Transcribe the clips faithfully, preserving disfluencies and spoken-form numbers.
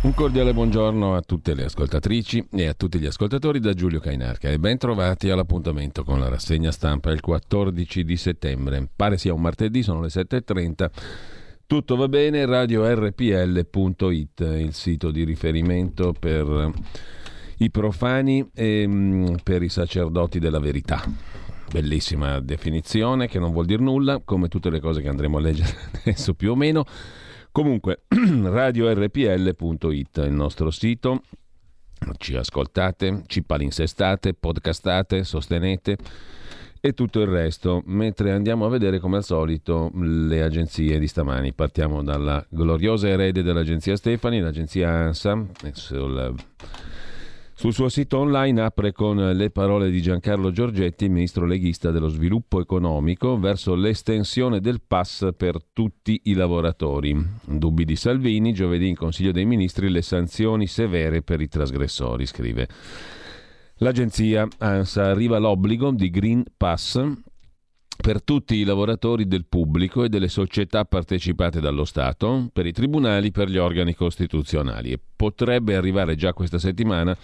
Un cordiale buongiorno a tutte le ascoltatrici e a tutti gli ascoltatori da Giulio Cainarca e ben trovati all'appuntamento con la rassegna stampa il quattordici di settembre. Pare sia un martedì, sono le sette e trenta. Tutto va bene, radio erre pi elle punto it, il sito di riferimento per i profani e per i sacerdoti della verità. Bellissima definizione che non vuol dire nulla, come tutte le cose che andremo a leggere adesso più o meno. Comunque, radio erre pi elle punto it è il nostro sito, ci ascoltate, ci palinsestate, podcastate, sostenete e tutto il resto, mentre andiamo a vedere come al solito le agenzie di stamani. Partiamo dalla gloriosa erede dell'agenzia Stefani, l'agenzia ANSA. Sul, sul suo sito online apre con le parole di Giancarlo Giorgetti, ministro leghista dello sviluppo economico, verso l'estensione del pass per tutti i lavoratori. Dubbi di Salvini, giovedì in Consiglio dei Ministri le sanzioni severe per i trasgressori, scrive l'agenzia ANSA. Arriva l'obbligo di Green Pass per tutti i lavoratori del pubblico e delle società partecipate dallo Stato, per i tribunali, per gli organi costituzionali, e potrebbe arrivare già questa settimana,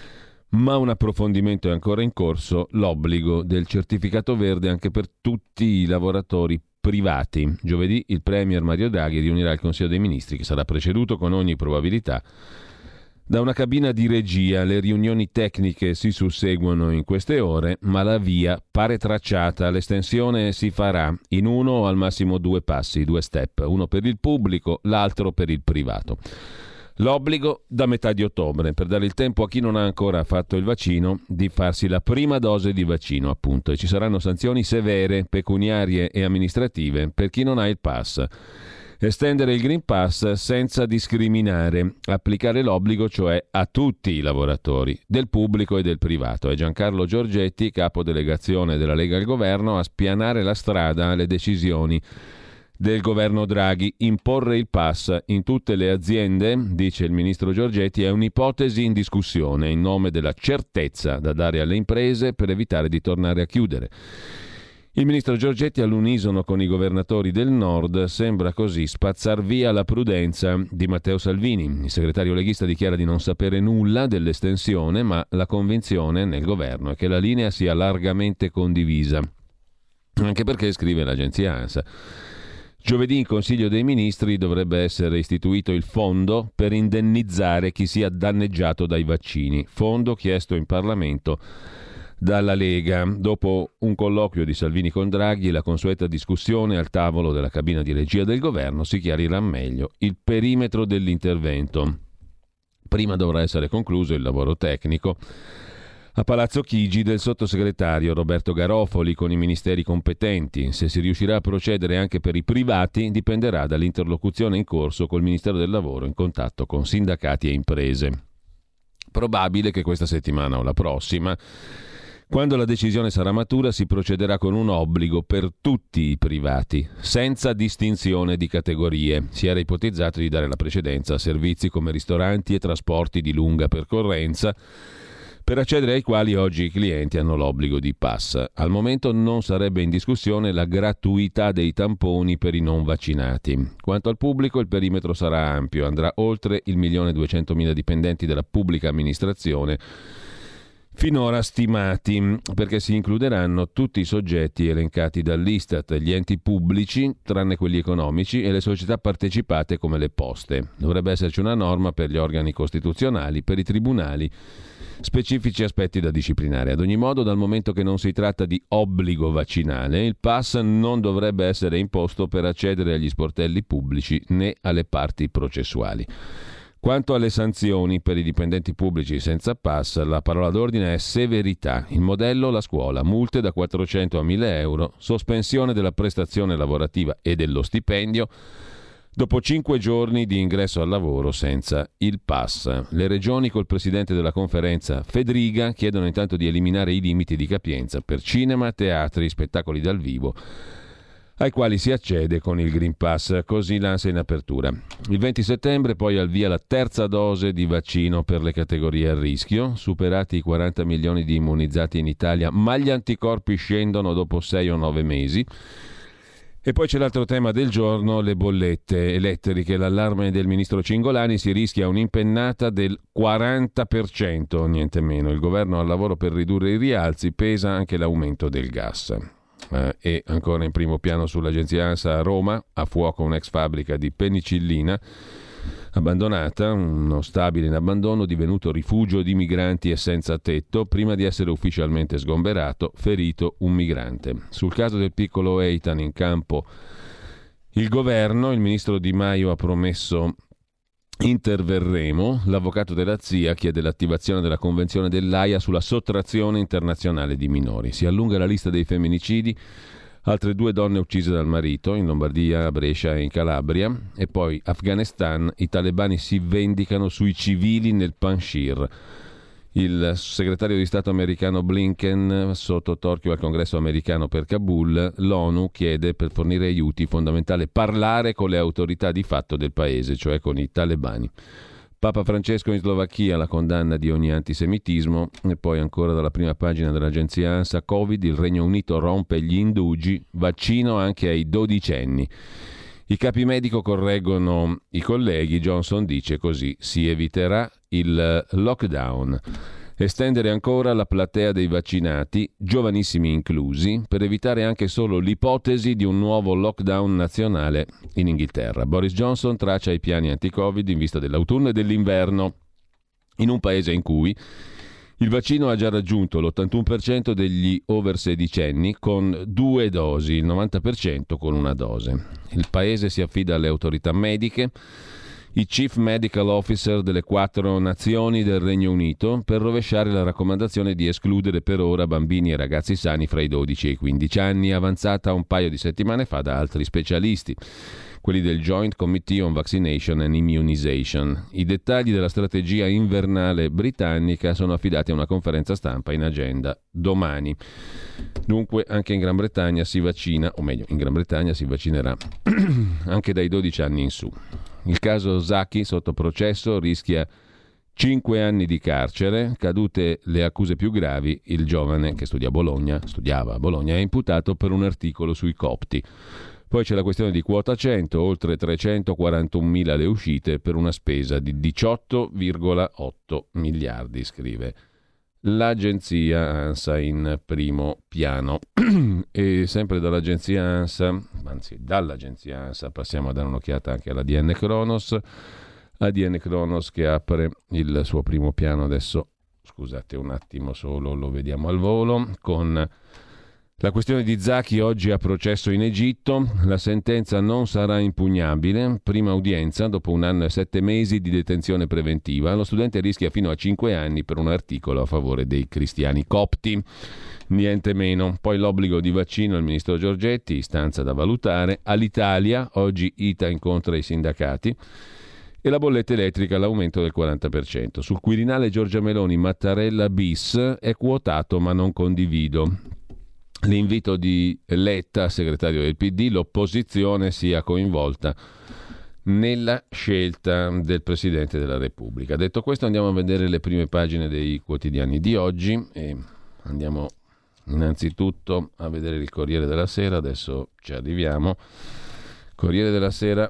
ma un approfondimento è ancora in corso, l'obbligo del certificato verde anche per tutti i lavoratori privati. Giovedì il premier Mario Draghi riunirà il Consiglio dei Ministri, che sarà preceduto con ogni probabilità da una cabina di regia. Le riunioni tecniche si susseguono in queste ore, ma la via pare tracciata. L'estensione si farà in uno o al massimo due passi, due step, uno per il pubblico, l'altro per il privato. L'obbligo da metà di ottobre, per dare il tempo a chi non ha ancora fatto il vaccino di farsi la prima dose di vaccino, appunto, e ci saranno sanzioni severe, pecuniarie e amministrative per chi non ha il pass. Estendere il Green Pass senza discriminare, applicare l'obbligo cioè a tutti i lavoratori, del pubblico e del privato. È Giancarlo Giorgetti, capo delegazione della Lega al governo, a spianare la strada alle decisioni del governo Draghi. Imporre il pass in tutte le aziende, dice il ministro Giorgetti, è un'ipotesi in discussione in nome della certezza da dare alle imprese per evitare di tornare a chiudere. Il ministro Giorgetti, all'unisono con i governatori del Nord, sembra così spazzar via la prudenza di Matteo Salvini. Il segretario leghista dichiara di non sapere nulla dell'estensione, ma la convinzione nel governo è che la linea sia largamente condivisa. Anche perché, scrive l'agenzia ANSA, giovedì in Consiglio dei Ministri dovrebbe essere istituito il fondo per indennizzare chi sia danneggiato dai vaccini, fondo chiesto in Parlamento dalla Lega. Dopo un colloquio di Salvini con Draghi e la consueta discussione al tavolo della cabina di regia del governo si chiarirà meglio il perimetro dell'intervento. Prima dovrà essere concluso il lavoro tecnico a Palazzo Chigi del sottosegretario Roberto Garofoli con i ministeri competenti. Se si riuscirà a procedere anche per i privati dipenderà dall'interlocuzione in corso col Ministero del Lavoro in contatto con sindacati e imprese. Probabile che questa settimana o la prossima, quando la decisione sarà matura, si procederà con un obbligo per tutti i privati, senza distinzione di categorie. Si era ipotizzato di dare la precedenza a servizi come ristoranti e trasporti di lunga percorrenza, per accedere ai quali oggi i clienti hanno l'obbligo di pass. Al momento non sarebbe in discussione la gratuità dei tamponi per i non vaccinati. Quanto al pubblico, il perimetro sarà ampio, andrà oltre il milione duecentomila dipendenti della pubblica amministrazione finora stimati, perché si includeranno tutti i soggetti elencati dall'Istat, gli enti pubblici, tranne quelli economici, e le società partecipate come le poste. Dovrebbe esserci una norma per gli organi costituzionali, per i tribunali, specifici aspetti da disciplinare. Ad ogni modo, dal momento che non si tratta di obbligo vaccinale, il pass non dovrebbe essere imposto per accedere agli sportelli pubblici né alle parti processuali. Quanto alle sanzioni per i dipendenti pubblici senza pass, la parola d'ordine è severità. Il modello, la scuola, multe da quattrocento a mille euro, sospensione della prestazione lavorativa e dello stipendio dopo cinque giorni di ingresso al lavoro senza il pass. Le regioni col presidente della conferenza Fedriga chiedono intanto di eliminare i limiti di capienza per cinema, teatri, spettacoli dal vivo, ai quali si accede con il Green Pass, così l'ANSA in apertura. Il venti settembre poi al via la terza dose di vaccino per le categorie a rischio, superati i quaranta milioni di immunizzati in Italia, ma gli anticorpi scendono dopo sei o nove mesi E poi c'è l'altro tema del giorno, le bollette elettriche. L'allarme del ministro Cingolani: si rischia un'impennata del quaranta per cento, niente meno. Il governo al lavoro per ridurre i rialzi, pesa anche l'aumento del gas. Eh, e ancora in primo piano sull'agenzia ANSA a Roma, a fuoco un'ex fabbrica di penicillina abbandonata, uno stabile in abbandono divenuto rifugio di migranti e senza tetto, prima di essere ufficialmente sgomberato, ferito un migrante. Sul caso del piccolo Eitan in campo il governo, il ministro Di Maio ha promesso interverremo, l'avvocato della Z I A chiede l'attivazione della convenzione dell'A I A sulla sottrazione internazionale di minori. Si allunga la lista dei femminicidi. Altre due donne uccise dal marito in Lombardia, a Brescia e in Calabria. E poi Afghanistan, i talebani si vendicano sui civili nel Panjshir. Il segretario di Stato americano Blinken sotto torchio al congresso americano per Kabul. L'ONU chiede, per fornire aiuti, fondamentale parlare con le autorità di fatto del paese, cioè con i talebani. Papa Francesco in Slovacchia, la condanna di ogni antisemitismo. E poi ancora dalla prima pagina dell'agenzia ANSA, Covid, il Regno Unito rompe gli indugi, vaccino anche ai dodicenni. I capi medico correggono i colleghi, Johnson dice così si eviterà il lockdown. Estendere ancora la platea dei vaccinati, giovanissimi inclusi, per evitare anche solo l'ipotesi di un nuovo lockdown nazionale in Inghilterra. Boris Johnson traccia i piani anti-Covid in vista dell'autunno e dell'inverno, in un paese in cui il vaccino ha già raggiunto l'ottantuno per cento degli over sedicenni con due dosi, il novanta per cento con una dose. Il paese si affida alle autorità mediche, i chief medical officer delle quattro nazioni del Regno Unito, per rovesciare la raccomandazione di escludere per ora bambini e ragazzi sani fra i dodici e i quindici anni, avanzata un paio di settimane fa da altri specialisti, quelli del Joint Committee on Vaccination and Immunization. I dettagli della strategia invernale britannica sono affidati a una conferenza stampa in agenda domani. Dunque anche in Gran Bretagna si vaccina, o meglio, in Gran Bretagna si vaccinerà anche dai dodici anni in su. Il caso Zaki sotto processo rischia cinque anni di carcere, cadute le accuse più gravi. Il giovane che studia a Bologna, studiava a Bologna, è imputato per un articolo sui copti. Poi c'è la questione di quota cento, oltre trecentoquarantunomila le uscite per una spesa di diciotto virgola otto miliardi, scrive l'agenzia ANSA in primo piano. E sempre dall'agenzia ANSA, anzi dall'agenzia ANSA, passiamo a dare un'occhiata anche alla D N Kronos. A D N Kronos che apre il suo primo piano adesso, scusate un attimo solo, lo vediamo al volo, con la questione di Zaki oggi a processo in Egitto. La sentenza non sarà impugnabile, prima udienza dopo un anno e sette mesi di detenzione preventiva. Lo studente rischia fino a cinque anni per un articolo a favore dei cristiani copti, niente meno. Poi l'obbligo di vaccino al ministro Giorgetti, istanza da valutare. All'Italia oggi I T A incontra i sindacati. E la bolletta elettrica, l'aumento del quaranta per cento. Sul Quirinale Giorgia Meloni, Mattarella bis è quotato ma non condivido. L'invito di Letta, segretario del P D, l'opposizione sia coinvolta nella scelta del Presidente della Repubblica. Detto questo, andiamo a vedere le prime pagine dei quotidiani di oggi e andiamo innanzitutto a vedere il Corriere della Sera. Adesso ci arriviamo. Corriere della Sera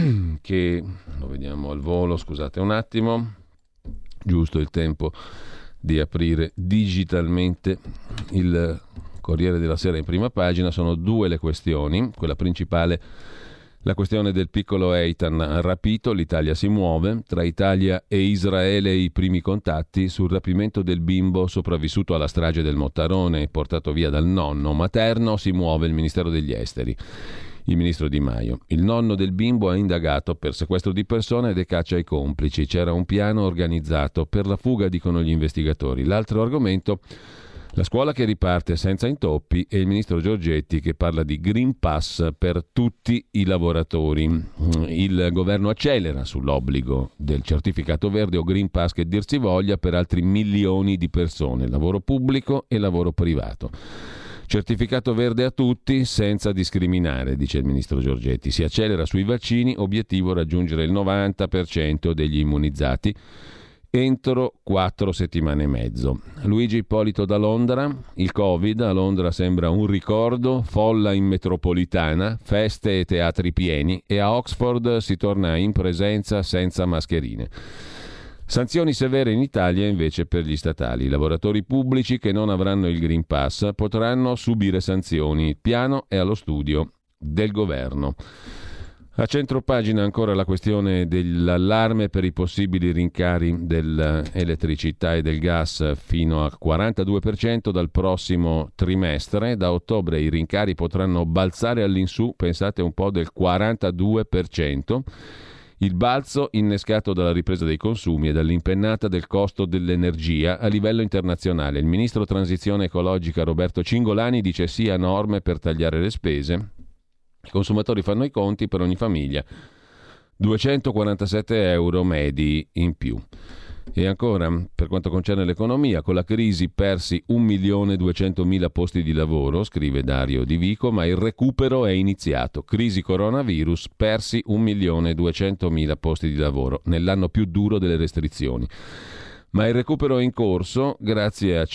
che lo vediamo al volo, scusate un attimo, giusto il tempo di aprire digitalmente il Corriere della Sera in prima pagina. Sono due le questioni. Quella principale, la questione del piccolo Eitan rapito. L'Italia si muove. Tra Italia e Israele i primi contatti sul rapimento del bimbo sopravvissuto alla strage del Mottarone e portato via dal nonno materno. Si muove il Ministero degli Esteri, il ministro Di Maio. Il nonno del bimbo ha indagato per sequestro di persona e caccia ai complici. C'era un piano organizzato per la fuga, dicono gli investigatori. L'altro argomento, la scuola che riparte senza intoppi e il ministro Giorgetti che parla di Green Pass per tutti i lavoratori. Il governo accelera sull'obbligo del certificato verde o Green Pass che dir si voglia per altri milioni di persone, lavoro pubblico e lavoro privato. Certificato verde a tutti senza discriminare, dice il ministro Giorgetti. Si accelera sui vaccini, obiettivo raggiungere il novanta per cento degli immunizzati entro quattro settimane e mezzo. Luigi Ippolito da Londra: il Covid a Londra sembra un ricordo, folla in metropolitana, feste e teatri pieni, e a Oxford si torna in presenza senza mascherine. Sanzioni severe in Italia invece per gli statali. I lavoratori pubblici che non avranno il Green Pass potranno subire sanzioni. Il piano è allo studio del governo. A centropagina ancora la questione dell'allarme per i possibili rincari dell'elettricità e del gas fino al quarantadue per cento dal prossimo trimestre. Da ottobre i rincari potranno balzare all'insù, pensate un po', del quarantadue per cento. Il balzo innescato dalla ripresa dei consumi e dall'impennata del costo dell'energia a livello internazionale. Il ministro transizione ecologica Roberto Cingolani dice sì a norme per tagliare le spese. I consumatori fanno i conti, per ogni famiglia duecentoquarantasette euro medi in più. E ancora, per quanto concerne l'economia, con la crisi persi un milione duecentomila posti di lavoro, scrive Dario Di Vico, ma il recupero è iniziato. Crisi coronavirus, persi un milione duecentomila posti di lavoro nell'anno più duro delle restrizioni. Ma il recupero è in corso grazie a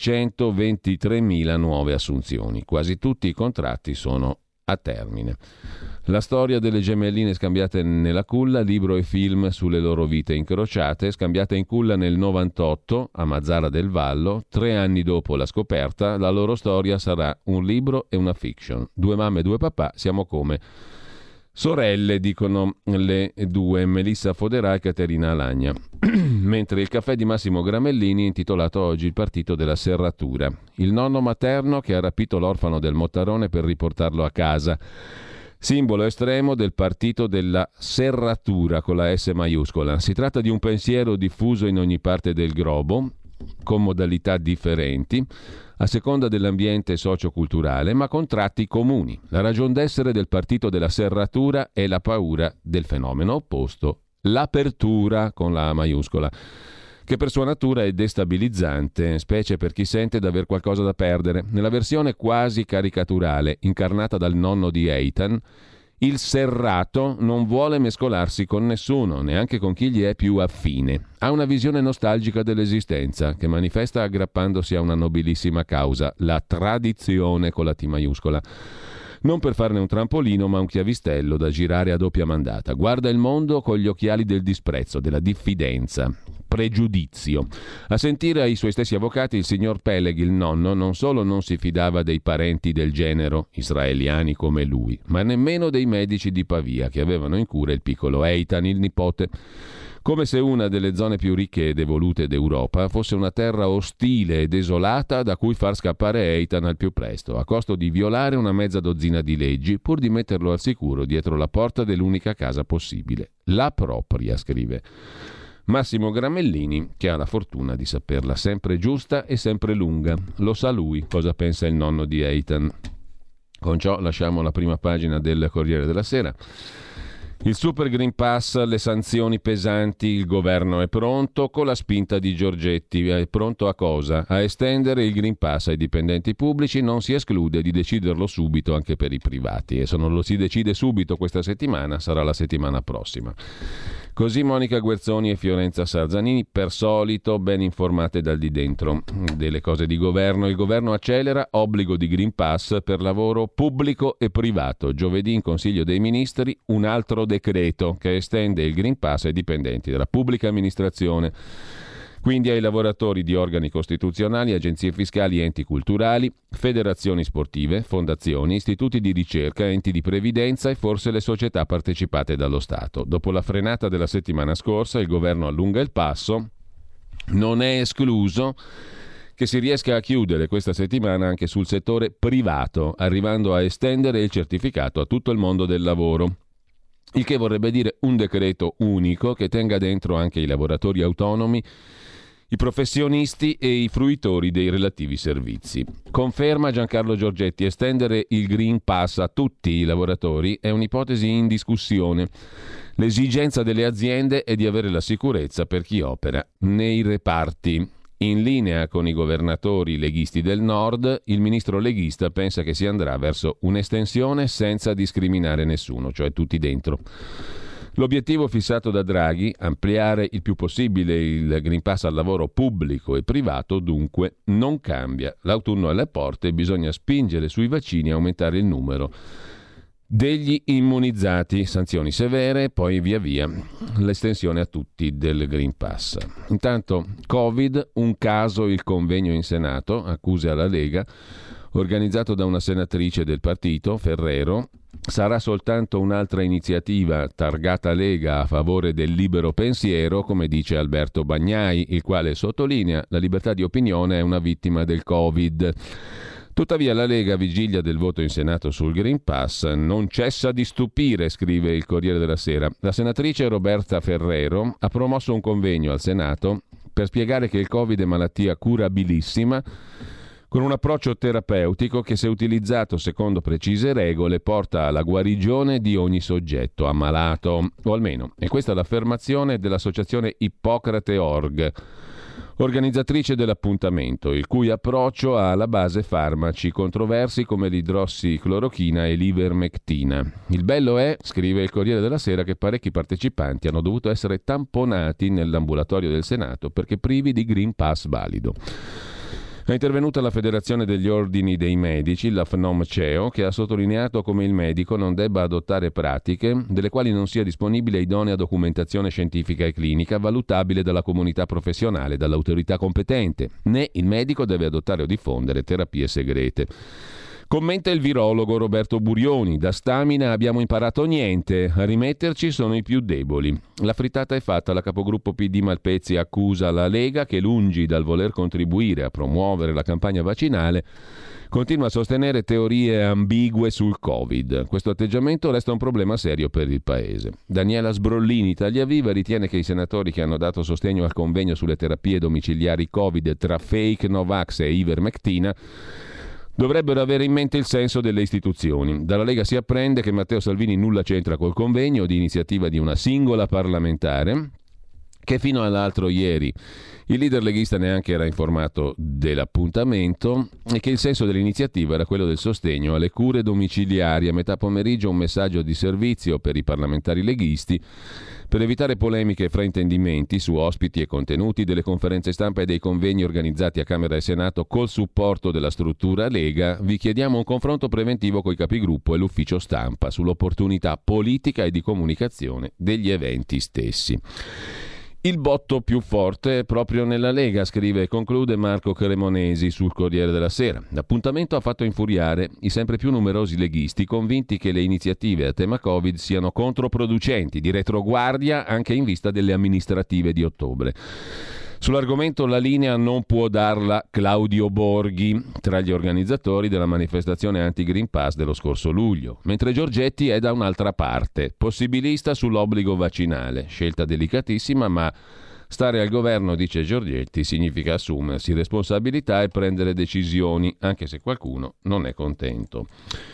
cinquecentoventitremila nuove assunzioni. Quasi tutti i contratti sono a termine. La storia delle gemelline scambiate nella culla, libro e film sulle loro vite incrociate, scambiate in culla nel novantotto a Mazzara del Vallo. Tre anni dopo la scoperta, la loro storia sarà un libro e una fiction. Due mamme e due papà, siamo come sorelle, dicono le due, Melissa Foderà e Caterina Alagna. Mentre il caffè di Massimo Gramellini, intitolato oggi Il partito della serratura. Il nonno materno che ha rapito l'orfano del Mottarone per riportarlo a casa. Simbolo estremo del partito della serratura con la S maiuscola. Si tratta di un pensiero diffuso in ogni parte del globo, con modalità differenti, a seconda dell'ambiente socioculturale, ma con tratti comuni. La ragion d'essere del partito della serratura è la paura del fenomeno opposto, l'apertura con la A maiuscola, che per sua natura è destabilizzante, specie per chi sente d'aver qualcosa da perdere. Nella versione quasi caricaturale, incarnata dal nonno di Eitan, il serrato non vuole mescolarsi con nessuno, neanche con chi gli è più affine. Ha una visione nostalgica dell'esistenza, che manifesta aggrappandosi a una nobilissima causa, la tradizione con la T maiuscola. Non per farne un trampolino, ma un chiavistello da girare a doppia mandata. Guarda il mondo con gli occhiali del disprezzo, della diffidenza, pregiudizio. A sentire ai suoi stessi avvocati, il signor Peleg, il nonno, non solo non si fidava dei parenti del genero, israeliani come lui, ma nemmeno dei medici di Pavia che avevano in cura il piccolo Eitan, il nipote. Come se una delle zone più ricche ed evolute d'Europa fosse una terra ostile e desolata da cui far scappare Eitan al più presto, a costo di violare una mezza dozzina di leggi, pur di metterlo al sicuro dietro la porta dell'unica casa possibile, la propria, scrive Massimo Gramellini, che ha la fortuna di saperla sempre giusta e sempre lunga. Lo sa lui cosa pensa il nonno di Eitan. Con ciò lasciamo la prima pagina del Corriere della Sera. Il Super Green Pass, le sanzioni pesanti, il governo è pronto con la spinta di Giorgetti. È pronto a cosa? A estendere il Green Pass ai dipendenti pubblici, non si esclude di deciderlo subito anche per i privati. E se non lo si decide subito questa settimana, sarà la settimana prossima. Così Monica Guerzoni e Fiorenza Sarzanini, per solito ben informate dal di dentro delle cose di governo. Il governo accelera, obbligo di Green Pass per lavoro pubblico e privato. Giovedì in Consiglio dei Ministri un altro decreto che estende il Green Pass ai dipendenti della pubblica amministrazione. Quindi ai lavoratori di organi costituzionali, agenzie fiscali, enti culturali, federazioni sportive, fondazioni, istituti di ricerca, enti di previdenza e forse le società partecipate dallo Stato. Dopo la frenata della settimana scorsa, il governo allunga il passo. Non è escluso che si riesca a chiudere questa settimana anche sul settore privato, arrivando a estendere il certificato a tutto il mondo del lavoro. Il che vorrebbe dire un decreto unico che tenga dentro anche i lavoratori autonomi, i professionisti e i fruitori dei relativi servizi. Conferma Giancarlo Giorgetti, estendere il Green Pass a tutti i lavoratori è un'ipotesi in discussione. L'esigenza delle aziende è di avere la sicurezza per chi opera nei reparti. In linea con i governatori leghisti del Nord, il ministro leghista pensa che si andrà verso un'estensione senza discriminare nessuno, cioè tutti dentro. L'obiettivo fissato da Draghi, ampliare il più possibile il Green Pass al lavoro pubblico e privato, dunque non cambia. L'autunno è alle porte e bisogna spingere sui vaccini e aumentare il numero degli immunizzati, sanzioni severe, poi via via l'estensione a tutti del Green Pass. Intanto Covid, un caso il convegno in Senato, accuse alla Lega, organizzato da una senatrice del partito, Ferrero. Sarà soltanto un'altra iniziativa targata Lega a favore del libero pensiero, come dice Alberto Bagnai, il quale sottolinea la libertà di opinione è una vittima del Covid. Tuttavia la Lega, vigilia del voto in Senato sul Green Pass, non cessa di stupire, scrive il Corriere della Sera. La senatrice Roberta Ferrero ha promosso un convegno al Senato per spiegare che il Covid è malattia curabilissima, con un approccio terapeutico che, se utilizzato secondo precise regole, porta alla guarigione di ogni soggetto ammalato, o almeno è questa l'affermazione dell'associazione Ippocrate punto org, organizzatrice dell'appuntamento, il cui approccio ha alla base farmaci controversi come l'idrossiclorochina e l'ivermectina. Il bello è, scrive il Corriere della Sera, che parecchi partecipanti hanno dovuto essere tamponati nell'ambulatorio del Senato perché privi di Green Pass valido. È intervenuta la Federazione degli Ordini dei Medici, la F N O M C E O, che ha sottolineato come il medico non debba adottare pratiche delle quali non sia disponibile idonea documentazione scientifica e clinica valutabile dalla comunità professionale, dall'autorità competente, né il medico deve adottare o diffondere terapie segrete. Commenta il virologo Roberto Burioni: da stamina abbiamo imparato niente, a rimetterci sono i più deboli. La frittata è fatta, la capogruppo P D Malpezzi accusa la Lega che, lungi dal voler contribuire a promuovere la campagna vaccinale, continua a sostenere teorie ambigue sul Covid. Questo atteggiamento resta un problema serio per il Paese. Daniela Sbrollini, Italia Viva, ritiene che i senatori che hanno dato sostegno al convegno sulle terapie domiciliari Covid tra fake Novax e ivermectina dovrebbero avere in mente il senso delle istituzioni. Dalla Lega si apprende che Matteo Salvini nulla c'entra col convegno, di iniziativa di una singola parlamentare, che fino all'altro ieri il leader leghista neanche era informato dell'appuntamento, e che il senso dell'iniziativa era quello del sostegno alle cure domiciliari. A metà pomeriggio un messaggio di servizio per i parlamentari leghisti per evitare polemiche e fraintendimenti su ospiti e contenuti delle conferenze stampa e dei convegni organizzati a Camera e Senato col supporto della struttura Lega. Vi chiediamo un confronto preventivo coi capigruppo e l'ufficio stampa sull'opportunità politica e di comunicazione degli eventi stessi. Il botto più forte è proprio nella Lega, scrive e conclude Marco Cremonesi sul Corriere della Sera. L'appuntamento ha fatto infuriare i sempre più numerosi leghisti, convinti che le iniziative a tema Covid siano controproducenti, di retroguardia anche in vista delle amministrative di ottobre. Sull'argomento la linea non può darla Claudio Borghi, tra gli organizzatori della manifestazione anti-Green Pass dello scorso luglio, mentre Giorgetti è da un'altra parte, possibilista sull'obbligo vaccinale, scelta delicatissima, ma stare al governo, dice Giorgetti, significa assumersi responsabilità e prendere decisioni, anche se qualcuno non è contento.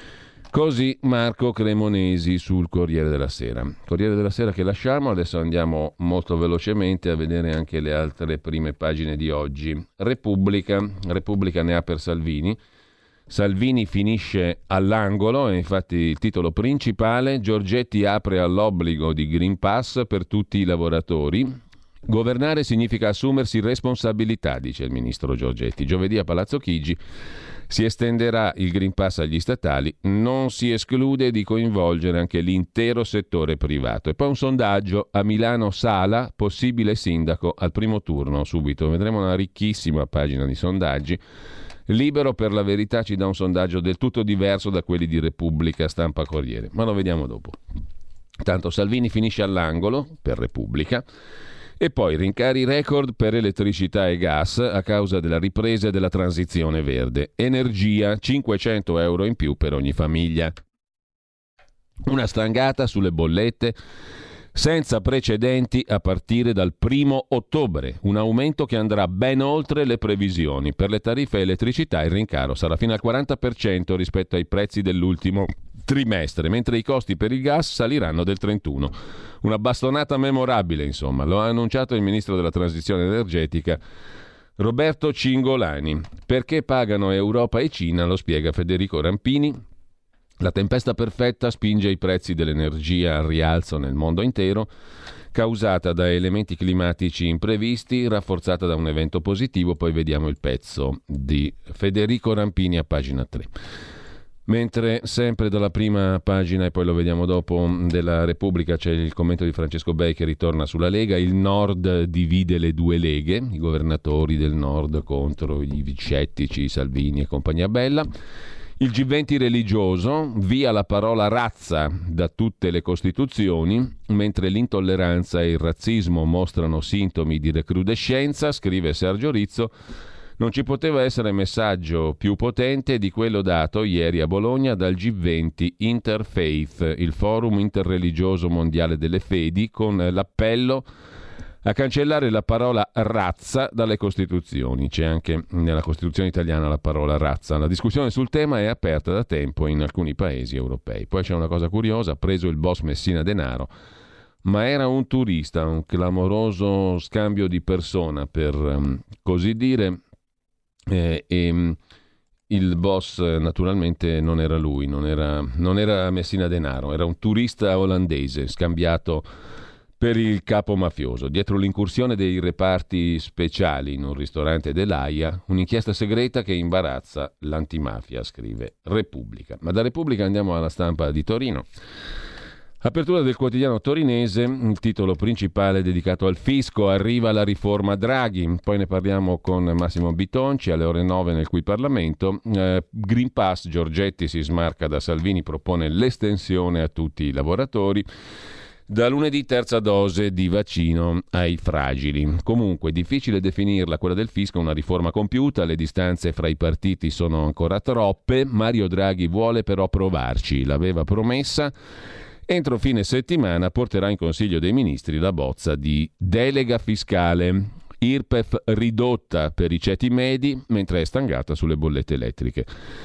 Così Marco Cremonesi sul Corriere della Sera. Corriere della Sera che lasciamo, adesso andiamo molto velocemente a vedere anche le altre prime pagine di oggi. Repubblica, Repubblica ne ha per Salvini. Salvini finisce all'angolo, e infatti il titolo principale: Giorgetti apre all'obbligo di Green Pass per tutti i lavoratori. Governare significa assumersi responsabilità, dice il ministro Giorgetti. Giovedì a Palazzo Chigi si estenderà il Green Pass agli statali, non si esclude di coinvolgere anche l'intero settore privato. E poi un sondaggio: a Milano Sala, possibile sindaco al primo turno. Subito vedremo una ricchissima pagina di sondaggi. Libero, per la Verità, ci dà un sondaggio del tutto diverso da quelli di Repubblica, Stampa, Corriere, ma lo vediamo dopo. Tanto Salvini finisce all'angolo per Repubblica. E poi rincari record per elettricità e gas a causa della ripresa e della transizione verde. Energia, cinquecento euro in più per ogni famiglia. Una stangata sulle bollette senza precedenti a partire dal primo ottobre. Un aumento che andrà ben oltre le previsioni. Per le tariffe elettricità il rincaro sarà fino al quaranta per cento rispetto ai prezzi dell'ultimo trimestre, mentre i costi per il gas saliranno del trentuno per cento. Una bastonata memorabile, insomma, lo ha annunciato il ministro della transizione energetica Roberto Cingolani. Perché pagano Europa e Cina, lo spiega Federico Rampini. La tempesta perfetta spinge i prezzi dell'energia al rialzo nel mondo intero, causata da elementi climatici imprevisti, rafforzata da un evento positivo. Poi vediamo il pezzo di Federico Rampini a pagina tre. Mentre sempre dalla prima pagina, e poi lo vediamo dopo, della Repubblica c'è il commento di Francesco Bei che ritorna sulla Lega. Il Nord divide le due leghe, i governatori del Nord contro i vicettici, i Salvini e compagnia bella. Il G venti religioso, via la parola razza da tutte le costituzioni, mentre l'intolleranza e il razzismo mostrano sintomi di recrudescenza, scrive Sergio Rizzo. Non ci poteva essere messaggio più potente di quello dato ieri a Bologna dal G venti Interfaith, il forum interreligioso mondiale delle fedi, con l'appello a cancellare la parola razza dalle Costituzioni. C'è anche nella Costituzione italiana la parola razza. La discussione sul tema è aperta da tempo in alcuni paesi europei. Poi c'è una cosa curiosa: ha preso il boss Messina Denaro, ma era un turista, un clamoroso scambio di persona, per um, così dire. Eh, e il boss naturalmente non era lui, non era, non era Messina Denaro, era un turista olandese scambiato per il capo mafioso. Dietro l'incursione dei reparti speciali in un ristorante dell'Aia, un'inchiesta segreta che imbarazza l'antimafia, scrive Repubblica. Ma da Repubblica andiamo alla Stampa di Torino. Apertura del quotidiano torinese, il titolo principale dedicato al fisco: arriva la riforma Draghi. Poi ne parliamo con Massimo Bitonci alle ore nove nel Qui Parlamento. Eh, Green Pass, Giorgetti si smarca da Salvini, propone l'estensione a tutti i lavoratori. Da lunedì terza dose di vaccino ai fragili. Comunque difficile definirla quella del fisco una riforma compiuta, le distanze fra i partiti sono ancora troppe. Mario Draghi vuole però provarci, l'aveva promessa. Entro fine settimana porterà in Consiglio dei Ministri la bozza di delega fiscale. I R P E F ridotta per i ceti medi, mentre è stangata sulle bollette elettriche.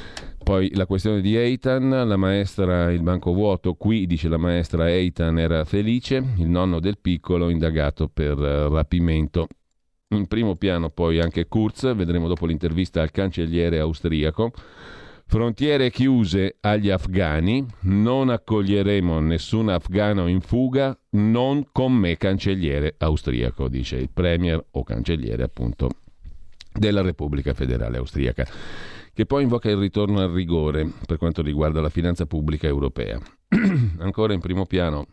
Poi la questione di Eitan, la maestra, il banco vuoto. Qui, dice la maestra, Eitan era felice, il nonno del piccolo indagato per rapimento. In primo piano poi anche Kurz, vedremo dopo l'intervista al cancelliere austriaco. Frontiere chiuse agli afghani, non accoglieremo nessun afghano in fuga, non con me cancelliere austriaco, dice il premier o cancelliere appunto della Repubblica Federale Austriaca, che poi invoca il ritorno al rigore per quanto riguarda la finanza pubblica europea. Ancora in primo piano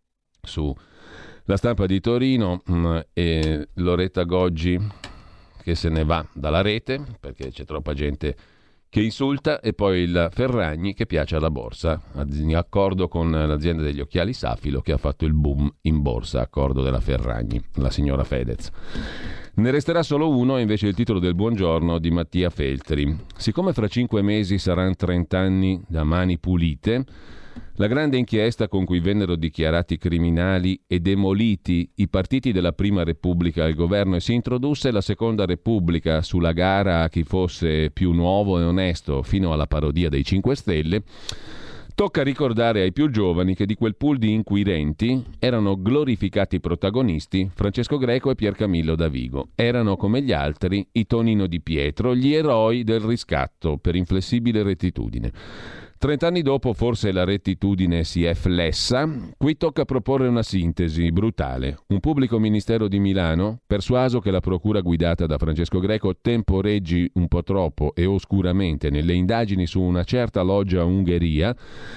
su La Stampa di Torino mh, e Loretta Goggi che se ne va dalla rete perché c'è troppa gente che insulta, e poi il Ferragni che piace alla borsa, in accordo con l'azienda degli occhiali Safilo che ha fatto il boom in borsa, accordo della Ferragni, la signora Fedez. Ne resterà solo uno, invece il titolo del Buongiorno di Mattia Feltri. Siccome fra cinque mesi saranno trent'anni da Mani Pulite, la grande inchiesta con cui vennero dichiarati criminali e demoliti i partiti della Prima Repubblica al governo e si introdusse la Seconda Repubblica sulla gara a chi fosse più nuovo e onesto fino alla parodia dei cinque Stelle, tocca ricordare ai più giovani che di quel pool di inquirenti erano glorificati protagonisti Francesco Greco e Piercamillo Davigo. Erano come gli altri i Tonino Di Pietro, gli eroi del riscatto per inflessibile rettitudine. Trent'anni dopo forse la rettitudine si è flessa, qui tocca proporre una sintesi brutale. Un pubblico ministero di Milano, persuaso che la procura guidata da Francesco Greco temporeggi un po' troppo e oscuramente nelle indagini su una certa loggia Ungheria,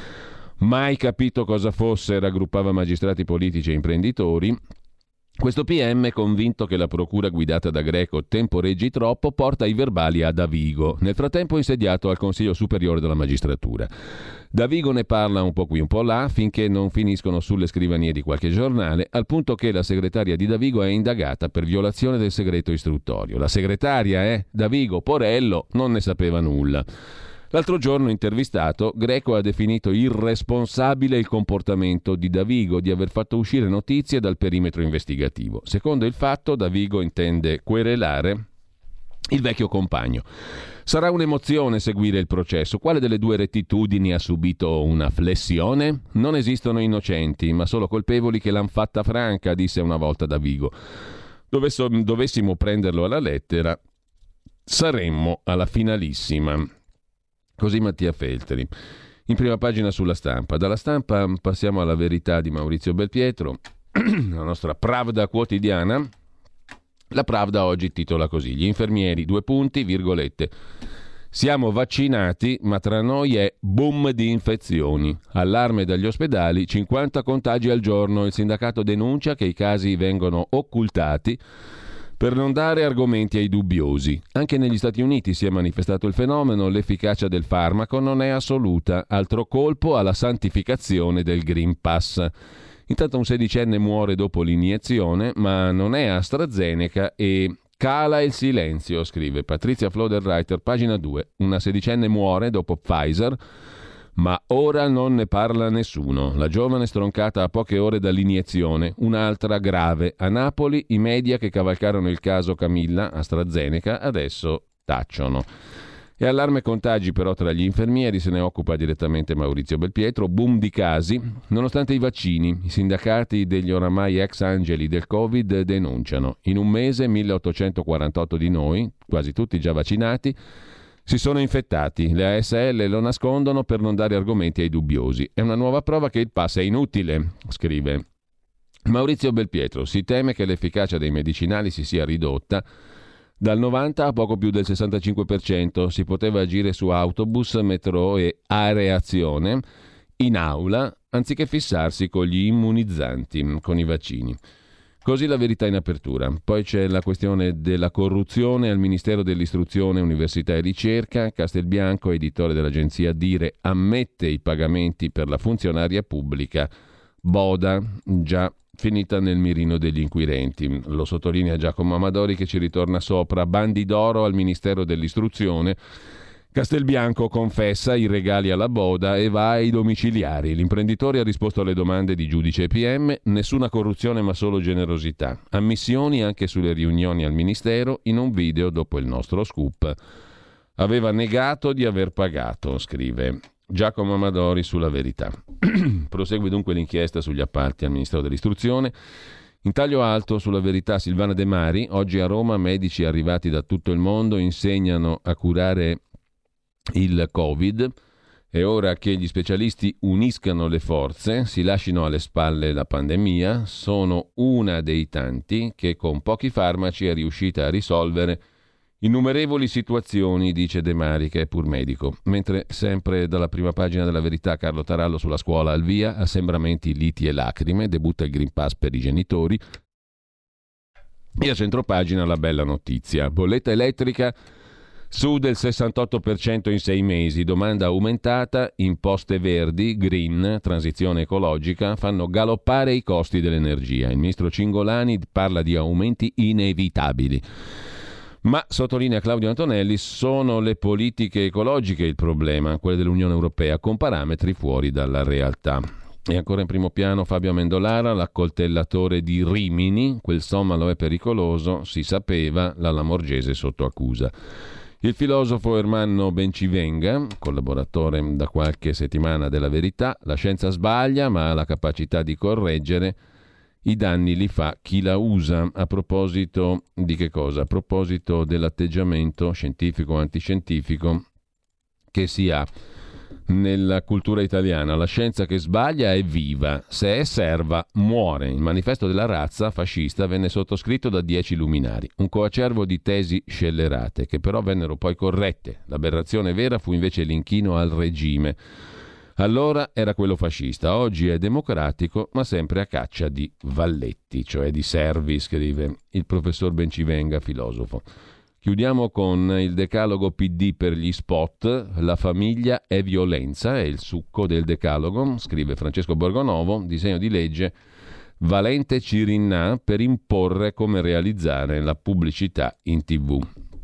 mai capito cosa fosse, raggruppava magistrati politici e imprenditori. Questo P M, convinto che la procura guidata da Greco temporeggi troppo, porta i verbali a Davigo, nel frattempo insediato al Consiglio Superiore della Magistratura. Davigo ne parla un po' qui un po' là, finché non finiscono sulle scrivanie di qualche giornale, al punto che la segretaria di Davigo è indagata per violazione del segreto istruttorio. La segretaria, eh? Davigo, Porello, non ne sapeva nulla. L'altro giorno, intervistato, Greco ha definito irresponsabile il comportamento di Davigo di aver fatto uscire notizie dal perimetro investigativo. Secondo il fatto, Davigo intende querelare il vecchio compagno. Sarà un'emozione seguire il processo. Quale delle due rettitudini ha subito una flessione? Non esistono innocenti, ma solo colpevoli che l'han fatta franca, disse una volta Davigo. Dovessimo, dovessimo prenderlo alla lettera, saremmo alla finalissima. Così Mattia Feltri. in prima pagina sulla Stampa. Dalla Stampa passiamo alla Verità di Maurizio Belpietro, la nostra Pravda quotidiana. La Pravda oggi titola così: gli infermieri, due punti, virgolette, siamo vaccinati ma tra noi è boom di infezioni, allarme dagli ospedali, cinquanta contagi al giorno, il sindacato denuncia che i casi vengono occultati per non dare argomenti ai dubbiosi. Anche negli Stati Uniti si è manifestato il fenomeno, l'efficacia del farmaco non è assoluta, altro colpo alla santificazione del Green Pass. Intanto un sedicenne muore dopo l'iniezione, ma non è AstraZeneca e cala il silenzio, scrive Patrizia Floderreiter, pagina due. Una sedicenne muore dopo Pfizer, ma ora non ne parla nessuno. La giovane stroncata a poche ore dall'iniezione, un'altra grave. A Napoli i media che cavalcarono il caso Camilla, AstraZeneca, adesso tacciono. E allarme contagi però tra gli infermieri, se ne occupa direttamente Maurizio Belpietro, boom di casi, nonostante i vaccini. I sindacati degli oramai ex angeli del Covid denunciano. In un mese milleottocentoquarantotto di noi, quasi tutti già vaccinati, si sono infettati. Le A S L lo nascondono per non dare argomenti ai dubbiosi. È una nuova prova che il pass è inutile, scrive Maurizio Belpietro. Si teme che l'efficacia dei medicinali si sia ridotta dal novanta a poco più del sessantacinque per cento. Si poteva agire su autobus, metro e areazione in aula anziché fissarsi con gli immunizzanti, con i vaccini. Così la Verità in apertura. Poi c'è la questione della corruzione al Ministero dell'Istruzione, Università e Ricerca. Castelbianco, editore dell'agenzia Dire, ammette i pagamenti per la funzionaria pubblica Boda, già finita nel mirino degli inquirenti. Lo sottolinea Giacomo Amadori che ci ritorna sopra. Bandi d'oro al Ministero dell'Istruzione. Castelbianco confessa i regali alla Boda e va ai domiciliari. L'imprenditore ha risposto alle domande di giudice e P M, nessuna corruzione ma solo generosità. Ammissioni anche sulle riunioni al Ministero in un video dopo il nostro scoop. Aveva negato di aver pagato, scrive Giacomo Amadori sulla Verità. Prosegue dunque l'inchiesta sugli appalti al Ministero dell'Istruzione. In taglio alto sulla Verità Silvana De Mari. Oggi a Roma medici arrivati da tutto il mondo insegnano a curare il Covid. È ora che gli specialisti uniscano le forze, si lascino alle spalle la pandemia. Sono una dei tanti che con pochi farmaci è riuscita a risolvere innumerevoli situazioni, dice De Mari, che è pur medico. Mentre sempre dalla prima pagina della Verità Carlo Tarallo sulla scuola al via, assembramenti, liti e lacrime, debutta il Green Pass per i genitori. E a centropagina la bella notizia, bolletta elettrica su del sessantotto per cento in sei mesi, domanda aumentata, imposte verdi, green, transizione ecologica, fanno galoppare i costi dell'energia. Il ministro Cingolani parla di aumenti inevitabili. Ma, sottolinea Claudio Antonelli, sono le politiche ecologiche il problema, quelle dell'Unione Europea, con parametri fuori dalla realtà. E ancora in primo piano Fabio Amendolara, l'accoltellatore di Rimini, quel somalo è pericoloso, si sapeva, la Lamorgese sotto accusa. Il filosofo Ermanno Bencivenga, collaboratore da qualche settimana della Verità, la scienza sbaglia ma ha la capacità di correggere, i danni li fa chi la usa. A proposito di che cosa? A proposito dell'atteggiamento scientifico o antiscientifico che si ha nella cultura italiana. La scienza che sbaglia è viva, se è serva muore. Il manifesto della razza fascista venne sottoscritto da dieci luminari, un coacervo di tesi scellerate che però vennero poi corrette. L'aberrazione vera fu invece l'inchino al regime. Allora era quello fascista, oggi è democratico ma sempre a caccia di valletti, cioè di servi, scrive il professor Bencivenga, filosofo. Chiudiamo con il decalogo P D per gli spot. La famiglia è violenza, è il succo del decalogo, scrive Francesco Borgonovo, disegno di legge Valente Cirinnà per imporre come realizzare la pubblicità in tivù.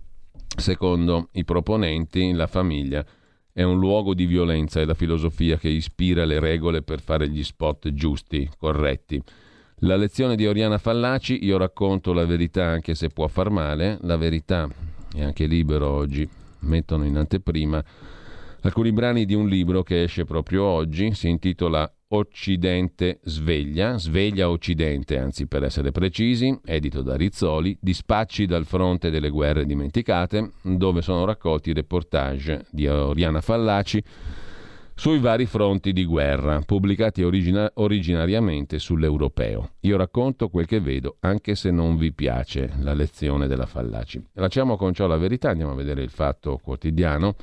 Secondo i proponenti, la famiglia è un luogo di violenza, è la filosofia che ispira le regole per fare gli spot giusti, corretti. La lezione di Oriana Fallaci, io racconto la verità anche se può far male. La Verità e anche Libero oggi mettono in anteprima alcuni brani di un libro che esce proprio oggi, si intitola Occidente sveglia, sveglia Occidente, anzi per essere precisi, edito da Rizzoli, dispacci dal fronte delle guerre dimenticate, dove sono raccolti reportage di Oriana Fallaci sui vari fronti di guerra, pubblicati origina- originariamente sull'Europeo. Io racconto quel che vedo, anche se non vi piace la lezione della Fallaci. Lasciamo con ciò la verità, andiamo a vedere il Fatto Quotidiano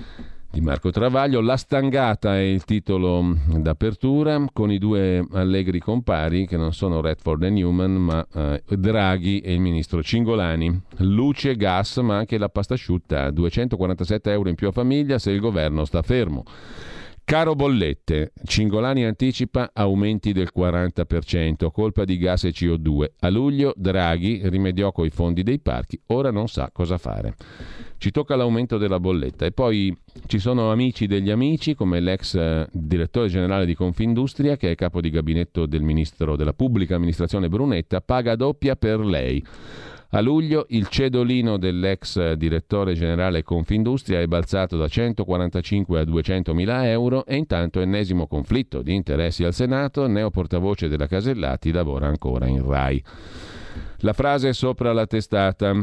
di Marco Travaglio. La stangata è il titolo d'apertura, con i due allegri compari che non sono Redford e Newman, ma eh, Draghi e il ministro Cingolani. Luce, gas, ma anche la pasta asciutta, duecentoquarantasette euro in più a famiglia se il governo sta fermo. Caro bollette, Cingolani anticipa aumenti del quaranta per cento, colpa di gas e C O due. A luglio Draghi rimediò coi fondi dei parchi, ora non sa cosa fare. Ci tocca l'aumento della bolletta e poi ci sono amici degli amici come l'ex eh, direttore generale di Confindustria, che è capo di gabinetto del ministro della pubblica amministrazione Brunetta, paga doppia per lei. A luglio il cedolino dell'ex direttore generale Confindustria è balzato da centoquarantacinque a duecentomila euro e intanto ennesimo conflitto di interessi al Senato, neo portavoce della Casellati lavora ancora in Rai. La frase sopra la testata: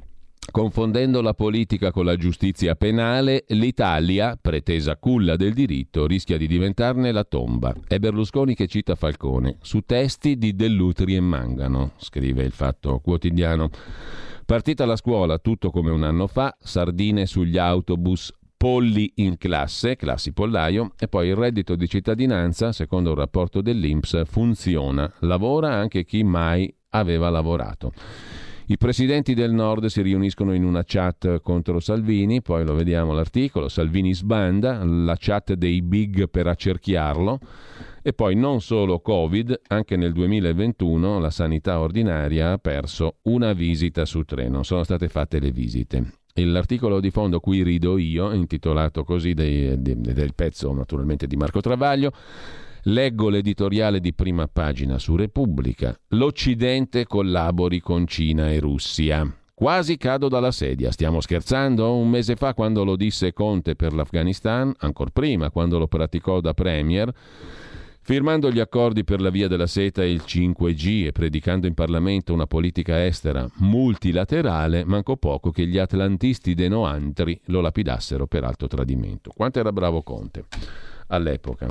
confondendo la politica con la giustizia penale, l'Italia, pretesa culla del diritto, rischia di diventarne la tomba. È Berlusconi che cita Falcone, su testi di Dell'Utri e Mangano, scrive il Fatto Quotidiano. Partita la scuola, tutto come un anno fa, sardine sugli autobus, polli in classe, classi pollaio, e poi il reddito di cittadinanza, secondo un rapporto dell'I N P S, funziona, lavora anche chi mai aveva lavorato. I presidenti del Nord si riuniscono in una chat contro Salvini, poi lo vediamo l'articolo, Salvini sbanda, la chat dei big per accerchiarlo, e poi non solo Covid, anche nel duemilaventuno la sanità ordinaria ha perso una visita su tre, non sono state fatte le visite. L'articolo di fondo Qui rido io, intitolato così dei, de, del pezzo naturalmente di Marco Travaglio. Leggo l'editoriale di prima pagina su Repubblica. L'Occidente collabori con Cina e Russia. Quasi cado dalla sedia. Stiamo scherzando? Un mese fa, quando lo disse Conte per l'Afghanistan, ancor prima quando lo praticò da premier, firmando gli accordi per la via della seta e il cinque G e predicando in Parlamento una politica estera multilaterale, mancò poco che gli atlantisti denoantri lo lapidassero per alto tradimento. Quanto era bravo Conte all'epoca.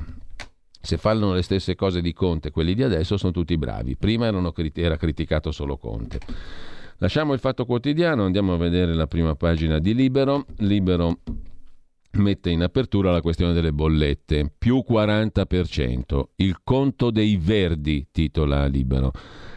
Se fanno le stesse cose di Conte, quelli di adesso sono tutti bravi. Prima erano, era criticato solo Conte. Lasciamo il Fatto Quotidiano, andiamo a vedere la prima pagina di Libero. Libero mette in apertura la questione delle bollette, più quaranta per cento. Il conto dei verdi, titola Libero.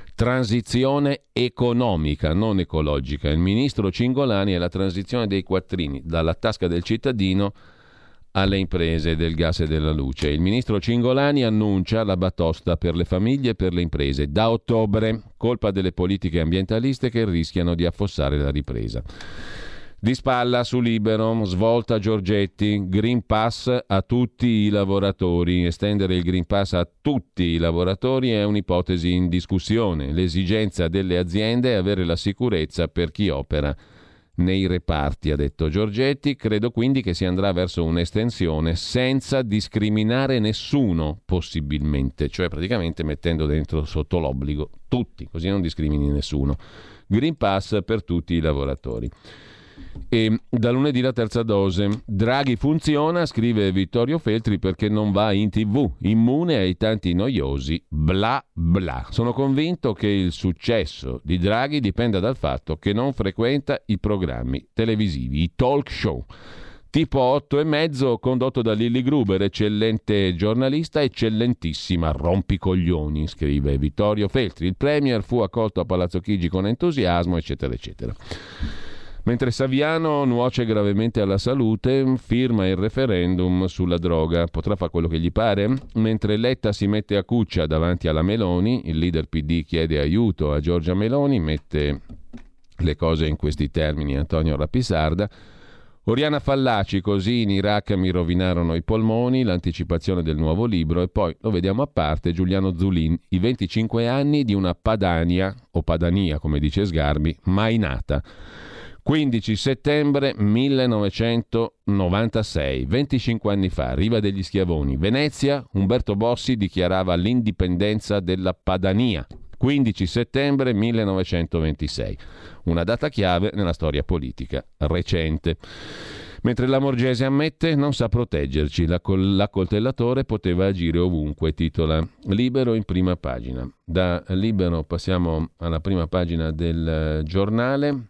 Transizione economica, non ecologica. Il ministro Cingolani è la transizione dei quattrini, dalla tasca del cittadino alle imprese del gas e della luce. Il ministro Cingolani annuncia la batosta per le famiglie e per le imprese da ottobre, colpa delle politiche ambientaliste che rischiano di affossare la ripresa. Di spalla su Libero, svolta Giorgetti, Green Pass a tutti i lavoratori. Estendere il Green Pass a tutti i lavoratori è un'ipotesi in discussione. L'esigenza delle aziende è avere la sicurezza per chi opera nei reparti, ha detto Giorgetti. Credo quindi che si andrà verso un'estensione senza discriminare nessuno, possibilmente, cioè praticamente mettendo dentro sotto l'obbligo tutti, così non discrimini nessuno. Green Pass per tutti i lavoratori. E da lunedì la terza dose. Draghi funziona, scrive Vittorio Feltri, perché non va in tv, immune ai tanti noiosi bla bla. Sono convinto che il successo di Draghi dipenda dal fatto che non frequenta i programmi televisivi, i talk show tipo otto e mezzo condotto da Lilli Gruber, eccellente giornalista, eccellentissima rompicoglioni, scrive Vittorio Feltri. Il premier fu accolto a Palazzo Chigi con entusiasmo, eccetera eccetera. Mentre Saviano nuoce gravemente alla salute, firma il referendum sulla droga. Potrà fare quello che gli pare? Mentre Letta si mette a cuccia davanti alla Meloni, il leader P D chiede aiuto a Giorgia Meloni, mette le cose in questi termini Antonio Rapisarda. Oriana Fallaci, così in Iraq mi rovinarono i polmoni, l'anticipazione del nuovo libro, e poi, lo vediamo a parte, Giuliano Zulin, i venticinque anni di una Padania, o Padania come dice Sgarbi, mai nata. quindici settembre millenovecentonovantasei, venticinque anni fa, Riva degli Schiavoni, Venezia, Umberto Bossi dichiarava l'indipendenza della Padania. quindici settembre millenovecentoventisei, una data chiave nella storia politica recente. Mentre la Morgese ammette non sa proteggerci, l'accoltellatore poteva agire ovunque, titola Libero in prima pagina. Da Libero passiamo alla prima pagina del giornale,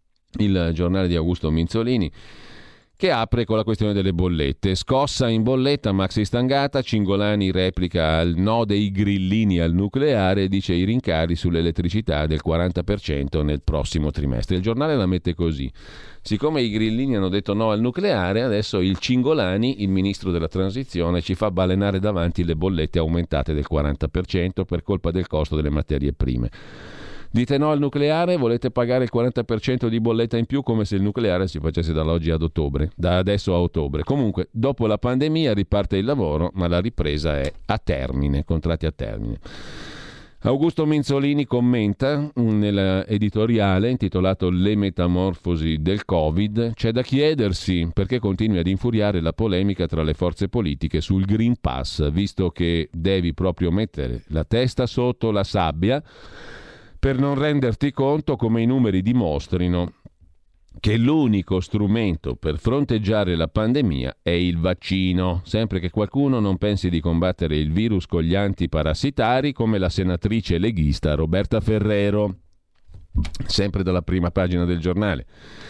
il giornale di Augusto Minzolini, che apre con la questione delle bollette. Scossa in bolletta, Maxi Stangata, Cingolani replica al no dei grillini al nucleare e dice i rincari sull'elettricità del quaranta per cento nel prossimo trimestre. Il giornale la mette così. Siccome i grillini hanno detto no al nucleare, adesso il Cingolani, il ministro della transizione, ci fa balenare davanti le bollette aumentate del quaranta per cento per colpa del costo delle materie prime. Dite no al nucleare, volete pagare il quaranta per cento di bolletta in più, come se il nucleare si facesse dall'oggi ad ottobre, da adesso a ottobre. Comunque, dopo la pandemia riparte il lavoro, ma la ripresa è a termine, contratti a termine. Augusto Minzolini commenta nell'editoriale intitolato Le metamorfosi del Covid: c'è da chiedersi perché continui ad infuriare la polemica tra le forze politiche sul Green Pass, visto che devi proprio mettere la testa sotto la sabbia per non renderti conto come i numeri dimostrino che l'unico strumento per fronteggiare la pandemia è il vaccino, sempre che qualcuno non pensi di combattere il virus con gli antiparassitari come la senatrice leghista Roberta Ferrero, sempre dalla prima pagina del giornale.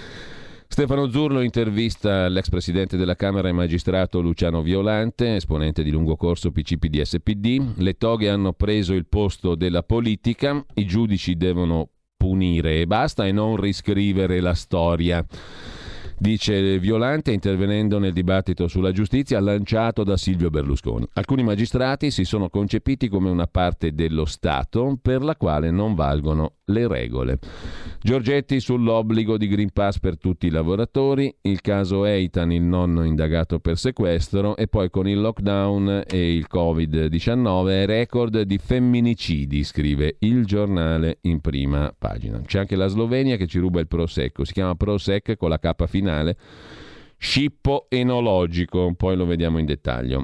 Stefano Zurlo intervista l'ex presidente della Camera e magistrato Luciano Violante, esponente di lungo corso P C P D S P D. Le toghe hanno preso il posto della politica, i giudici devono punire e basta e non riscrivere la storia, dice Violante intervenendo nel dibattito sulla giustizia lanciato da Silvio Berlusconi. Alcuni magistrati si sono concepiti come una parte dello Stato per la quale non valgono le regole. Giorgetti sull'obbligo di Green Pass per tutti i lavoratori, il caso Eitan, il nonno indagato per sequestro, e poi con il lockdown e il covid diciannove record di femminicidi, scrive il giornale in prima pagina. C'è anche la Slovenia che ci ruba il Prosecco, si chiama Prosec con la K finale, scippo enologico, poi lo vediamo in dettaglio.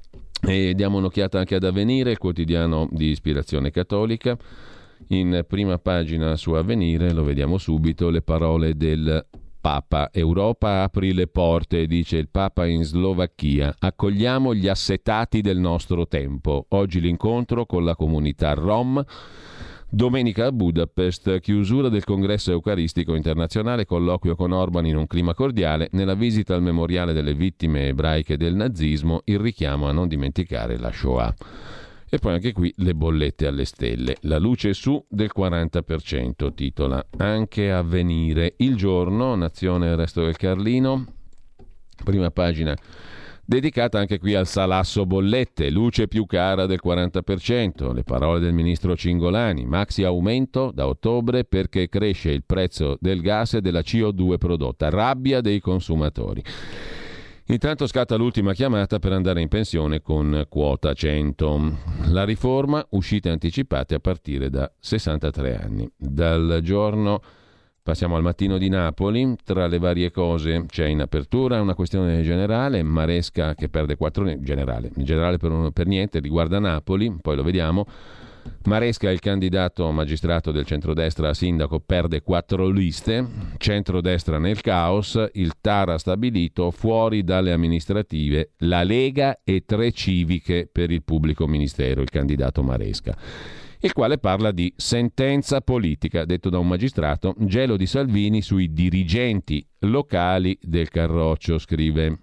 E diamo un'occhiata anche ad Avvenire, il quotidiano di ispirazione cattolica. In prima pagina su Avvenire, lo vediamo subito, le parole del Papa. Europa apri le porte, dice il Papa in Slovacchia. Accogliamo gli assetati del nostro tempo. Oggi l'incontro con la comunità Rom. Domenica a Budapest, chiusura del congresso eucaristico internazionale, colloquio con Orban in un clima cordiale. Nella visita al memoriale delle vittime ebraiche del nazismo, il richiamo a non dimenticare la Shoah. E poi anche qui le bollette alle stelle. La luce su del quaranta per cento, titola anche Avvenire. Il Giorno, Nazione e il Resto del Carlino, prima pagina dedicata anche qui al salasso bollette, luce più cara del quaranta per cento, le parole del ministro Cingolani, maxi aumento da ottobre perché cresce il prezzo del gas e della C O due prodotta, rabbia dei consumatori. Intanto scatta l'ultima chiamata per andare in pensione con quota cento. La riforma, uscite anticipate a partire da sessantatré anni. Dal Giorno passiamo al Mattino di Napoli. Tra le varie cose c'è in apertura una questione generale, Maresca che perde quattro generale, in generale per, un, per niente, riguarda Napoli, poi lo vediamo. Maresca, il candidato magistrato del centrodestra a sindaco, perde quattro liste, centrodestra nel caos, il T A R ha stabilito fuori dalle amministrative la Lega e tre civiche per il pubblico ministero, il candidato Maresca, il quale parla di sentenza politica, detto da un magistrato, gelo di Salvini sui dirigenti locali del Carroccio, scrive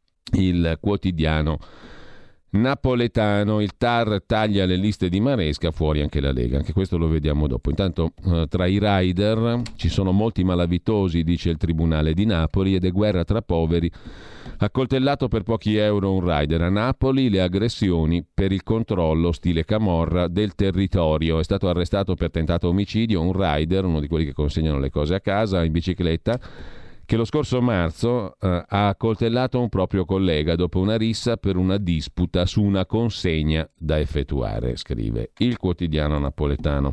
il quotidiano napoletano. Il T A R taglia le liste di Maresca, fuori anche la Lega, anche questo lo vediamo dopo. Intanto eh, tra i rider ci sono molti malavitosi, dice il Tribunale di Napoli, ed è guerra tra poveri. Accoltellato per pochi euro un rider a Napoli, le aggressioni per il controllo stile Camorra del territorio. È stato arrestato per tentato omicidio un rider, uno di quelli che consegnano le cose a casa in bicicletta, che lo scorso marzo eh, ha accoltellato un proprio collega dopo una rissa per una disputa su una consegna da effettuare, scrive il quotidiano napoletano.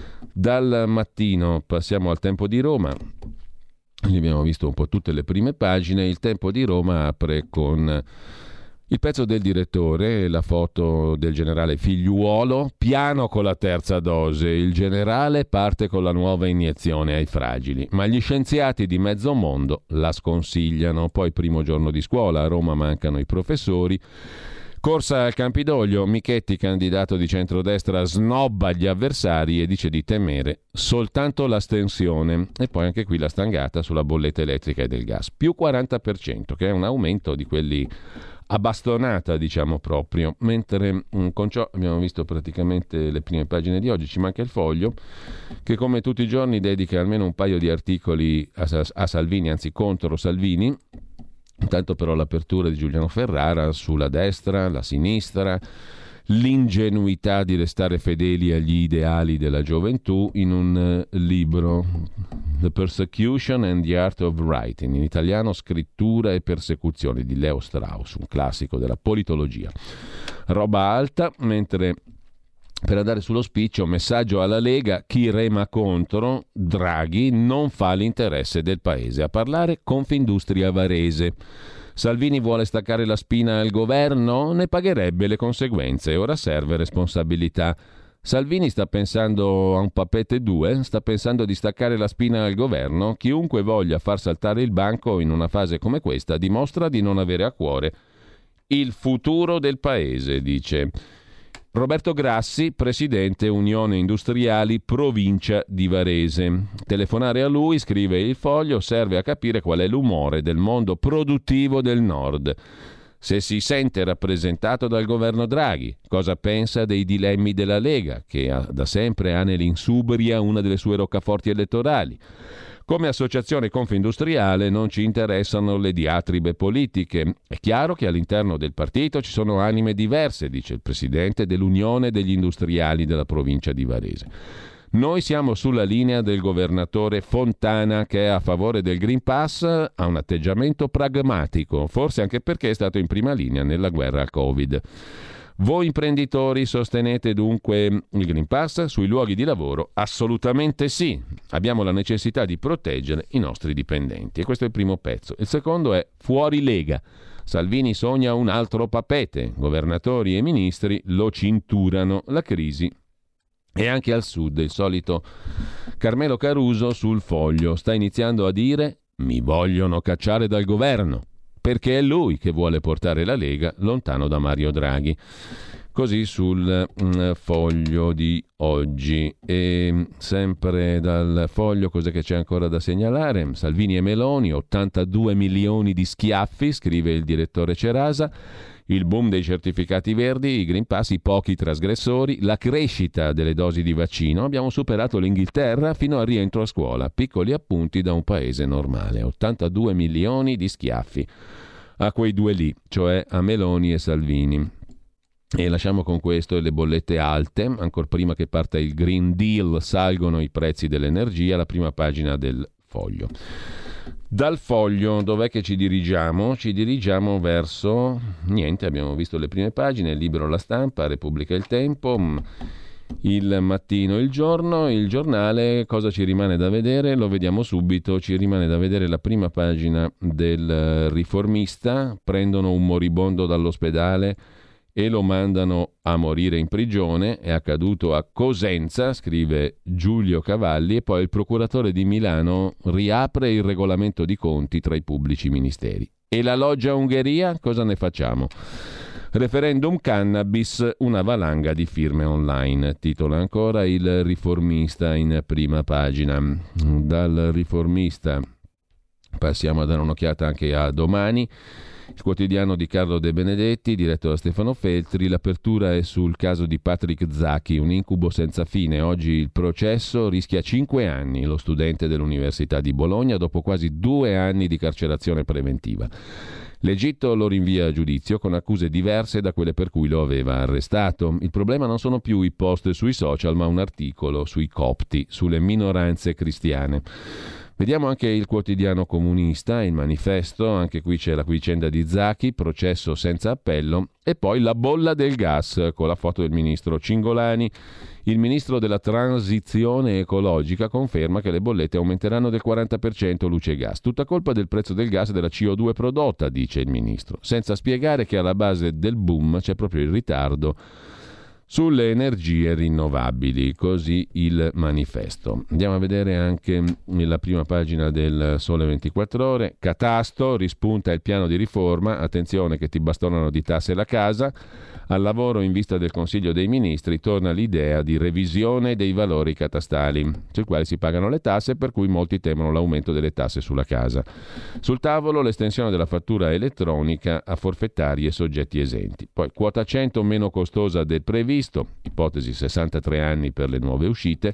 Dal Mattino passiamo al Tempo di Roma. Lì abbiamo visto un po' tutte le prime pagine. Il Tempo di Roma apre con Il pezzo del direttore, la foto del generale Figliuolo, piano con la terza dose, il generale parte con la nuova iniezione ai fragili, ma gli scienziati di mezzo mondo la sconsigliano. Poi primo giorno di scuola, a Roma mancano i professori. Corsa al Campidoglio, Michetti, candidato di centrodestra, snobba gli avversari e dice di temere soltanto l'astensione. E poi anche qui la stangata sulla bolletta elettrica e del gas, più quaranta per cento, che è un aumento di quelli a bastonata, diciamo proprio. Mentre mh, con ciò abbiamo visto praticamente le prime pagine di oggi. Ci manca il Foglio, che come tutti i giorni dedica almeno un paio di articoli a, a Salvini, anzi contro Salvini. Intanto però l'apertura di Giuliano Ferrara sulla destra, la sinistra, l'ingenuità di restare fedeli agli ideali della gioventù in un uh, libro, The Persecution and the Art of Writing, in italiano Scrittura e persecuzione, di Leo Strauss, un classico della politologia. Roba alta. Mentre per andare sullo spiccio, messaggio alla Lega: chi rema contro Draghi non fa l'interesse del paese. A parlare Confindustria Varese. Salvini vuole staccare la spina al governo? Ne pagherebbe le conseguenze. Ora serve responsabilità. Salvini sta pensando a un Papeete due? Sta pensando di staccare la spina al governo? Chiunque voglia far saltare il banco in una fase come questa dimostra di non avere a cuore il futuro del paese, dice Roberto Grassi, presidente Unione Industriali Provincia di Varese. Telefonare a lui, scrive il Foglio, serve a capire qual è l'umore del mondo produttivo del Nord. Se si sente rappresentato dal governo Draghi, cosa pensa dei dilemmi della Lega, che ha, da sempre ha nell'insubria una delle sue roccaforti elettorali. Come associazione confindustriale non ci interessano le diatribe politiche. È chiaro che all'interno del partito ci sono anime diverse, dice il presidente dell'Unione degli Industriali della provincia di Varese. Noi siamo sulla linea del governatore Fontana, che è a favore del Green Pass, ha un atteggiamento pragmatico, forse anche perché è stato in prima linea nella guerra al Covid. Voi imprenditori sostenete dunque il Green Pass sui luoghi di lavoro? Assolutamente sì. Abbiamo la necessità di proteggere i nostri dipendenti. E questo è il primo pezzo. Il secondo è fuori Lega. Salvini sogna un altro Papeete. Governatori e ministri lo cinturano. La crisi è anche al sud. Il solito Carmelo Caruso sul Foglio sta iniziando a dire: mi vogliono cacciare dal governo, perché è lui che vuole portare la Lega lontano da Mario Draghi. Così sul mm, Foglio di oggi. E sempre dal Foglio, cos'è che c'è ancora da segnalare? Salvini e Meloni, ottantadue milioni di schiaffi, scrive il direttore Cerasa. Il boom dei certificati verdi, i Green Pass, i pochi trasgressori, la crescita delle dosi di vaccino. Abbiamo superato l'Inghilterra fino al rientro a scuola. Piccoli appunti da un paese normale. ottantadue milioni di schiaffi a quei due lì, cioè a Meloni e Salvini. E lasciamo con questo le bollette alte. Ancora prima che parta il Green Deal salgono i prezzi dell'energia, la prima pagina del Foglio. Dal Foglio dov'è che ci dirigiamo? Ci dirigiamo verso niente, abbiamo visto le prime pagine, il Libero, La Stampa, Repubblica, Il Tempo, Il Mattino, Il Giorno, Il Giornale. Cosa ci rimane da vedere? Lo vediamo subito. Ci rimane da vedere la prima pagina del Riformista. Prendono un moribondo dall'ospedale e lo mandano a morire in prigione. È accaduto a Cosenza, scrive Giulio Cavalli. E poi il procuratore di Milano riapre il regolamento di conti tra i pubblici ministeri. E la loggia Ungheria? Cosa ne facciamo? Referendum cannabis, una valanga di firme online, titola ancora il Riformista in prima pagina. Dal Riformista passiamo a dare un'occhiata anche a Domani, il quotidiano di Carlo De Benedetti, diretto da Stefano Feltri. L'apertura è sul caso di Patrick Zaki, un incubo senza fine. Oggi il processo, rischia cinque anni lo studente dell'Università di Bologna dopo quasi due anni di carcerazione preventiva. L'Egitto lo rinvia a giudizio con accuse diverse da quelle per cui lo aveva arrestato. Il problema non sono più i post sui social, ma un articolo sui copti, sulle minoranze cristiane. Vediamo anche il quotidiano comunista, il Manifesto, anche qui c'è la vicenda di Zaki, processo senza appello, e poi la bolla del gas con la foto del ministro Cingolani. Il ministro della transizione ecologica conferma che le bollette aumenteranno del quaranta per cento luce e gas. Tutta colpa del prezzo del gas e della C O due prodotta, dice il ministro, senza spiegare che alla base del boom c'è proprio il ritardo sulle energie rinnovabili, così il Manifesto. Andiamo a vedere anche la prima pagina del Sole ventiquattro Ore. Catasto, rispunta il piano di riforma, attenzione che ti bastonano di tasse la casa. Al lavoro in vista del Consiglio dei Ministri torna l'idea di revisione dei valori catastali, sui quali si pagano le tasse, per cui molti temono l'aumento delle tasse sulla casa. Sul tavolo l'estensione della fattura elettronica a forfettari e soggetti esenti. Poi quota cento meno costosa del previsto, ipotesi sessantatré anni per le nuove uscite.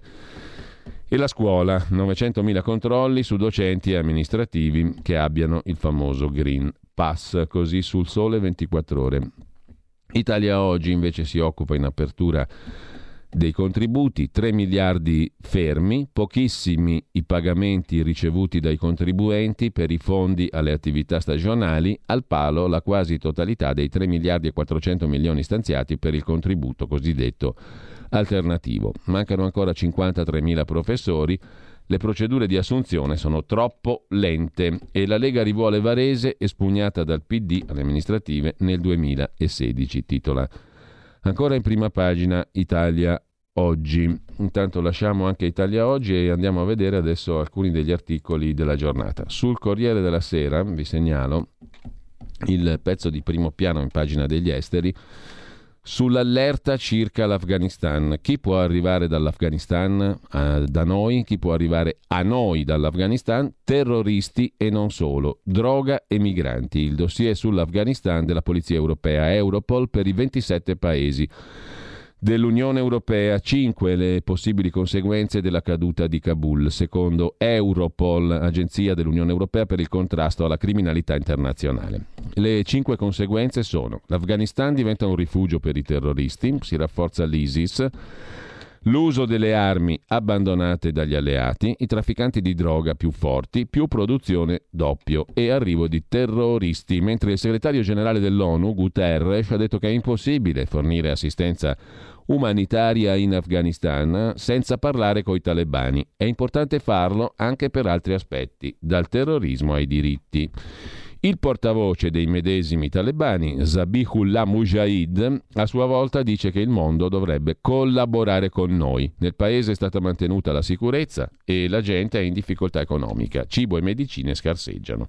E la scuola, novecentomila controlli su docenti e amministrativi che abbiano il famoso Green Pass, così sul Sole ventiquattro Ore. Italia Oggi invece si occupa in apertura dei contributi, tre miliardi fermi, pochissimi i pagamenti ricevuti dai contribuenti per i fondi alle attività stagionali, al palo la quasi totalità dei tre miliardi e quattrocento milioni stanziati per il contributo cosiddetto alternativo. Mancano ancora cinquantatremila professori. Le procedure di assunzione sono troppo lente e la Lega rivuole Varese, espugnata dal P D alle amministrative nel duemilasedici, titola ancora in prima pagina Italia Oggi. Intanto lasciamo anche Italia Oggi e andiamo a vedere adesso alcuni degli articoli della giornata. Sul Corriere della Sera vi segnalo il pezzo di primo piano in pagina degli esteri sull'allerta circa l'Afghanistan. Chi può arrivare dall'Afghanistan eh, da noi? Chi può arrivare a noi dall'Afghanistan? Terroristi e non solo, droga e migranti. Il dossier sull'Afghanistan della Polizia Europea, Europol, per i ventisette paesi dell'Unione Europea. Cinque le possibili conseguenze della caduta di Kabul, secondo Europol, agenzia dell'Unione Europea per il contrasto alla criminalità internazionale. Le cinque conseguenze sono: l'Afghanistan diventa un rifugio per i terroristi, si rafforza l'ISIS, l'uso delle armi abbandonate dagli alleati, i trafficanti di droga più forti, più produzione doppio e arrivo di terroristi, mentre il segretario generale dell'ONU, Guterres, ha detto che è impossibile fornire assistenza umanitaria in Afghanistan senza parlare coi talebani. È importante farlo anche per altri aspetti, dal terrorismo ai diritti. Il portavoce dei medesimi talebani, Zabihullah Mujahid, a sua volta dice che il mondo dovrebbe collaborare con noi. Nel paese è stata mantenuta la sicurezza e la gente è in difficoltà economica. Cibo e medicine scarseggiano.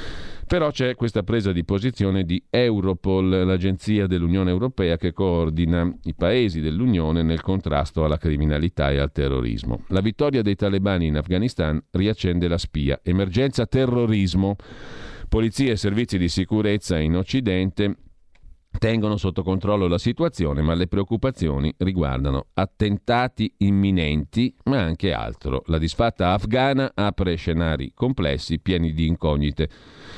Però c'è questa presa di posizione di Europol, l'agenzia dell'Unione Europea che coordina i paesi dell'Unione nel contrasto alla criminalità e al terrorismo. La vittoria dei talebani in Afghanistan riaccende la spia. Emergenza terrorismo. Polizia e servizi di sicurezza in Occidente tengono sotto controllo la situazione, ma le preoccupazioni riguardano attentati imminenti, ma anche altro. La disfatta afghana apre scenari complessi, pieni di incognite.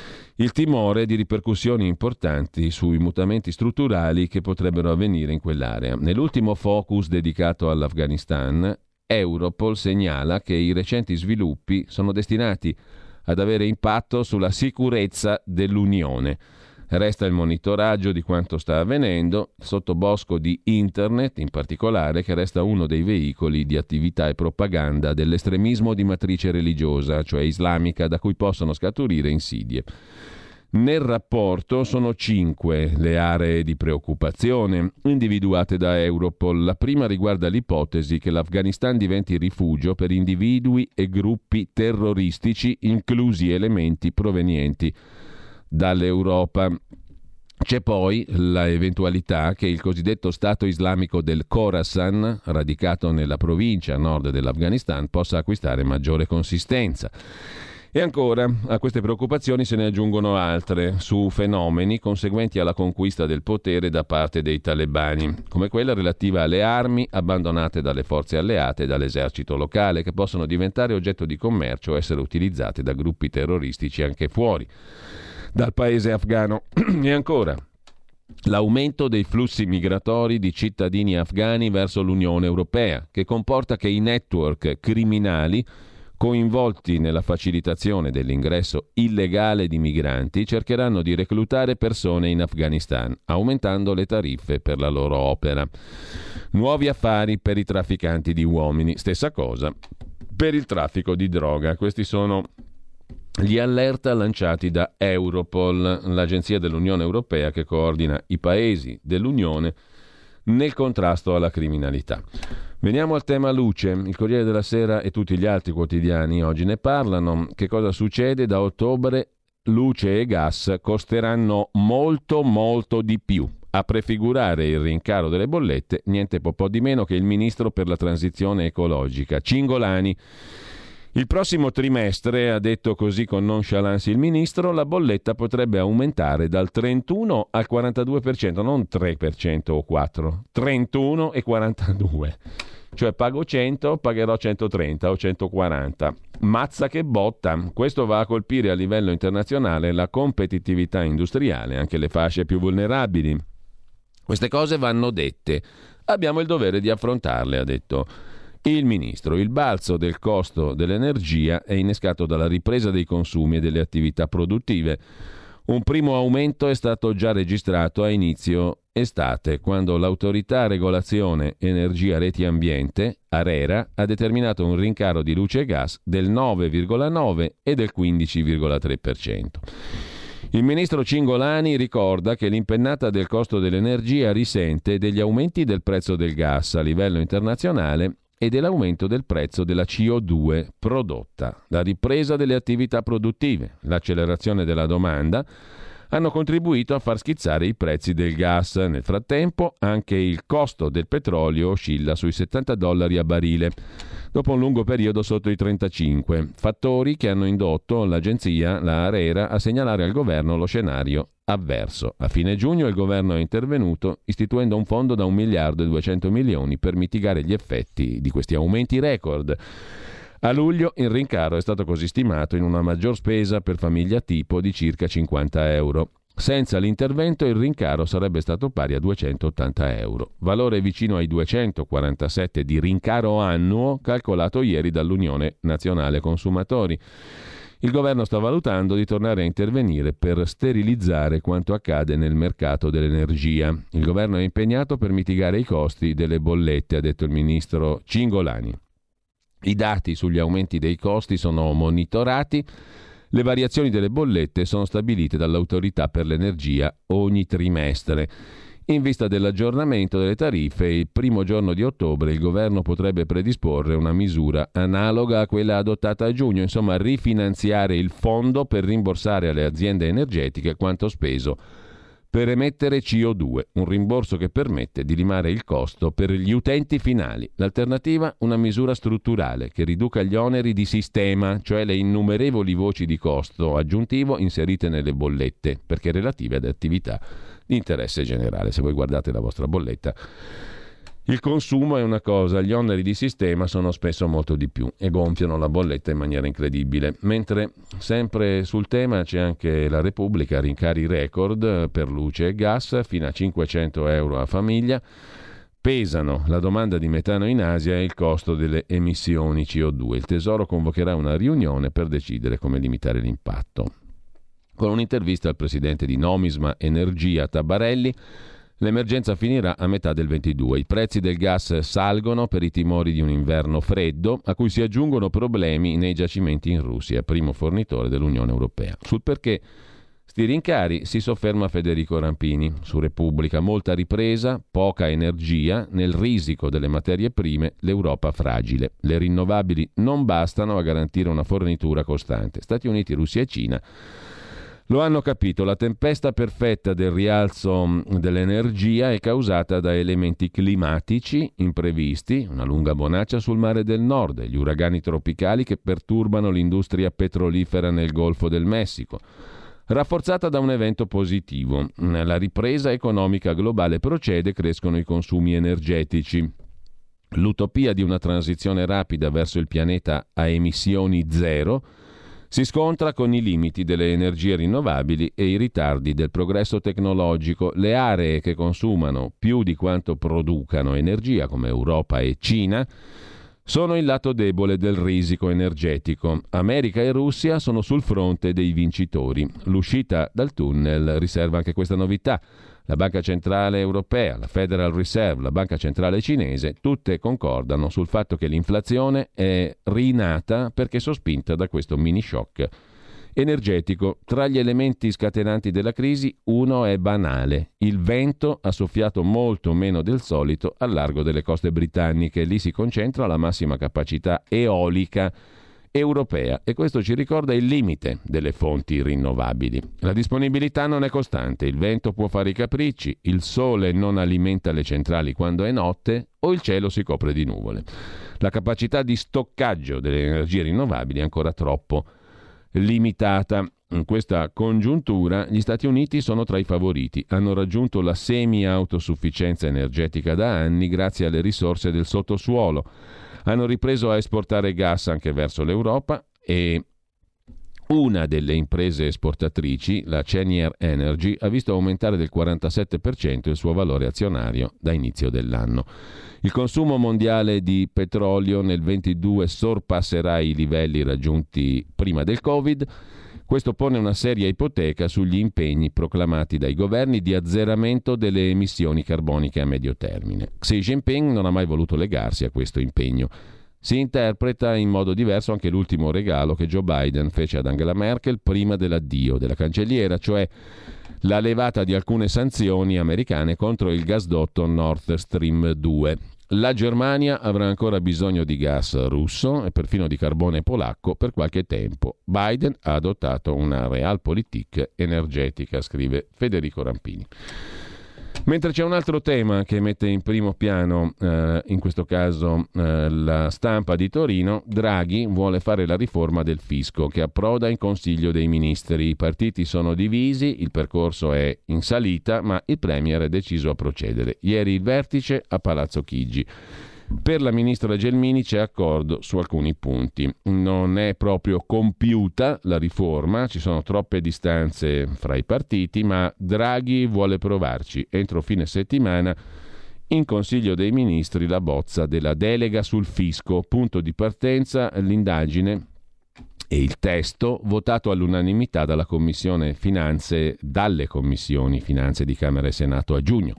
Il timore di ripercussioni importanti sui mutamenti strutturali che potrebbero avvenire in quell'area. Nell'ultimo focus dedicato all'Afghanistan, Europol segnala che i recenti sviluppi sono destinati ad avere impatto sulla sicurezza dell'Unione. Resta il monitoraggio di quanto sta avvenendo, sottobosco di Internet in particolare, che resta uno dei veicoli di attività e propaganda dell'estremismo di matrice religiosa, cioè islamica, da cui possono scaturire insidie. Nel rapporto sono cinque le aree di preoccupazione individuate da Europol. La prima riguarda l'ipotesi che l'Afghanistan diventi rifugio per individui e gruppi terroristici, inclusi elementi provenienti dall'Europa. C'è poi la eventualità che il cosiddetto Stato islamico del Khorasan, radicato nella provincia a nord dell'Afghanistan, possa acquistare maggiore consistenza. E ancora, a queste preoccupazioni se ne aggiungono altre su fenomeni conseguenti alla conquista del potere da parte dei talebani, come quella relativa alle armi abbandonate dalle forze alleate e dall'esercito locale, che possono diventare oggetto di commercio o essere utilizzate da gruppi terroristici anche fuori dal paese afghano. E ancora, l'aumento dei flussi migratori di cittadini afghani verso l'Unione Europea, che comporta che i network criminali coinvolti nella facilitazione dell'ingresso illegale di migranti cercheranno di reclutare persone in Afghanistan, aumentando le tariffe per la loro opera. Nuovi affari per i trafficanti di uomini, stessa cosa per il traffico di droga. Questi sono gli allerta lanciati da Europol, l'agenzia dell'Unione Europea che coordina i paesi dell'Unione nel contrasto alla criminalità. Veniamo al tema luce. Il Corriere della Sera e tutti gli altri quotidiani oggi ne parlano. Che cosa succede? Da ottobre luce e gas costeranno molto molto di più. A prefigurare il rincaro delle bollette niente po' di meno che il ministro per la transizione ecologica Cingolani. Il prossimo trimestre, ha detto così con nonchalance il ministro, la bolletta potrebbe aumentare dal trentuno al quarantadue per cento, non tre per cento o quattro, trentuno e quarantadue. Cioè pago cento, pagherò centotrenta o centoquaranta. Mazza che botta! Questo va a colpire a livello internazionale la competitività industriale, anche le fasce più vulnerabili. Queste cose vanno dette. Abbiamo il dovere di affrontarle, ha detto il ministro. Il balzo del costo dell'energia è innescato dalla ripresa dei consumi e delle attività produttive. Un primo aumento è stato già registrato a inizio estate, quando l'Autorità Regolazione Energia Reti Ambiente, ARERA, ha determinato un rincaro di luce e gas del nove virgola nove e del quindici virgola tre per cento. Il ministro Cingolani ricorda che l'impennata del costo dell'energia risente degli aumenti del prezzo del gas a livello internazionale e dell'aumento del prezzo della C O due prodotta. La ripresa delle attività produttive, l'accelerazione della domanda hanno contribuito a far schizzare i prezzi del gas. Nel frattempo anche il costo del petrolio oscilla sui settanta dollari a barile, dopo un lungo periodo sotto i trentacinque, fattori che hanno indotto l'agenzia, la ARERA, a segnalare al governo lo scenario avverso. A fine giugno il governo è intervenuto istituendo un fondo da un miliardo e duecento milioni per mitigare gli effetti di questi aumenti record. A luglio il rincaro è stato così stimato in una maggior spesa per famiglia tipo di circa cinquanta euro. Senza l'intervento il rincaro sarebbe stato pari a duecentottanta euro, valore vicino ai duecentoquarantasette di rincaro annuo calcolato ieri dall'Unione Nazionale Consumatori. Il governo sta valutando di tornare a intervenire per sterilizzare quanto accade nel mercato dell'energia. Il governo è impegnato per mitigare i costi delle bollette, ha detto il ministro Cingolani. I dati sugli aumenti dei costi sono monitorati. Le variazioni delle bollette sono stabilite dall'Autorità per l'Energia ogni trimestre. In vista dell'aggiornamento delle tariffe, il primo giorno di ottobre il governo potrebbe predisporre una misura analoga a quella adottata a giugno, insomma rifinanziare il fondo per rimborsare alle aziende energetiche quanto speso per emettere C O due, un rimborso che permette di limare il costo per gli utenti finali. L'alternativa? Una misura strutturale che riduca gli oneri di sistema, cioè le innumerevoli voci di costo aggiuntivo inserite nelle bollette, perché relative ad attività di interesse generale. Se voi guardate la vostra bolletta, il consumo è una cosa, gli oneri di sistema sono spesso molto di più e gonfiano la bolletta in maniera incredibile. Mentre sempre sul tema c'è anche la Repubblica, rincari record per luce e gas fino a cinquecento euro a famiglia. Pesano la domanda di metano in Asia e il costo delle emissioni C O due. Il Tesoro convocherà una riunione per decidere come limitare l'impatto. Con un'intervista al presidente di Nomisma Energia Tabarelli, l'emergenza finirà a metà del ventidue. I prezzi del gas salgono per i timori di un inverno freddo, a cui si aggiungono problemi nei giacimenti in Russia, primo fornitore dell'Unione Europea. Sul perché sti rincari si sofferma Federico Rampini. Su Repubblica, molta ripresa, poca energia, nel risico delle materie prime l'Europa fragile. Le rinnovabili non bastano a garantire una fornitura costante. Stati Uniti, Russia e Cina lo hanno capito, la tempesta perfetta del rialzo dell'energia è causata da elementi climatici imprevisti, una lunga bonaccia sul mare del nord, gli uragani tropicali che perturbano l'industria petrolifera nel Golfo del Messico, rafforzata da un evento positivo. La ripresa economica globale procede, crescono i consumi energetici. L'utopia di una transizione rapida verso il pianeta a emissioni zero si scontra con i limiti delle energie rinnovabili e i ritardi del progresso tecnologico. Le aree che consumano più di quanto producano energia, come Europa e Cina, sono il lato debole del risico energetico. America e Russia sono sul fronte dei vincitori. L'uscita dal tunnel riserva anche questa novità. La Banca Centrale Europea, la Federal Reserve, la Banca Centrale Cinese, tutte concordano sul fatto che l'inflazione è rinata perché sospinta da questo mini shock energetico. Tra gli elementi scatenanti della crisi, uno è banale. Il vento ha soffiato molto meno del solito al largo delle coste britanniche. Lì si concentra la massima capacità eolica europea e questo ci ricorda il limite delle fonti rinnovabili. La disponibilità non è costante, il vento può fare i capricci, il sole non alimenta le centrali quando è notte o il cielo si copre di nuvole. La capacità di stoccaggio delle energie rinnovabili è ancora troppo limitata. In questa congiuntura gli Stati Uniti sono tra i favoriti. Hanno raggiunto la semi-autosufficienza energetica da anni grazie alle risorse del sottosuolo. Hanno ripreso a esportare gas anche verso l'Europa e una delle imprese esportatrici, la Cheniere Energy, ha visto aumentare del quarantasette per cento il suo valore azionario da inizio dell'anno. Il consumo mondiale di petrolio nel ventidue sorpasserà i livelli raggiunti prima del Covid. Questo pone una seria ipoteca sugli impegni proclamati dai governi di azzeramento delle emissioni carboniche a medio termine. Xi Jinping non ha mai voluto legarsi a questo impegno. Si interpreta in modo diverso anche l'ultimo regalo che Joe Biden fece ad Angela Merkel prima dell'addio della cancelliera, cioè la levata di alcune sanzioni americane contro il gasdotto Nord Stream due. La Germania avrà ancora bisogno di gas russo e perfino di carbone polacco per qualche tempo. Biden ha adottato una realpolitik energetica, scrive Federico Rampini. Mentre c'è un altro tema che mette in primo piano, eh, in questo caso eh, la Stampa di Torino, Draghi vuole fare la riforma del fisco che approda in Consiglio dei Ministri. I partiti sono divisi, il percorso è in salita, ma il Premier è deciso a procedere. Ieri il vertice a Palazzo Chigi. Per la ministra Gelmini c'è accordo su alcuni punti. Non è proprio compiuta la riforma, ci sono troppe distanze fra i partiti, ma Draghi vuole provarci. Entro fine settimana in Consiglio dei Ministri la bozza della delega sul fisco. Punto di partenza l'indagine e il testo votato all'unanimità dalla Commissione Finanze, dalle Commissioni Finanze di Camera e Senato a giugno.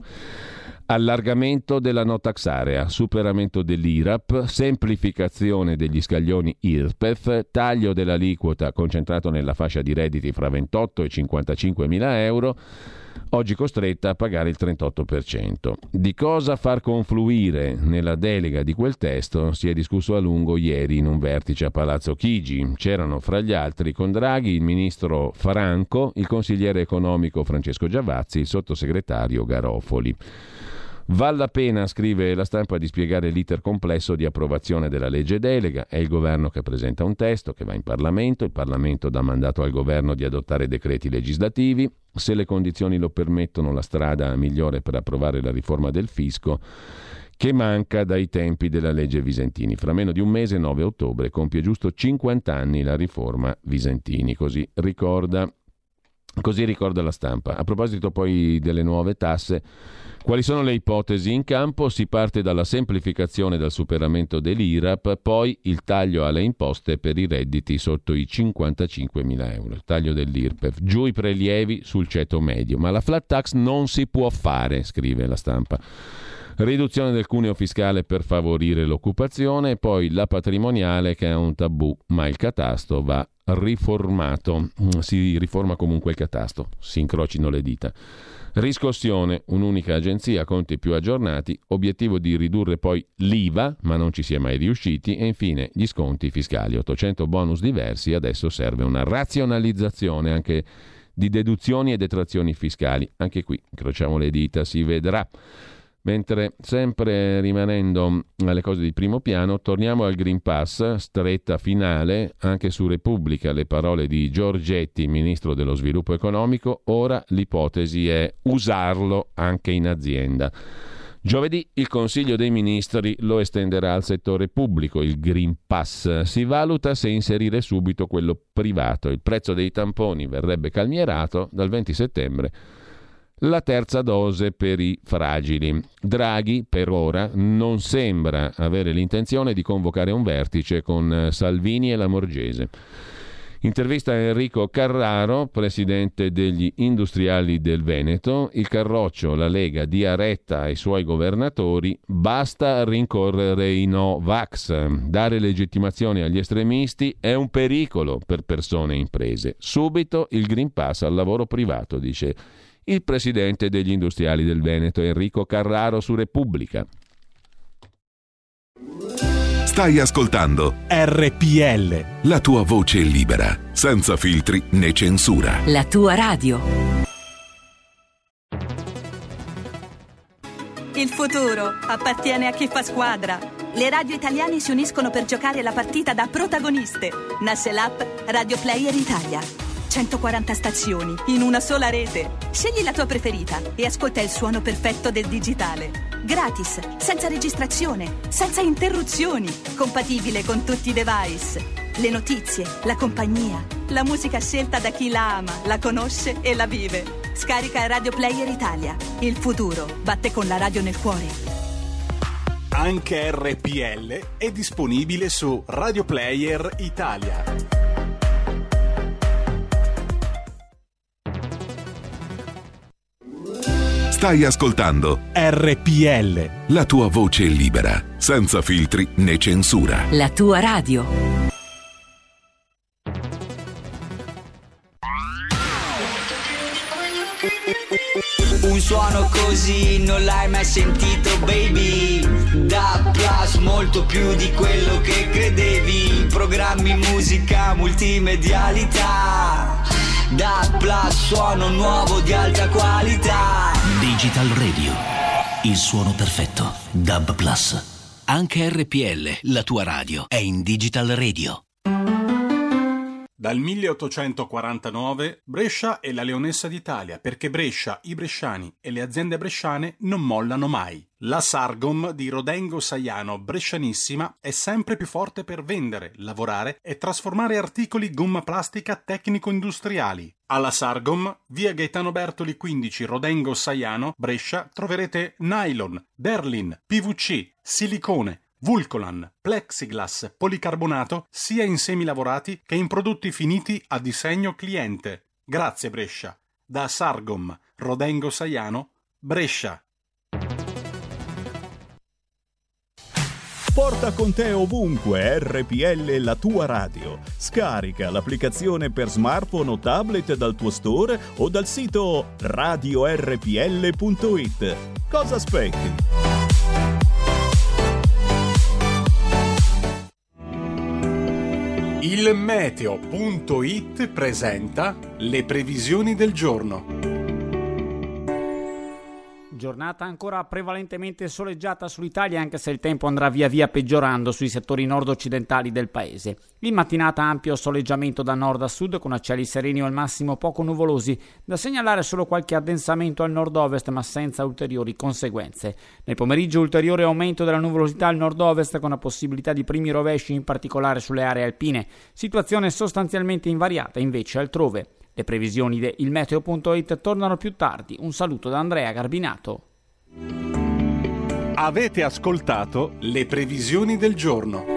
Allargamento della no tax area, superamento dell'I R A P, semplificazione degli scaglioni I R P E F, taglio dell'aliquota concentrato nella fascia di redditi fra ventotto e cinquantacinque mila euro, oggi costretta a pagare il trentotto per cento. Di cosa far confluire nella delega di quel testo si è discusso a lungo ieri in un vertice a Palazzo Chigi. C'erano fra gli altri con Draghi il ministro Franco, il consigliere economico Francesco Giavazzi, il sottosegretario Garofoli. Vale la pena, scrive la Stampa, di spiegare l'iter complesso di approvazione della legge delega. È il governo che presenta un testo che va in Parlamento, il Parlamento dà mandato al governo di adottare decreti legislativi. Se le condizioni lo permettono, la strada migliore per approvare la riforma del fisco, che manca dai tempi della legge Visentini. Fra meno di un mese, nove ottobre, compie giusto cinquanta anni la riforma Visentini, così ricorda, così ricorda la Stampa. A proposito poi delle nuove tasse, quali sono le ipotesi in campo? Si parte dalla semplificazione e dal superamento dell'I R A P, poi il taglio alle imposte per i redditi sotto i cinquantacinquemila euro, il taglio dell'I R P E F, giù i prelievi sul ceto medio, ma la flat tax non si può fare, scrive la Stampa. Riduzione del cuneo fiscale per favorire l'occupazione e poi la patrimoniale che è un tabù, ma il catasto va riformato, si riforma comunque il catasto, si incrocino le dita. Riscossione, un'unica agenzia, conti più aggiornati, obiettivo di ridurre poi l'I V A, ma non ci si è mai riusciti, e infine gli sconti fiscali, ottocento bonus diversi, adesso serve una razionalizzazione anche di deduzioni e detrazioni fiscali, anche qui incrociamo le dita, si vedrà. Mentre, sempre rimanendo alle cose di primo piano, torniamo al Green Pass, stretta finale anche su Repubblica, le parole di Giorgetti, ministro dello sviluppo economico, ora l'ipotesi è usarlo anche in azienda. Giovedì il Consiglio dei Ministri lo estenderà al settore pubblico, il Green Pass. Si valuta se inserire subito quello privato. Il prezzo dei tamponi verrebbe calmierato dal venti settembre. la terza dose per i fragili. Draghi, per ora, non sembra avere l'intenzione di convocare un vertice con Salvini e Lamorgese. Intervista a Enrico Carraro, presidente degli industriali del Veneto. Il Carroccio, la Lega, dia retta ai suoi governatori, basta rincorrere i no vax. Dare legittimazione agli estremisti è un pericolo per persone e imprese. Subito il Green Pass al lavoro privato, dice il presidente degli industriali del Veneto, Enrico Carraro, su Repubblica. Stai ascoltando R P L, la tua voce libera, senza filtri né censura. La tua radio. Il futuro appartiene a chi fa squadra. Le radio italiane si uniscono per giocare la partita da protagoniste. Nasce l'app Radio Player Italia. centoquaranta stazioni in una sola rete. Scegli la tua preferita e ascolta il suono perfetto del digitale. Gratis, senza registrazione, senza interruzioni, compatibile con tutti i device. Le notizie, la compagnia, la musica scelta da chi la ama, la conosce e la vive. Scarica Radio Player Italia. Il futuro batte con la radio nel cuore. Anche R P L è disponibile su Radio Player Italia. Stai ascoltando R P L, la tua voce libera, senza filtri né censura. La tua radio. Un suono così non l'hai mai sentito, baby. Da Plus, molto più di quello che credevi. Programmi, musica, multimedialità. Da Plus, suono nuovo di alta qualità. Digital Radio, il suono perfetto. Dub Plus. Anche R P L, la tua radio, è in Digital Radio. Dal milleottocentoquarantanove Brescia è la leonessa d'Italia, perché Brescia, i bresciani e le aziende bresciane non mollano mai. La Sargom di Rodengo Saiano Brescianissima è sempre più forte per vendere, lavorare e trasformare articoli gomma plastica tecnico-industriali. Alla Sargom, via Gaetano Bertoli quindici, Rodengo Saiano, Brescia, troverete nylon, derlin, P V C, silicone, Vulcolan, plexiglass, policarbonato, sia in semi lavorati che in prodotti finiti a disegno cliente. Grazie Brescia. Da Sargom, Rodengo Saiano, Brescia. Porta con te ovunque R P L, la tua radio. Scarica l'applicazione per smartphone o tablet dal tuo store o dal sito radio r p l punto i t. Cosa aspetti? Il meteo punto it presenta le previsioni del giorno. Giornata ancora prevalentemente soleggiata sull'Italia, anche se il tempo andrà via via peggiorando sui settori nord-occidentali del paese. In mattinata ampio soleggiamento da nord a sud con cieli sereni o al massimo poco nuvolosi, da segnalare solo qualche addensamento al nord-ovest ma senza ulteriori conseguenze. Nel pomeriggio ulteriore aumento della nuvolosità al nord-ovest con la possibilità di primi rovesci in particolare sulle aree alpine, situazione sostanzialmente invariata invece altrove. Le previsioni di il meteo punto it tornano più tardi. Un saluto da Andrea Garbinato. Avete ascoltato le previsioni del giorno.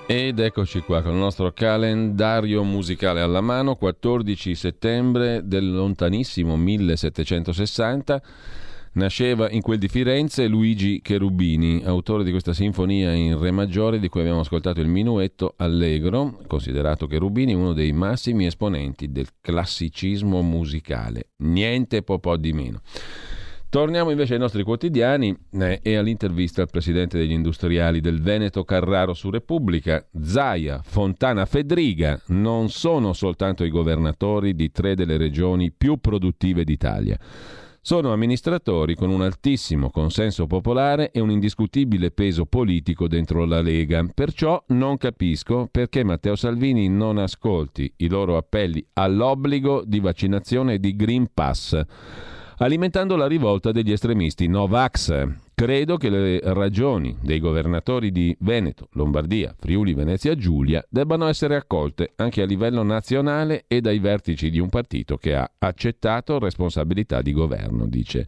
Ed eccoci qua con il nostro calendario musicale alla mano. Quattordici settembre del lontanissimo millesettecentosessanta nasceva in quel di Firenze Luigi Cherubini, autore di questa sinfonia in re maggiore di cui abbiamo ascoltato il minuetto allegro, considerato Cherubini uno dei massimi esponenti del classicismo musicale, niente po' po' di meno. Torniamo invece ai nostri quotidiani eh, e all'intervista al presidente degli industriali del Veneto Carraro su Repubblica. Zaia, Fontana, Fedriga non sono soltanto i governatori di tre delle regioni più produttive d'Italia. Sono amministratori con un altissimo consenso popolare e un indiscutibile peso politico dentro la Lega. Perciò non capisco perché Matteo Salvini non ascolti i loro appelli all'obbligo di vaccinazione di Green Pass, alimentando la rivolta degli estremisti Novax. Credo che le ragioni dei governatori di Veneto, Lombardia, Friuli, Venezia Giulia debbano essere accolte anche a livello nazionale e dai vertici di un partito che ha accettato responsabilità di governo, dice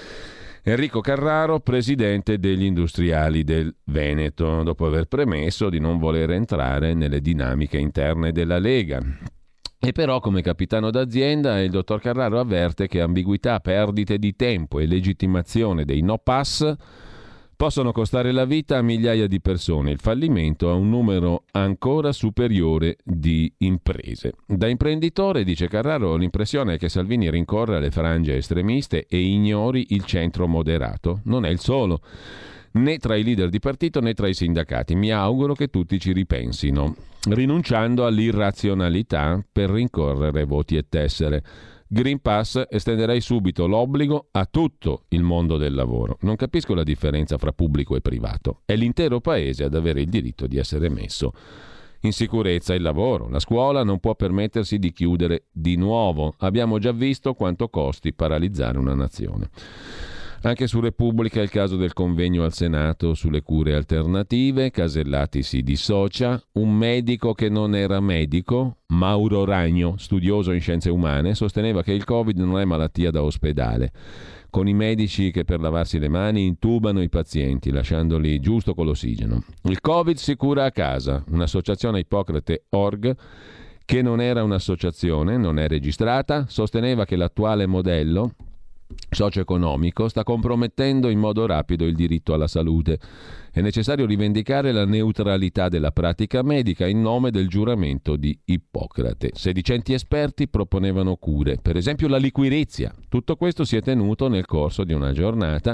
Enrico Carraro, presidente degli industriali del Veneto, dopo aver premesso di non voler entrare nelle dinamiche interne della Lega. E però, come capitano d'azienda, il dottor Carraro avverte che ambiguità, perdite di tempo e legittimazione dei no pass possono costare la vita a migliaia di persone, il fallimento a un numero ancora superiore di imprese. Da imprenditore, dice Carraro, l'impressione è che Salvini rincorra le frange estremiste e ignori il centro moderato. Non è il solo, né tra i leader di partito né tra i sindacati. Mi auguro che tutti ci ripensino, rinunciando all'irrazionalità per rincorrere voti e tessere. Green Pass estenderei subito l'obbligo a tutto il mondo del lavoro. Non capisco la differenza fra pubblico e privato. È l'intero paese ad avere il diritto di essere messo in sicurezza. Il lavoro, la scuola non può permettersi di chiudere di nuovo. Abbiamo già visto quanto costi paralizzare una nazione. Anche su Repubblica il caso del convegno al Senato sulle cure alternative. Casellati si dissocia. Un medico che non era medico, Mauro Ragno, studioso in scienze umane, sosteneva che il Covid non è malattia da ospedale, con i medici che per lavarsi le mani intubano i pazienti, lasciandoli giusto con l'ossigeno. Il Covid si cura a casa. Un'associazione Ippocrate punto org, che non era un'associazione, non è registrata, sosteneva che l'attuale modello socio-economico sta compromettendo in modo rapido il diritto alla salute. È necessario rivendicare la neutralità della pratica medica in nome del giuramento di Ippocrate. Sedicenti esperti proponevano cure, per esempio la liquirizia. Tutto questo si è tenuto nel corso di una giornata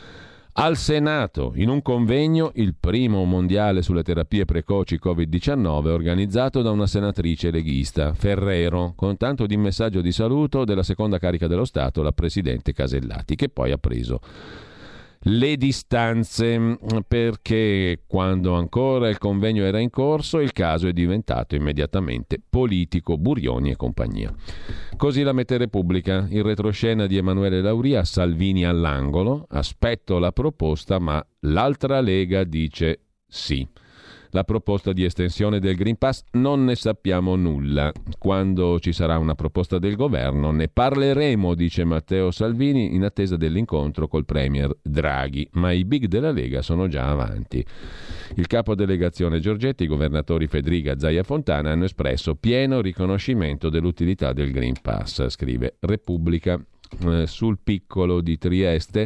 al Senato, in un convegno, il primo mondiale sulle terapie precoci covid diciannove, organizzato da una senatrice leghista, Ferrero, con tanto di messaggio di saluto della seconda carica dello Stato, la presidente Casellati, che poi ha preso le distanze perché quando ancora il convegno era in corso il caso è diventato immediatamente politico, Burioni e compagnia. Così la mette Repubblica, il retroscena di Emanuele Lauria, Salvini all'angolo, aspetto la proposta ma l'altra Lega dice sì. La proposta di estensione del Green Pass non ne sappiamo nulla. Quando ci sarà una proposta del governo ne parleremo, dice Matteo Salvini, in attesa dell'incontro col premier Draghi. Ma i big della Lega sono già avanti. Il capo delegazione Giorgetti, i governatori Fedriga, Zaia, Fontana hanno espresso pieno riconoscimento dell'utilità del Green Pass, scrive Repubblica. Eh, sul Piccolo di Trieste,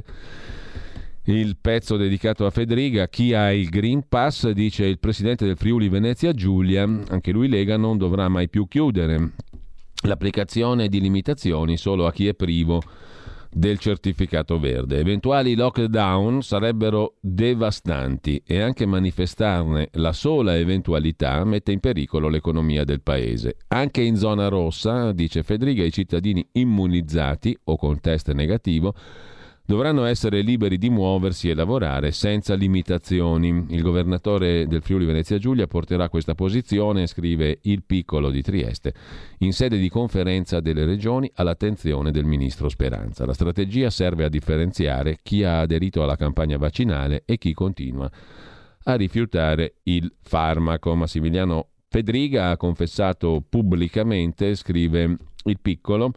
il pezzo dedicato a Fedriga, chi ha il Green Pass, dice il presidente del Friuli Venezia Giulia, anche lui Lega, non dovrà mai più chiudere l'applicazione di limitazioni solo a chi è privo del certificato verde. Eventuali lockdown sarebbero devastanti e anche manifestarne la sola eventualità mette in pericolo l'economia del paese. Anche in zona rossa, dice Fedriga, i cittadini immunizzati o con test negativo dovranno essere liberi di muoversi e lavorare senza limitazioni. Il governatore del Friuli Venezia Giulia porterà questa posizione, scrive Il Piccolo di Trieste, in sede di conferenza delle regioni all'attenzione del ministro Speranza. La strategia serve a differenziare chi ha aderito alla campagna vaccinale e chi continua a rifiutare il farmaco. Massimiliano Fedriga ha confessato pubblicamente, scrive Il Piccolo,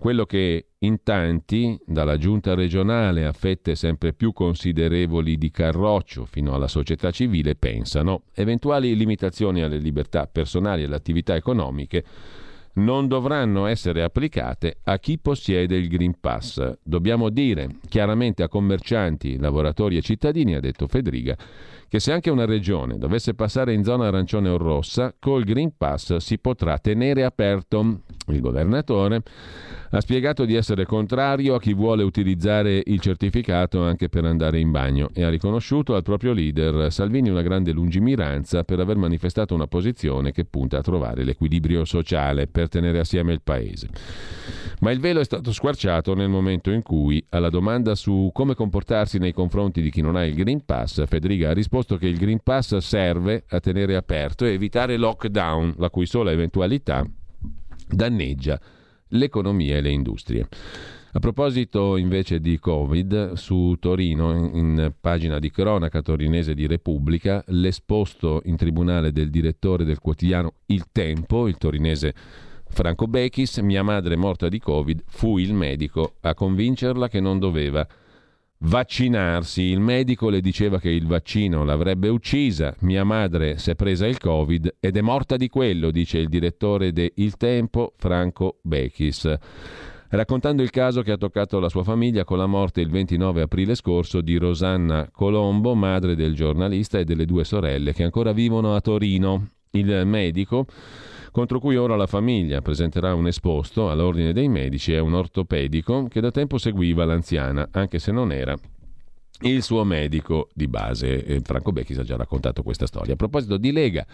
Quello che in tanti, dalla giunta regionale a fette sempre più considerevoli di Carroccio fino alla società civile, pensano: eventuali limitazioni alle libertà personali e alle attività economiche non dovranno essere applicate a chi possiede il Green Pass. Dobbiamo dire chiaramente a commercianti, lavoratori e cittadini, ha detto Fedriga, che se anche una regione dovesse passare in zona arancione o rossa, col Green Pass si potrà tenere aperto. Il governatore ha spiegato di essere contrario a chi vuole utilizzare il certificato anche per andare in bagno e ha riconosciuto al proprio leader Salvini una grande lungimiranza per aver manifestato una posizione che punta a trovare l'equilibrio sociale per tenere assieme il paese. Ma il velo è stato squarciato nel momento in cui, alla domanda su come comportarsi nei confronti di chi non ha il Green Pass, Fedriga ha risposto che il Green Pass serve a tenere aperto e evitare lockdown, la cui sola eventualità danneggia l'economia e le industrie. A proposito invece di Covid, su Torino, in, in pagina di cronaca torinese di Repubblica, l'esposto in tribunale del direttore del quotidiano Il Tempo, il torinese Franco Bechis: mia madre morta di Covid, fu il medico a convincerla che non doveva vaccinarsi. Il medico le diceva che il vaccino l'avrebbe uccisa. Mia madre si è presa il Covid ed è morta di quello, dice il direttore de Il Tempo, Franco Bechis, raccontando il caso che ha toccato la sua famiglia con la morte il ventinove aprile scorso di Rosanna Colombo, madre del giornalista, e delle due sorelle che ancora vivono a Torino. Il medico, contro cui ora la famiglia presenterà un esposto all'ordine dei medici, è un ortopedico che da tempo seguiva l'anziana, anche se non era il suo medico di base. E Franco Bechis ha già raccontato questa storia. A proposito di Lega,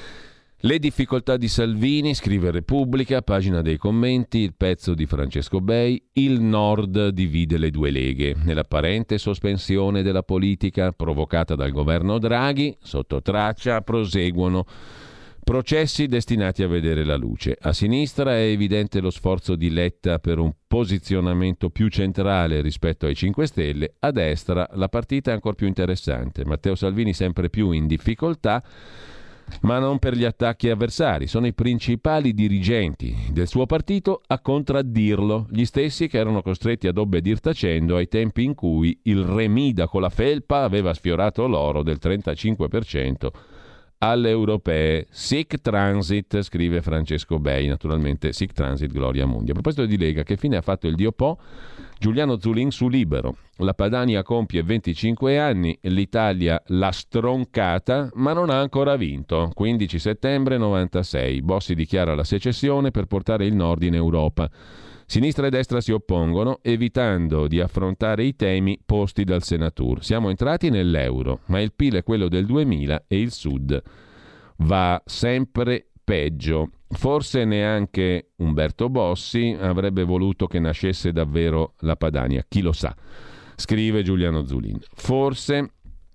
le difficoltà di Salvini, scrive Repubblica, pagina dei commenti, il pezzo di Francesco Bei: il Nord divide le due leghe. Nell'apparente sospensione della politica provocata dal governo Draghi, sotto traccia proseguono processi destinati a vedere la luce. A sinistra è evidente lo sforzo di Letta per un posizionamento più centrale rispetto ai cinque Stelle, a destra la partita è ancora più interessante. Matteo Salvini sempre più in difficoltà, ma non per gli attacchi avversari. Sono i principali dirigenti del suo partito a contraddirlo, gli stessi che erano costretti ad obbedir tacendo ai tempi in cui il Remida con la felpa aveva sfiorato l'oro del trentacinque per cento alle europee. Sic transit, scrive Francesco Bei, naturalmente sic transit gloria mundi. A proposito di Lega, che fine ha fatto il Dio Po? Giuliano Zulin su Libero: la Padania compie venticinque anni, l'Italia l'ha stroncata ma non ha ancora vinto. quindici settembre novantasei, Bossi dichiara la secessione per portare il Nord in Europa. Sinistra e destra si oppongono, evitando di affrontare i temi posti dal Senatur. Siamo entrati nell'euro, ma il P I L è quello del duemila e il Sud va sempre peggio. Forse neanche Umberto Bossi avrebbe voluto che nascesse davvero la Padania, chi lo sa, scrive Giuliano Zulin. Forse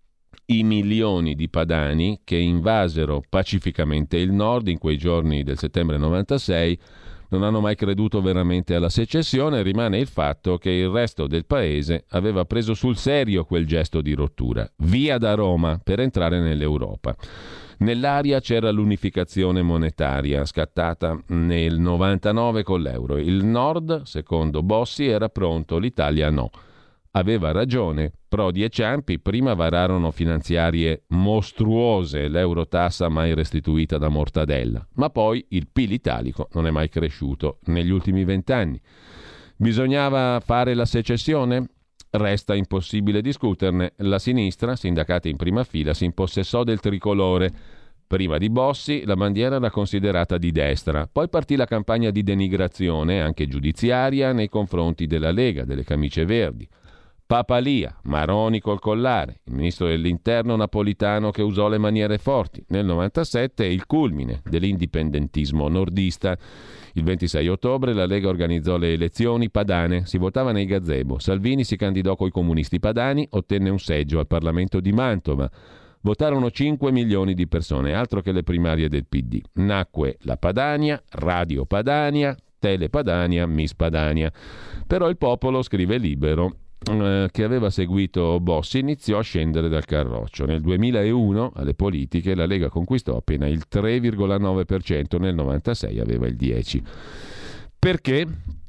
i milioni di padani che invasero pacificamente il Nord in quei giorni del settembre novantasei non hanno mai creduto veramente alla secessione. Rimane il fatto che il resto del paese aveva preso sul serio quel gesto di rottura. Via da Roma per entrare nell'Europa. Nell'aria c'era l'unificazione monetaria scattata nel novantanove con l'euro. Il Nord, secondo Bossi, era pronto, l'Italia no. Aveva ragione. Prodi e Ciampi prima vararono finanziarie mostruose, l'eurotassa mai restituita da Mortadella, ma poi il P I L italico non è mai cresciuto negli ultimi vent'anni. Bisognava fare la secessione? Resta impossibile discuterne. La sinistra, sindacati in prima fila, si impossessò del tricolore. Prima di Bossi la bandiera era considerata di destra, poi partì la campagna di denigrazione, anche giudiziaria, nei confronti della Lega, delle camicie verdi. Papalia, Maroni col collare, il ministro dell'interno Napolitano che usò le maniere forti. Nel novantasette il culmine dell'indipendentismo nordista. Il ventisei ottobre la Lega organizzò le elezioni padane, si votava nei gazebo. Salvini si candidò coi comunisti padani, ottenne un seggio al Parlamento di Mantova. Votarono cinque milioni di persone, altro che le primarie del P D. Nacque la Padania, Radio Padania, Tele Padania, Miss Padania. Però il popolo, scrive Libero, che aveva seguito Bossi, iniziò a scendere dal carroccio. Nel duemilauno alle politiche la Lega conquistò appena il tre virgola nove per cento, nel novantasei aveva il dieci per cento. Perché?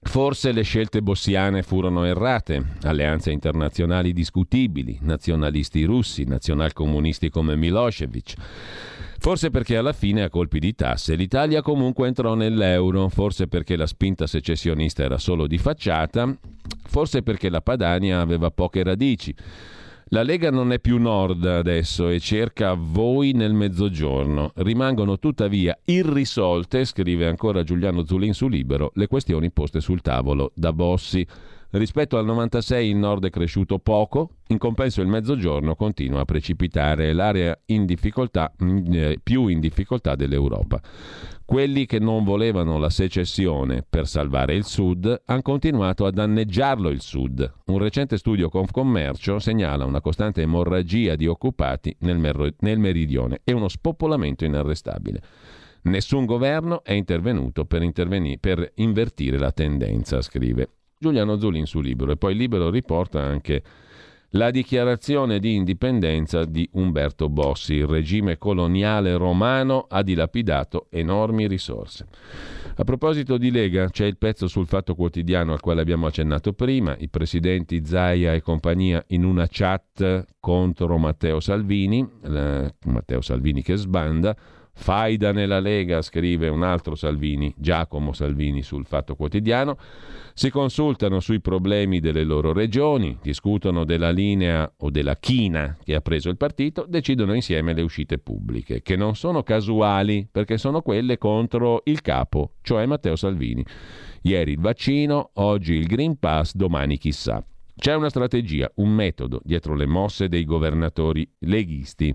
Forse le scelte bossiane furono errate, alleanze internazionali discutibili, nazionalisti russi, nazionalcomunisti come Milosevic. Forse perché alla fine, a colpi di tasse, l'Italia comunque entrò nell'euro, forse perché la spinta secessionista era solo di facciata, forse perché la Padania aveva poche radici. La Lega non è più nord adesso e cerca voi nel mezzogiorno. Rimangono tuttavia irrisolte, scrive ancora Giuliano Zulin su Libero, le questioni poste sul tavolo da Bossi. Rispetto al novantasei il nord è cresciuto poco, in compenso il mezzogiorno continua a precipitare, l'area in difficoltà, eh, più in difficoltà dell'Europa. Quelli che non volevano la secessione per salvare il Sud hanno continuato a danneggiarlo il Sud. Un recente studio Confcommercio segnala una costante emorragia di occupati nel, mer- nel meridione e uno spopolamento inarrestabile. Nessun governo è intervenuto per, interveni- per invertire la tendenza, scrive Giuliano Zulin su Libero. E poi Libero riporta anche la dichiarazione di indipendenza di Umberto Bossi. Il regime coloniale romano ha dilapidato enormi risorse. A proposito di Lega, c'è il pezzo sul Fatto Quotidiano al quale abbiamo accennato prima, i presidenti Zaia e compagnia in una chat contro Matteo Salvini, eh, Matteo Salvini che sbanda. Faida nella Lega, scrive un altro Salvini, Giacomo Salvini, sul Fatto Quotidiano. Si consultano sui problemi delle loro regioni, discutono della linea o della china che ha preso il partito, decidono insieme le uscite pubbliche, che non sono casuali perché sono quelle contro il capo, cioè Matteo Salvini. Ieri il vaccino, oggi il Green Pass, domani chissà. C'è una strategia, un metodo dietro le mosse dei governatori leghisti.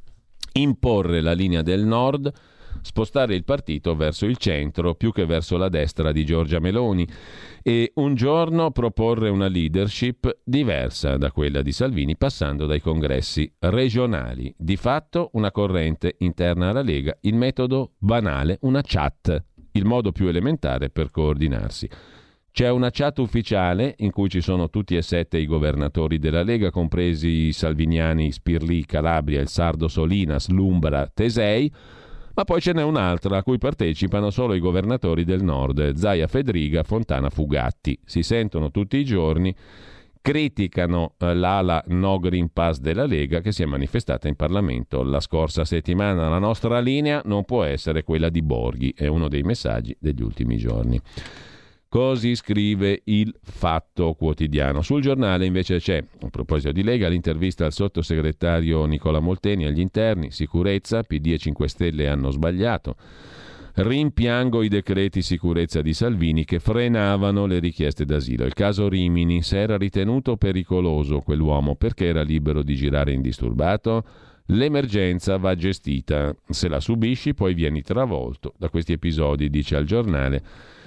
Imporre la linea del nord, spostare il partito verso il centro più che verso la destra di Giorgia Meloni e un giorno proporre una leadership diversa da quella di Salvini passando dai congressi regionali. Di fatto una corrente interna alla Lega, il metodo banale, una chat, il modo più elementare per coordinarsi. C'è una chat ufficiale in cui ci sono tutti e sette i governatori della Lega, compresi i salviniani Spirlì, Calabria, il sardo Solinas, Lumbra, Tesei, ma poi ce n'è un'altra a cui partecipano solo i governatori del nord, Zaia Fedriga, Fontana Fugatti. Si sentono tutti i giorni, criticano l'ala no Green Pass della Lega che si è manifestata in Parlamento la scorsa settimana. La nostra linea non può essere quella di Borghi, è uno dei messaggi degli ultimi giorni. Così scrive il Fatto Quotidiano. Sul Giornale invece c'è, a proposito di Lega, l'intervista al sottosegretario Nicola Molteni agli interni, sicurezza, P D e cinque Stelle hanno sbagliato. Rimpiango i decreti sicurezza di Salvini che frenavano le richieste d'asilo. Il caso Rimini, se era ritenuto pericoloso quell'uomo, perché era libero di girare indisturbato? L'emergenza va gestita, se la subisci poi vieni travolto da questi episodi, dice al Giornale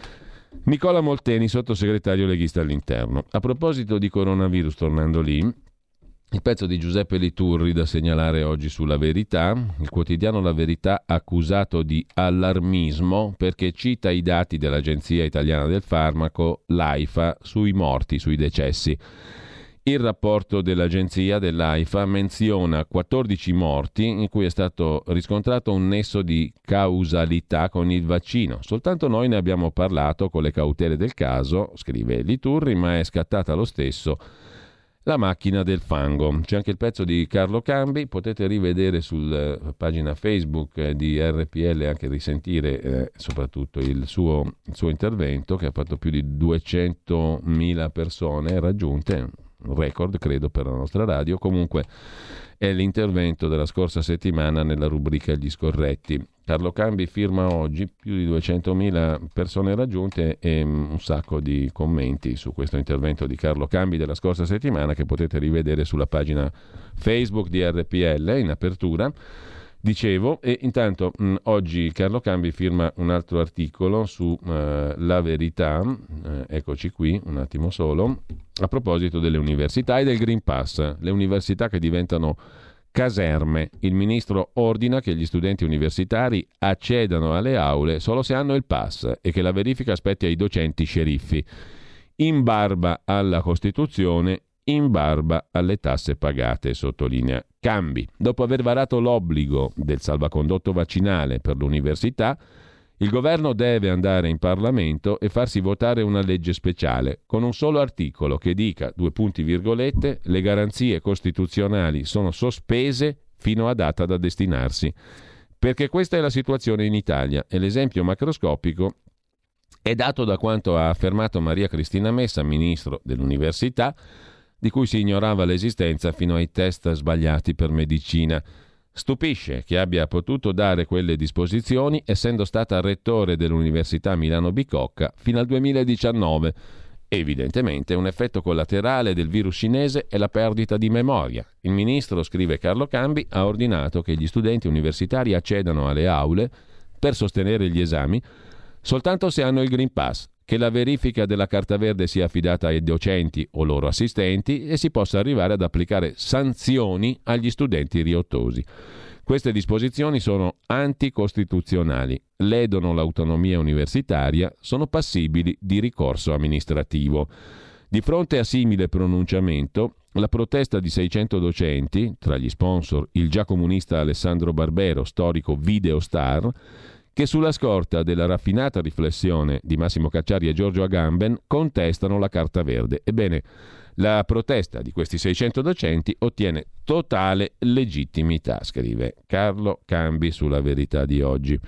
Nicola Molteni, sottosegretario leghista all'interno. A proposito di coronavirus, tornando lì, il pezzo di Giuseppe Liturri da segnalare oggi sulla Verità, il quotidiano La Verità accusato di allarmismo perché cita i dati dell'Agenzia Italiana del Farmaco, l'AIFA, sui morti, sui decessi. Il rapporto dell'agenzia dell'AIFA menziona quattordici morti in cui è stato riscontrato un nesso di causalità con il vaccino. Soltanto noi ne abbiamo parlato con le cautele del caso, scrive Liturri, ma è scattata lo stesso la macchina del fango. C'è anche il pezzo di Carlo Cambi, potete rivedere sulla pagina Facebook di R P L, anche risentire eh, soprattutto il suo, il suo intervento che ha fatto più di duecentomila persone raggiunte, un record credo per la nostra radio. Comunque è l'intervento della scorsa settimana nella rubrica Gli Scorretti. Carlo Cambi firma oggi più di duecentomila persone raggiunte e un sacco di commenti su questo intervento di Carlo Cambi della scorsa settimana che potete rivedere sulla pagina Facebook di R P L in apertura. Dicevo, e intanto mh, oggi Carlo Cambi firma un altro articolo su uh, La Verità, uh, eccoci qui, un attimo solo, a proposito delle università e del Green Pass, le università che diventano caserme. Il ministro ordina che gli studenti universitari accedano alle aule solo se hanno il pass e che la verifica spetti ai docenti sceriffi, in barba alla Costituzione, in barba alle tasse pagate, sottolinea Cambi. Dopo aver varato l'obbligo del salvacondotto vaccinale per l'università, Il governo deve andare in Parlamento e farsi votare una legge speciale con un solo articolo che dica, due punti virgolette, le garanzie costituzionali sono sospese fino a data da destinarsi. Perché questa è la situazione in Italia e l'esempio macroscopico è dato da quanto ha affermato Maria Cristina Messa, ministro dell'Università, di cui si ignorava l'esistenza fino ai test sbagliati per medicina. Stupisce che abbia potuto dare quelle disposizioni essendo stata rettore dell'Università Milano Bicocca fino al duemiladiciannove. Evidentemente un effetto collaterale del virus cinese è la perdita di memoria. Il ministro, scrive Carlo Cambi, ha ordinato che gli studenti universitari accedano alle aule per sostenere gli esami soltanto se hanno il Green Pass, che la verifica della carta verde sia affidata ai docenti o loro assistenti e si possa arrivare ad applicare sanzioni agli studenti riottosi. Queste disposizioni sono anticostituzionali, ledono l'autonomia universitaria, sono passibili di ricorso amministrativo. Di fronte a simile pronunciamento, la protesta di seicento docenti, tra gli sponsor il già comunista Alessandro Barbero, storico videostar, che sulla scorta della raffinata riflessione di Massimo Cacciari e Giorgio Agamben contestano la Carta Verde. Ebbene, la protesta di questi seicento docenti ottiene totale legittimità, scrive Carlo Cambi sulla Verità di oggi.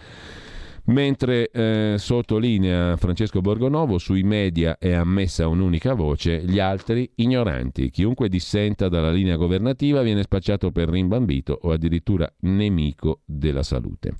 Mentre eh, sottolinea Francesco Borgonovo, sui media è ammessa un'unica voce, gli altri ignoranti. Chiunque dissenta dalla linea governativa viene spacciato per rimbambito o addirittura nemico della salute.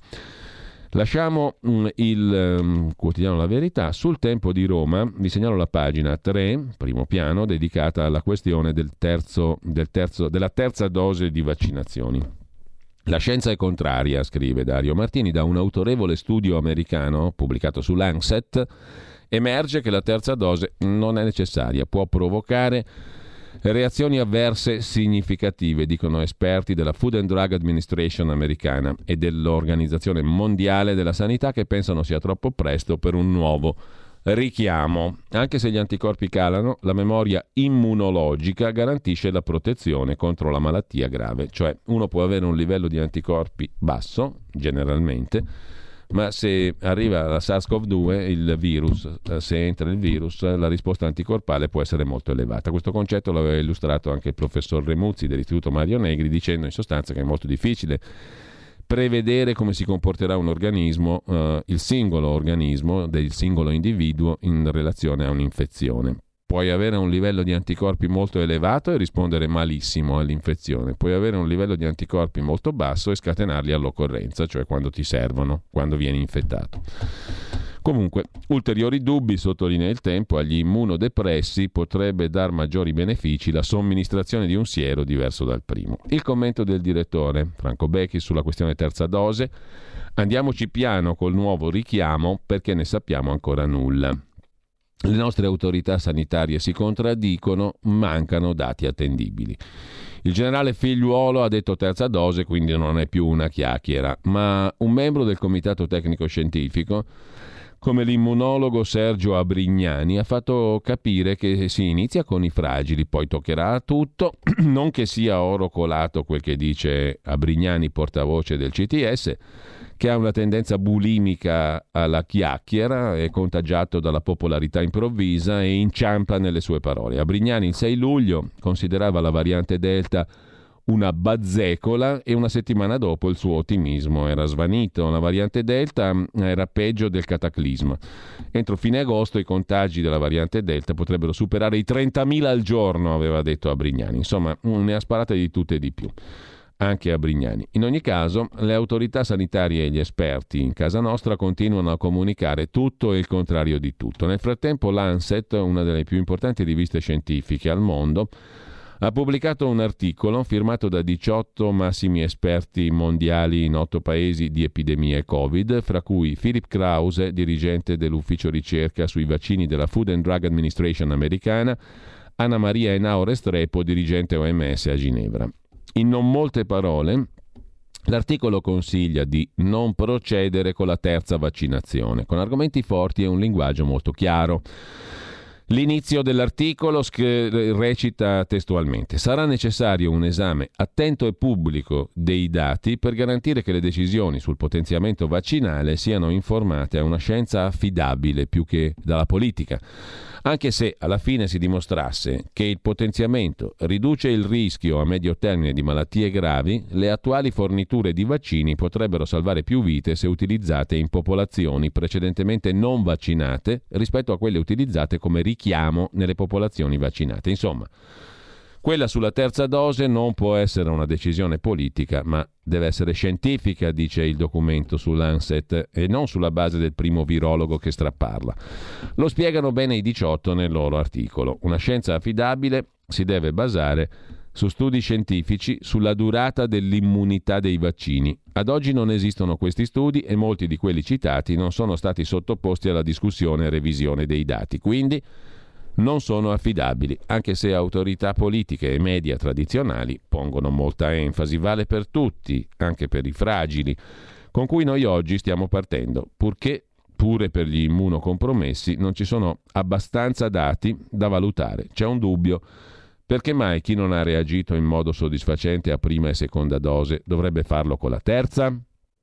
Lasciamo mh, il um, quotidiano La Verità. Sul Tempo di Roma vi segnalo la pagina tre, primo piano, dedicata alla questione del terzo, del terzo, della terza dose di vaccinazioni. La scienza è contraria, scrive Dario Martini, da un autorevole studio americano pubblicato su Lancet emerge che la terza dose non è necessaria, può provocare reazioni avverse significative, dicono esperti della Food and Drug Administration americana e dell'Organizzazione Mondiale della Sanità, che pensano sia troppo presto per un nuovo richiamo. Anche se gli anticorpi calano, la memoria immunologica garantisce la protezione contro la malattia grave, cioè uno può avere un livello di anticorpi basso, generalmente, ma se arriva la SARS-CoV due, il virus, se entra il virus, la risposta anticorpale può essere molto elevata. Questo concetto l'aveva illustrato anche il professor Remuzzi dell'Istituto Mario Negri, dicendo in sostanza che è molto difficile prevedere come si comporterà un organismo, eh, il singolo organismo del singolo individuo in relazione a un'infezione. Puoi avere un livello di anticorpi molto elevato e rispondere malissimo all'infezione. Puoi avere un livello di anticorpi molto basso e scatenarli all'occorrenza, cioè quando ti servono, quando vieni infettato. Comunque, ulteriori dubbi, sottolinea il Tempo, agli immunodepressi potrebbe dar maggiori benefici la somministrazione di un siero diverso dal primo. Il commento del direttore Franco Becchi sulla questione terza dose: andiamoci piano col nuovo richiamo perché ne sappiamo ancora nulla. Le nostre autorità sanitarie si contraddicono, mancano dati attendibili. Il generale Figliuolo ha detto terza dose, quindi non è più una chiacchiera, ma un membro del comitato tecnico scientifico, come l'immunologo Sergio Abrignani, ha fatto capire che si inizia con i fragili, poi toccherà a tutto, non che sia oro colato quel che dice Abrignani, portavoce del C T S, che ha una tendenza bulimica alla chiacchiera, è contagiato dalla popolarità improvvisa e inciampa nelle sue parole. Abrignani il sei luglio considerava la variante Delta una bazzecola e una settimana dopo il suo ottimismo era svanito. La variante Delta era peggio del cataclisma. Entro fine agosto i contagi della variante Delta potrebbero superare i trentamila al giorno, aveva detto Abrignani. Insomma, ne ha sparate di tutte e di più, anche a Brignani. In ogni caso, le autorità sanitarie e gli esperti in casa nostra continuano a comunicare tutto e il contrario di tutto. Nel frattempo Lancet, una delle più importanti riviste scientifiche al mondo, ha pubblicato un articolo firmato da diciotto massimi esperti mondiali in otto paesi di epidemie Covid, fra cui Philip Krause, dirigente dell'ufficio ricerca sui vaccini della Food and Drug Administration americana, Anna Maria Henao Restrepo, dirigente O M S a Ginevra. In non molte parole, l'articolo consiglia di non procedere con la terza vaccinazione, con argomenti forti e un linguaggio molto chiaro. L'inizio dell'articolo recita testualmente: sarà necessario un esame attento e pubblico dei dati per garantire che le decisioni sul potenziamento vaccinale siano informate a una scienza affidabile più che dalla politica. Anche se alla fine si dimostrasse che il potenziamento riduce il rischio a medio termine di malattie gravi, le attuali forniture di vaccini potrebbero salvare più vite se utilizzate in popolazioni precedentemente non vaccinate rispetto a quelle utilizzate come richiamo nelle popolazioni vaccinate. Insomma, quella sulla terza dose non può essere una decisione politica, ma deve essere scientifica, dice il documento su Lancet, e non sulla base del primo virologo che strapparla. Lo spiegano bene i diciotto nel loro articolo. Una scienza affidabile si deve basare su studi scientifici sulla durata dell'immunità dei vaccini. Ad oggi non esistono questi studi e molti di quelli citati non sono stati sottoposti alla discussione e revisione dei dati. Quindi non sono affidabili, anche se autorità politiche e media tradizionali pongono molta enfasi. Vale per tutti, anche per i fragili, con cui noi oggi stiamo partendo, purché pure per gli immunocompromessi non ci sono abbastanza dati da valutare. C'è un dubbio: perché mai chi non ha reagito in modo soddisfacente a prima e seconda dose dovrebbe farlo con la terza?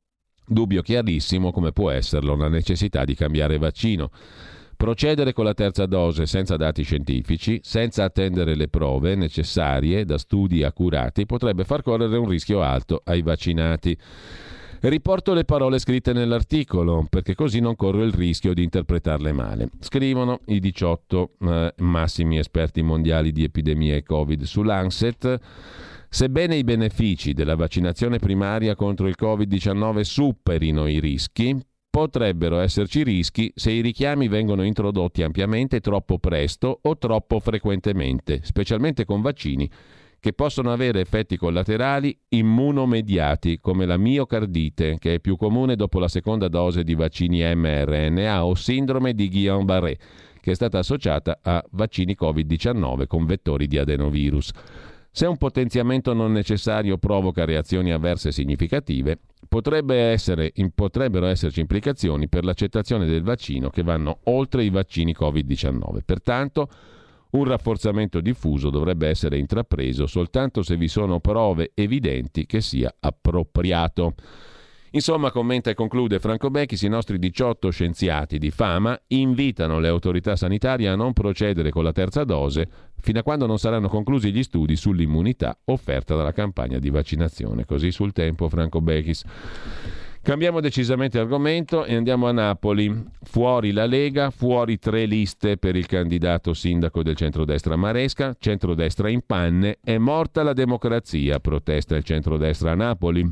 Dubbio chiarissimo, come può esserlo la necessità di cambiare vaccino. Procedere con la terza dose senza dati scientifici, senza attendere le prove necessarie da studi accurati, potrebbe far correre un rischio alto ai vaccinati. Riporto le parole scritte nell'articolo, perché così non corro il rischio di interpretarle male. Scrivono i diciotto eh, massimi esperti mondiali di epidemie Covid su Lancet: sebbene i benefici della vaccinazione primaria contro il covid diciannove superino i rischi, potrebbero esserci rischi se i richiami vengono introdotti ampiamente troppo presto o troppo frequentemente, specialmente con vaccini che possono avere effetti collaterali immunomediati come la miocardite, che è più comune dopo la seconda dose di vaccini mRNA, o sindrome di Guillain-Barré, che è stata associata a vaccini covid diciannove con vettori di adenovirus. Se un potenziamento non necessario provoca reazioni avverse significative, potrebbe essere, potrebbero esserci implicazioni per l'accettazione del vaccino che vanno oltre i vaccini covid diciannove. Pertanto, un rafforzamento diffuso dovrebbe essere intrapreso soltanto se vi sono prove evidenti che sia appropriato. Insomma, commenta e conclude Franco Bechis, i nostri diciotto scienziati di fama invitano le autorità sanitarie a non procedere con la terza dose fino a quando non saranno conclusi gli studi sull'immunità offerta dalla campagna di vaccinazione. Così sul Tempo Franco Bechis. Cambiamo decisamente argomento e andiamo a Napoli. Fuori la Lega, fuori tre liste per il candidato sindaco del centrodestra Maresca, centrodestra in panne, è morta la democrazia, protesta il centrodestra a Napoli.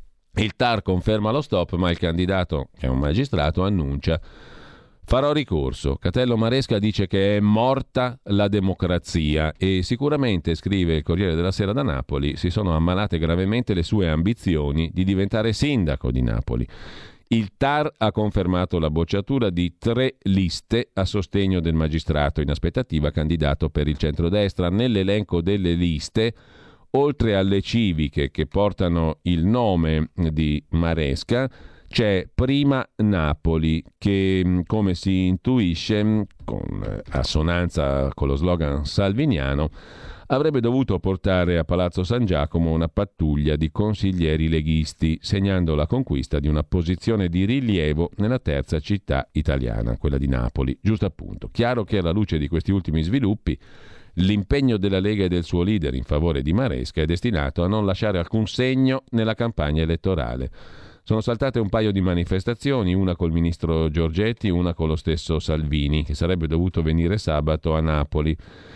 Il T A R conferma lo stop, ma il candidato, che è un magistrato, annuncia: farò ricorso. Catello Maresca dice che è morta la democrazia e sicuramente, scrive il Corriere della Sera da Napoli, si sono ammalate gravemente le sue ambizioni di diventare sindaco di Napoli. Il T A R ha confermato la bocciatura di tre liste a sostegno del magistrato in aspettativa candidato per il centrodestra. Nell'elenco delle liste, oltre alle civiche che portano il nome di Maresca, c'è Prima Napoli che, come si intuisce, con assonanza con lo slogan salviniano, avrebbe dovuto portare a Palazzo San Giacomo una pattuglia di consiglieri leghisti, segnando la conquista di una posizione di rilievo nella terza città italiana, quella di Napoli. Giusto appunto. Chiaro che alla luce di questi ultimi sviluppi l'impegno della Lega e del suo leader in favore di Maresca è destinato a non lasciare alcun segno nella campagna elettorale. Sono saltate un paio di manifestazioni, una col ministro Giorgetti, una con lo stesso Salvini, che sarebbe dovuto venire sabato a Napoli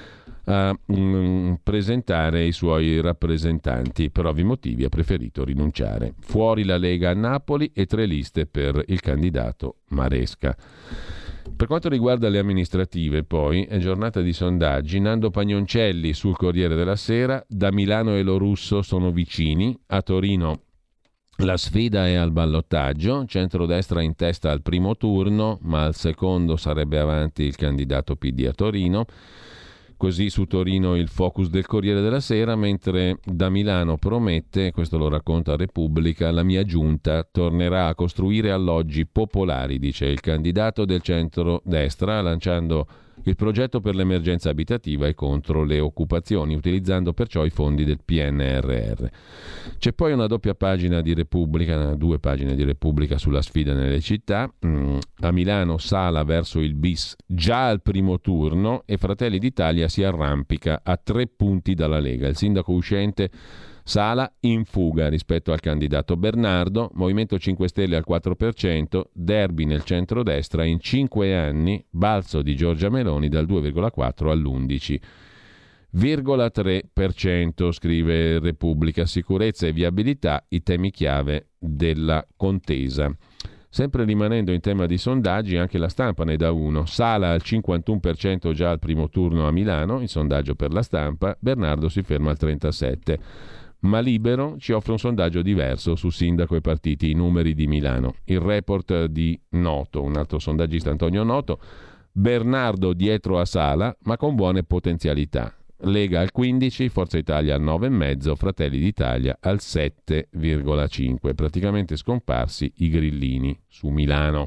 a mm, presentare i suoi rappresentanti. Per ovvi motivi ha preferito rinunciare. Fuori la Lega a Napoli e tre liste per il candidato Maresca. Per quanto riguarda le amministrative, poi, è giornata di sondaggi. Nando Pagnoncelli sul Corriere della Sera: da Milano e Lo Russo sono vicini, a Torino la sfida è al ballottaggio, centrodestra in testa al primo turno, ma al secondo sarebbe avanti il candidato P D a Torino. Così su Torino il focus del Corriere della Sera, mentre da Milano promette, questo lo racconta Repubblica, la mia giunta tornerà a costruire alloggi popolari, dice il candidato del centro-destra, lanciando il progetto per l'emergenza abitativa e contro le occupazioni, utilizzando perciò i fondi del P N R R. C'è poi una doppia pagina di Repubblica, due pagine di Repubblica sulla sfida nelle città. Mm, a Milano Sala verso il bis già al primo turno e Fratelli d'Italia si arrampica a tre punti dalla Lega. Il sindaco uscente Sala in fuga rispetto al candidato Bernardo, Movimento cinque Stelle al quattro per cento, derby nel centrodestra in cinque anni, balzo di Giorgia Meloni dal due virgola quattro all'undici virgola tre per cento, scrive Repubblica. Sicurezza e viabilità, i temi chiave della contesa. Sempre rimanendo in tema di sondaggi, anche La Stampa ne dà uno. Sala al cinquantuno per cento già al primo turno a Milano, il sondaggio per La Stampa, Bernardo si ferma al trentasette per cento. Ma Libero ci offre un sondaggio diverso su sindaco e partiti, i numeri di Milano. Il report di Noto, un altro sondaggista, Antonio Noto, Bernardo dietro a Sala, ma con buone potenzialità. Lega al quindici, Forza Italia al nove virgola cinque, Fratelli d'Italia al sette virgola cinque. Praticamente scomparsi i grillini su Milano.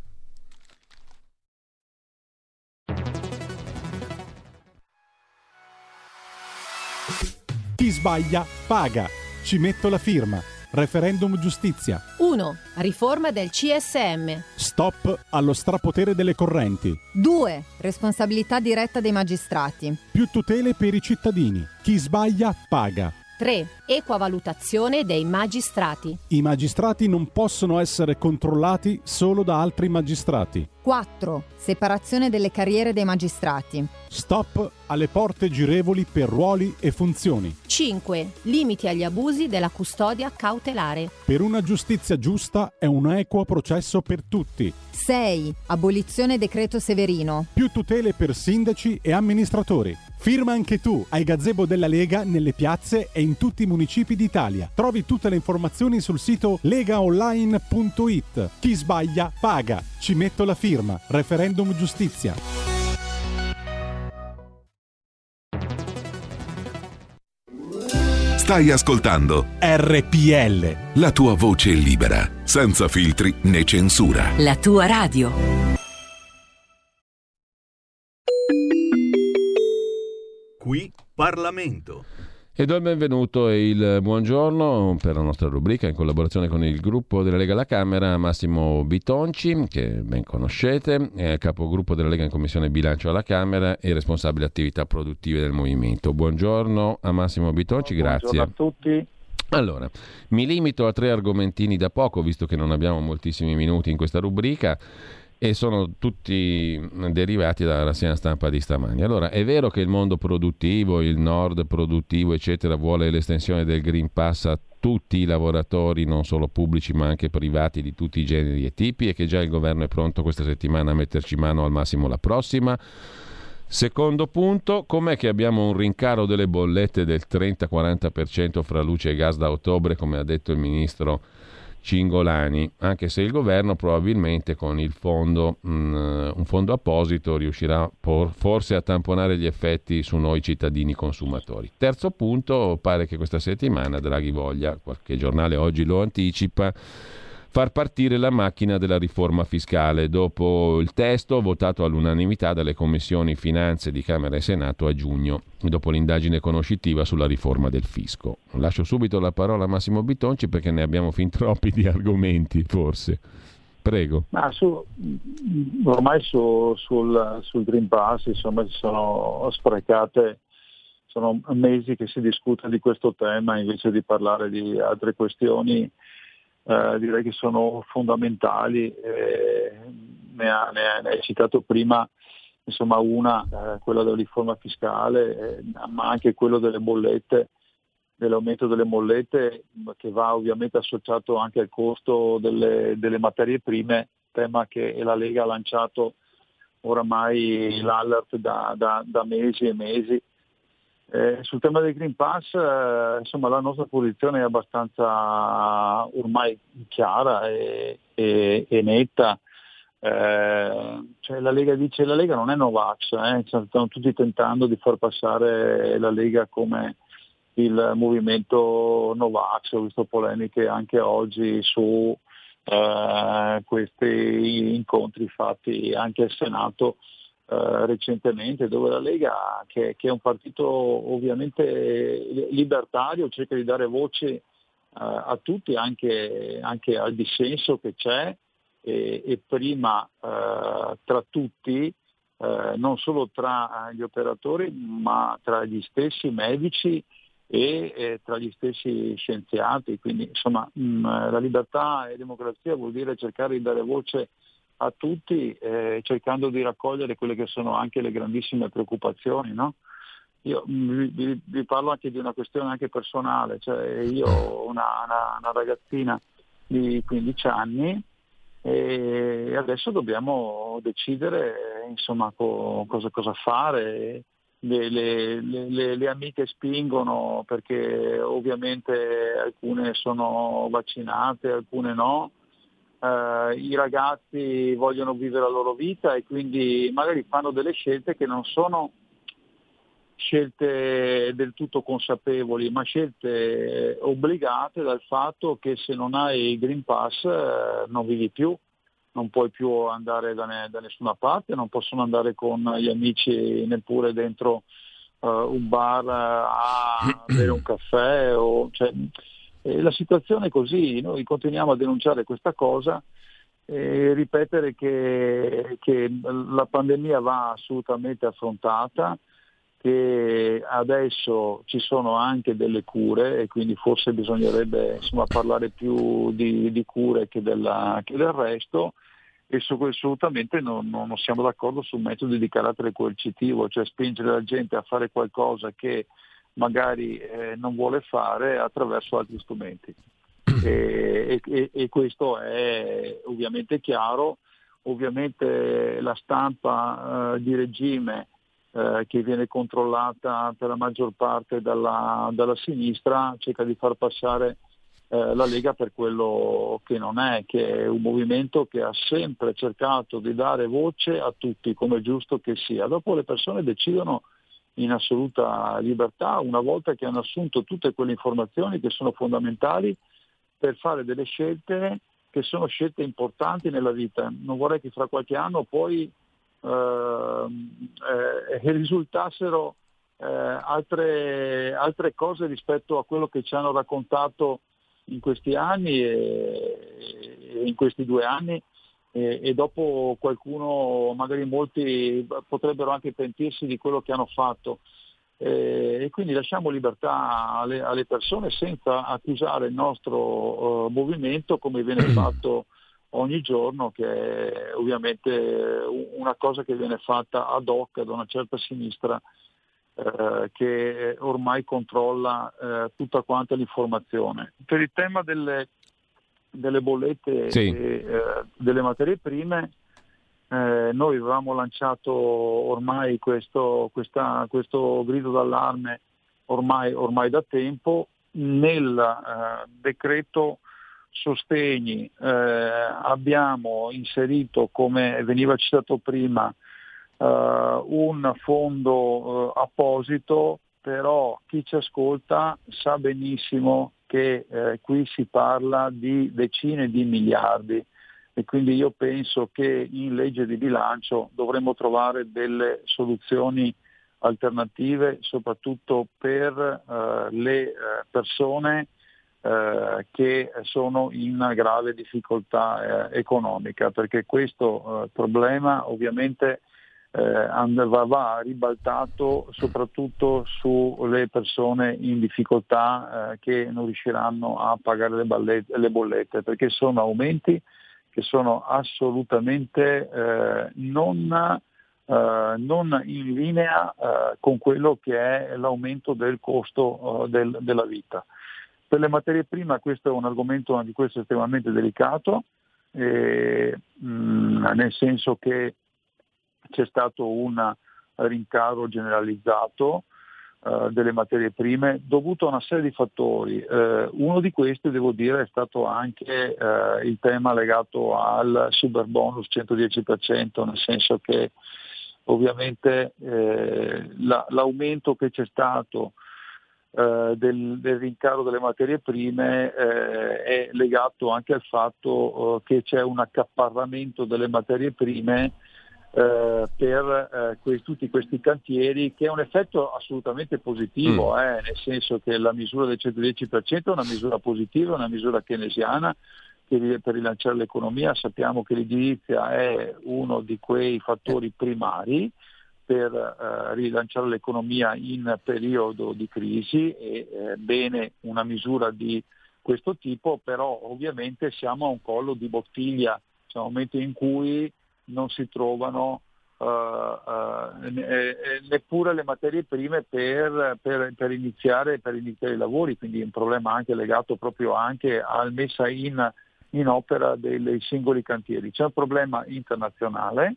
Chi sbaglia paga. Ci metto la firma. Referendum giustizia. uno. Riforma del C S M. Stop allo strapotere delle correnti. due. Responsabilità diretta dei magistrati. Più tutele per i cittadini. Chi sbaglia paga. tre. Equa valutazione dei magistrati. I magistrati non possono essere controllati solo da altri magistrati. quattro. Separazione delle carriere dei magistrati. Stop alle porte girevoli per ruoli e funzioni. cinque. Limiti agli abusi della custodia cautelare. Per una giustizia giusta e un equo processo per tutti. sei. Abolizione decreto Severino. Più tutele per sindaci e amministratori. Firma anche tu ai gazebo della Lega nelle piazze e in tutti i municipi d'Italia. Trovi tutte le informazioni sul sito legaonline punto it. Chi sbaglia paga. Ci metto la firma. Referendum giustizia. Stai ascoltando R P L. la tua voce libera, senza filtri né censura. La tua radio. Qui Parlamento. E do il benvenuto e il buongiorno per la nostra rubrica in collaborazione con il gruppo della Lega alla Camera, Massimo Bitonci, che ben conoscete, è capogruppo della Lega in Commissione Bilancio alla Camera e responsabile attività produttive del Movimento. Buongiorno a Massimo Bitonci, grazie. Buongiorno a tutti. Allora, mi limito a tre argomentini da poco, visto che non abbiamo moltissimi minuti in questa rubrica, e sono tutti derivati dalla rassegna stampa di stamani. Allora, è vero che il mondo produttivo, il nord produttivo, eccetera, vuole l'estensione del Green Pass a tutti i lavoratori, non solo pubblici ma anche privati di tutti i generi e tipi, e che già il governo è pronto questa settimana a metterci mano, al massimo la prossima. Secondo punto, com'è che abbiamo un rincaro delle bollette del trenta-quaranta per cento fra luce e gas da ottobre, come ha detto il ministro Cingolani, anche se il governo probabilmente con il fondo, mh, un fondo apposito, riuscirà por, forse a tamponare gli effetti su noi cittadini consumatori. Terzo punto, pare che questa settimana Draghi voglia, qualche giornale oggi lo anticipa, far partire la macchina della riforma fiscale dopo il testo votato all'unanimità dalle commissioni finanze di Camera e Senato a giugno, dopo l'indagine conoscitiva sulla riforma del fisco. Lascio subito la parola a Massimo Bitonci perché ne abbiamo fin troppi di argomenti, forse. Prego. Ma su, ormai su, sul, sul Green Pass, insomma, si sono sprecate, sono mesi che si discute di questo tema invece di parlare di altre questioni. Eh, direi che sono fondamentali, eh, ne, ha, ne, ha, ne hai citato prima, insomma una, eh, quella della riforma fiscale, eh, ma anche quello delle bollette, dell'aumento delle bollette, che va ovviamente associato anche al costo delle, delle materie prime, tema che la Lega ha lanciato oramai l'alert da, da, da mesi e mesi. Eh, sul tema del Green Pass, eh, insomma, la nostra posizione è abbastanza ormai chiara e, e, e netta. Eh, cioè la Lega dice la Lega non è Novax, eh? Stanno tutti tentando di far passare la Lega come il movimento Novax. Ho visto polemiche anche oggi su eh, questi incontri fatti anche al Senato eh, recentemente, dove la Lega, che, che è un partito ovviamente libertario, cerca di dare voce eh, a tutti, anche, anche al dissenso che c'è, e, e prima eh, tra tutti, eh, non solo tra gli operatori, ma tra gli stessi medici e eh, tra gli stessi scienziati. Quindi insomma mh, la libertà e democrazia vuol dire cercare di dare voce a tutti, eh, cercando di raccogliere quelle che sono anche le grandissime preoccupazioni, no? Io mh, vi, vi parlo anche di una questione anche personale, cioè io ho una, una, una ragazzina di quindici anni e adesso dobbiamo decidere insomma co- cosa, cosa fare. Le, le, le, le amiche spingono perché ovviamente alcune sono vaccinate, alcune no, eh, i ragazzi vogliono vivere la loro vita e quindi magari fanno delle scelte che non sono scelte del tutto consapevoli, ma scelte obbligate dal fatto che se non hai il Green Pass eh, non vivi più, non puoi più andare da, ne, da nessuna parte, non possono andare con gli amici neppure dentro uh, un bar uh, a bere un caffè. O, cioè, eh, la situazione è così, noi continuiamo a denunciare questa cosa e ripetere che, che la pandemia va assolutamente affrontata, che adesso ci sono anche delle cure e quindi forse bisognerebbe insomma parlare più di, di cure che, della, che del resto, e su questo assolutamente non, non siamo d'accordo su metodi di carattere coercitivo, cioè spingere la gente a fare qualcosa che magari eh, non vuole fare attraverso altri strumenti. E, e, e questo è ovviamente chiaro. Ovviamente la stampa eh, di regime Eh, che viene controllata per la maggior parte dalla, dalla sinistra, cerca di far passare eh, la Lega per quello che non è, che è un movimento che ha sempre cercato di dare voce a tutti, come è giusto che sia. Dopo le persone decidono in assoluta libertà, una volta che hanno assunto tutte quelle informazioni che sono fondamentali per fare delle scelte che sono scelte importanti nella vita. Non vorrei che fra qualche anno poi Uh, eh, risultassero eh, altre, altre cose rispetto a quello che ci hanno raccontato in questi anni e, e in questi due anni e, e dopo qualcuno, magari molti potrebbero anche pentirsi di quello che hanno fatto e, e quindi lasciamo libertà alle, alle persone senza accusare il nostro uh, movimento come viene fatto ogni giorno, che è ovviamente una cosa che viene fatta ad hoc da una certa sinistra eh, che ormai controlla eh, tutta quanta l'informazione. Per il tema delle, delle bollette sì. e eh, delle materie prime, eh, noi avevamo lanciato ormai questo, questa, questo grido d'allarme ormai, ormai da tempo. Nel eh, decreto sostegni eh, abbiamo inserito, come veniva citato prima, eh, un fondo eh, apposito, però chi ci ascolta sa benissimo che eh, qui si parla di decine di miliardi e quindi io penso che in legge di bilancio dovremmo trovare delle soluzioni alternative, soprattutto per eh, le eh, persone Eh, che sono in grave difficoltà eh, economica, perché questo eh, problema ovviamente eh, va, va ribaltato soprattutto sulle persone in difficoltà eh, che non riusciranno a pagare le, ballette, le bollette, perché sono aumenti che sono assolutamente eh, non, eh, non in linea eh, con quello che è l'aumento del costo eh, del, della vita. Per le materie prime questo è un argomento anche questo estremamente delicato, eh, mh, nel senso che c'è stato un rincaro generalizzato eh, delle materie prime dovuto a una serie di fattori. Eh, uno di questi, devo dire, è stato anche eh, il tema legato al super bonus cento dieci per cento, nel senso che ovviamente eh, la, l'aumento che c'è stato Uh, del, del rincaro delle materie prime eh, è legato anche al fatto uh, che c'è un accaparramento delle materie prime eh, per eh, que- tutti questi cantieri, che è un effetto assolutamente positivo, mm. eh, nel senso che la misura del centodieci per cento è una misura positiva, una misura keynesiana che per rilanciare l'economia. Sappiamo che l'edilizia è uno di quei fattori primari per eh, rilanciare l'economia in periodo di crisi, e eh, bene una misura di questo tipo, però ovviamente siamo a un collo di bottiglia, c'è un momento in cui non si trovano uh, uh, neppure le materie prime per, per, per, iniziare, per iniziare i lavori, quindi è un problema anche legato proprio anche al messa in, in opera dei singoli cantieri. C'è un problema internazionale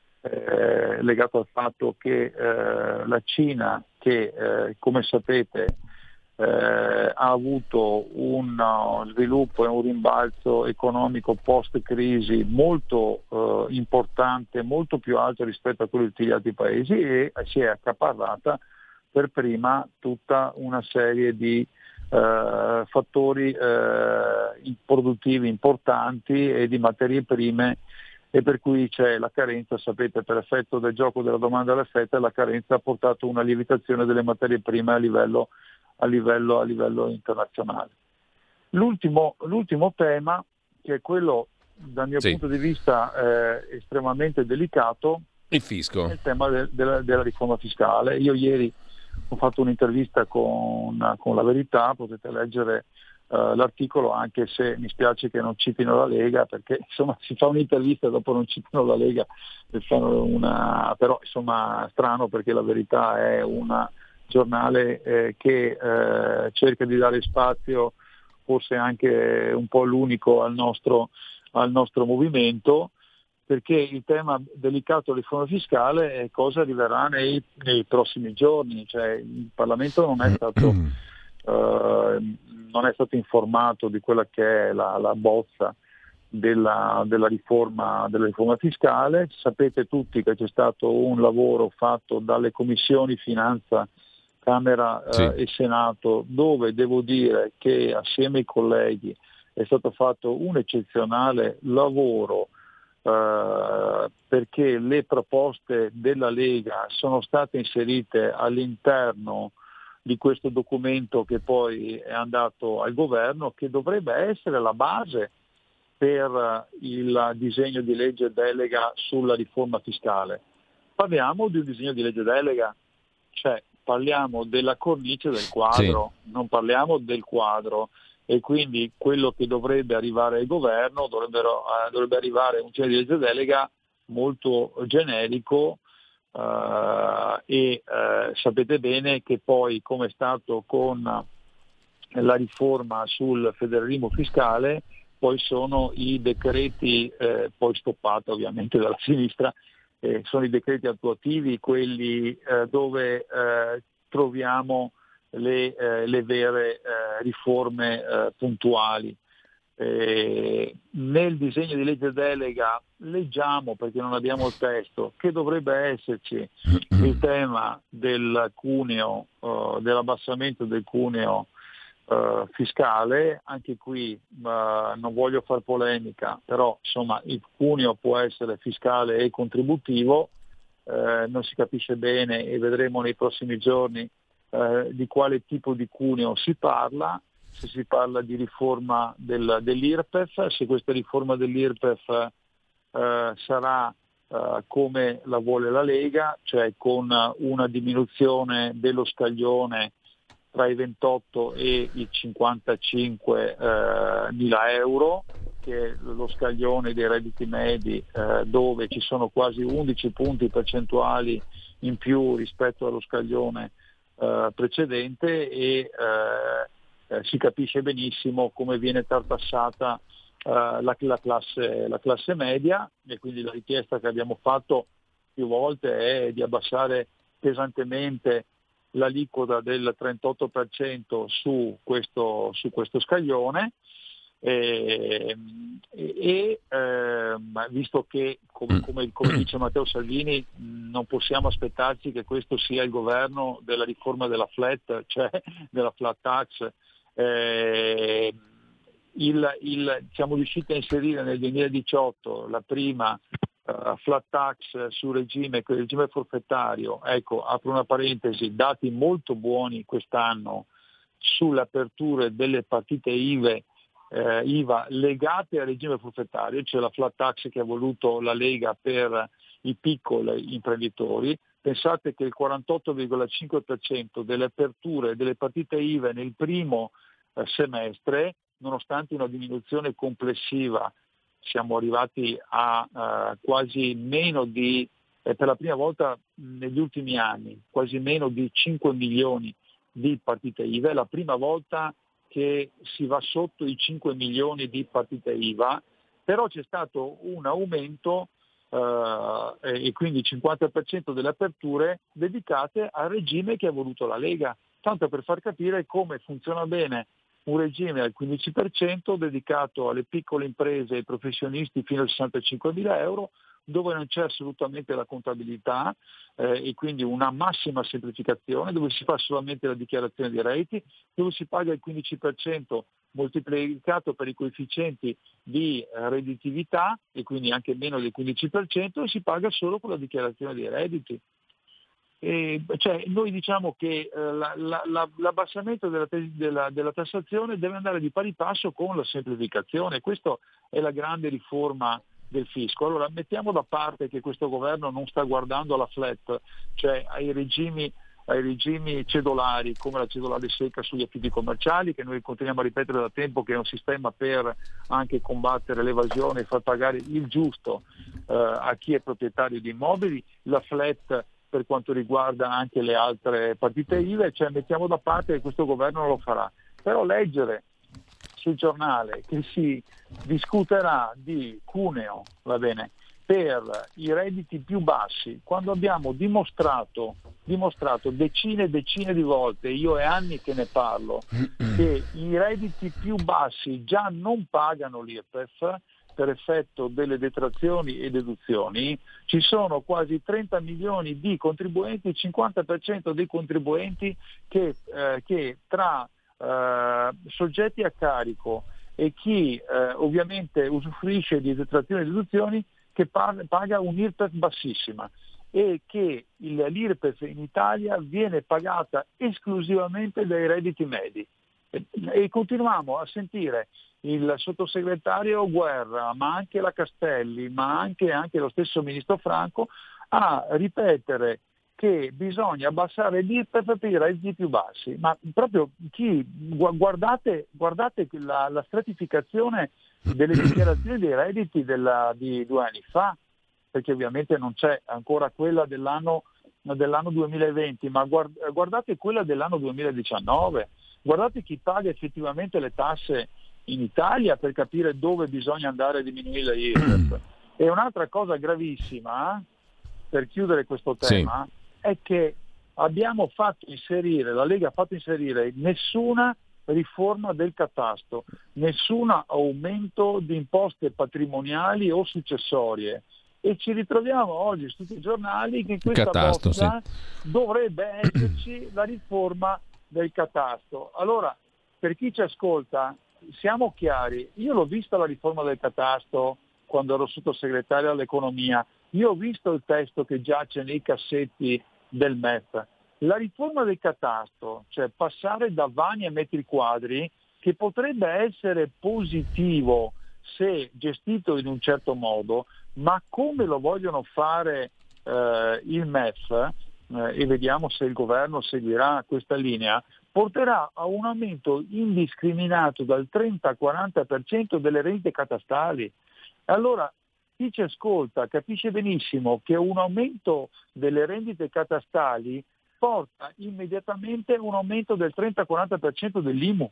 eh, legato al fatto che eh, la Cina, che eh, come sapete Eh, ha avuto un uh, sviluppo e un rimbalzo economico post-crisi molto uh, importante, molto più alto rispetto a quello di tutti gli altri paesi, e si è accaparrata per prima tutta una serie di uh, fattori uh, produttivi importanti e di materie prime, e per cui c'è la carenza, sapete, per effetto del gioco della domanda e dell'offerta, la carenza ha portato una lievitazione delle materie prime a livello A livello, a livello internazionale. L'ultimo, l'ultimo tema, che è quello dal mio sì. punto di vista eh, estremamente delicato, il fisco, è il tema de, de, della riforma fiscale. Io ieri ho fatto un'intervista con, con La Verità, potete leggere uh, l'articolo, anche se mi spiace che non citino la Lega, perché insomma si fa un'intervista e dopo non citano la Lega, fanno una, però insomma strano, perché La Verità è una giornale eh, che eh, cerca di dare spazio, forse anche un po' l'unico, al nostro, al nostro movimento, perché il tema delicato della riforma fiscale è cosa arriverà nei, nei prossimi giorni. Cioè, il Parlamento non è stato eh, non è stato informato di quella che è la, la bozza della, della, riforma, della riforma fiscale. Sapete tutti che c'è stato un lavoro fatto dalle commissioni finanza, Camera eh, sì. e Senato, dove devo dire che assieme ai colleghi è stato fatto un eccezionale lavoro, eh, perché le proposte della Lega sono state inserite all'interno di questo documento che poi è andato al governo, che dovrebbe essere la base per il disegno di legge delega sulla riforma fiscale. Parliamo di un disegno di legge delega, cioè parliamo della cornice del quadro, sì. non parliamo del quadro, e quindi quello che dovrebbe arrivare al governo dovrebbero, eh, dovrebbe arrivare un disegno di legge delega molto generico, eh, e eh, sapete bene che poi, come è stato con la riforma sul federalismo fiscale, poi sono i decreti, eh, poi stoppata ovviamente dalla sinistra, Eh, sono i decreti attuativi, quelli eh, dove eh, troviamo le, eh, le vere eh, riforme eh, puntuali. Eh, nel disegno di legge delega leggiamo, perché non abbiamo il testo, che dovrebbe esserci il tema del cuneo, eh, dell'abbassamento del cuneo Uh, fiscale. Anche qui uh, non voglio far polemica, però insomma il cuneo può essere fiscale e contributivo, uh, non si capisce bene, e vedremo nei prossimi giorni uh, di quale tipo di cuneo si parla, se si parla di riforma del, dell'IRPEF, se questa riforma dell'IRPEF uh, sarà uh, come la vuole la Lega, cioè con una diminuzione dello scaglione tra i ventotto e i cinquantacinque eh, mila euro, che è lo scaglione dei redditi medi, eh, dove ci sono quasi undici punti percentuali in più rispetto allo scaglione eh, precedente, e eh, eh, si capisce benissimo come viene tartassata eh, la, la, classe, la classe media, e quindi la richiesta che abbiamo fatto più volte è di abbassare pesantemente l'aliquota del trentotto per cento su questo, su questo scaglione, e, e eh, visto che come, come, come dice Matteo Salvini, non possiamo aspettarci che questo sia il governo della riforma della flat, cioè della flat tax. Eh, il, il, siamo riusciti a inserire nel duemiladiciotto la prima uh, flat tax sul regime, il regime forfettario, ecco, apro una parentesi, dati molto buoni quest'anno sulle aperture delle partite I V A, eh, I V A legate al regime forfettario, cioè la flat tax che ha voluto la Lega per i piccoli imprenditori. Pensate che il quarantotto virgola cinque per cento delle aperture delle partite I V A nel primo eh, semestre, nonostante una diminuzione complessiva, siamo arrivati a eh, quasi meno di, eh, per la prima volta negli ultimi anni, quasi meno di cinque milioni di partite I V A, è la prima volta che si va sotto i cinque milioni di partite I V A, però c'è stato un aumento Uh, e quindi il cinquanta per cento delle aperture dedicate al regime che ha voluto la Lega, tanto per far capire come funziona bene un regime al quindici per cento dedicato alle piccole imprese e ai professionisti fino a sessantacinquemila euro, dove non c'è assolutamente la contabilità eh, e quindi una massima semplificazione, dove si fa solamente la dichiarazione di redditi, dove si paga il quindici per cento moltiplicato per i coefficienti di eh, redditività e quindi anche meno del quindici per cento, e si paga solo con la dichiarazione dei redditi. E, cioè, noi diciamo che eh, la, la, la, l'abbassamento della, della, della tassazione deve andare di pari passo con la semplificazione. Questa è la grande riforma del fisco. Allora mettiamo da parte che questo governo non sta guardando alla flat, cioè ai regimi ai regimi cedolari come la cedolare secca sugli affitti commerciali, che noi continuiamo a ripetere da tempo che è un sistema per anche combattere l'evasione e far pagare il giusto eh, a chi è proprietario di immobili, la flat per quanto riguarda anche le altre partite I V A, cioè mettiamo da parte che questo governo non lo farà. Però leggere sul giornale che si discuterà di cuneo, va bene, per i redditi più bassi, quando abbiamo dimostrato, dimostrato decine e decine di volte, io è anni che ne parlo, che i redditi più bassi già non pagano l'I R P E F per effetto delle detrazioni e deduzioni, ci sono quasi trenta milioni di contribuenti, il cinquanta per cento dei contribuenti che, eh, che tra eh, soggetti a carico e chi eh, ovviamente usufruisce di detrazioni e deduzioni, che paga un I R P E F bassissima, e che il, l'I R P E F in Italia viene pagata esclusivamente dai redditi medi. E, e continuiamo a sentire il sottosegretario Guerra, ma anche la Castelli, ma anche, anche lo stesso ministro Franco, a ripetere che bisogna abbassare l'I R P E F per i redditi più bassi. Ma proprio chi guardate, guardate la, la stratificazione delle dichiarazioni dei redditi della, di due anni fa, perché ovviamente non c'è ancora quella dell'anno, dell'anno duemilaventi, ma guardate quella dell'anno duemiladiciannove, guardate chi paga effettivamente le tasse in Italia per capire dove bisogna andare a diminuire l'I R P E F. E un'altra cosa gravissima, per chiudere questo tema, sì, è che abbiamo fatto inserire, la Lega ha fatto inserire nessuna riforma del catasto, nessun aumento di imposte patrimoniali o successorie, e ci ritroviamo oggi su tutti i giornali che in questa catasto, bozza sì, dovrebbe esserci la riforma del catasto. Allora, per chi ci ascolta, siamo chiari, io l'ho vista la riforma del catasto quando ero sottosegretario all'economia, io ho visto il testo che giace nei cassetti del M E F. La riforma del catasto, cioè passare da vani a metri quadri, che potrebbe essere positivo se gestito in un certo modo, ma come lo vogliono fare eh, il M E F, eh, e vediamo se il governo seguirà questa linea, porterà a un aumento indiscriminato dal trenta al quaranta per cento delle rendite catastali. Allora, chi ci ascolta capisce benissimo che un aumento delle rendite catastali porta immediatamente un aumento del trenta al quaranta per cento dell'I M U,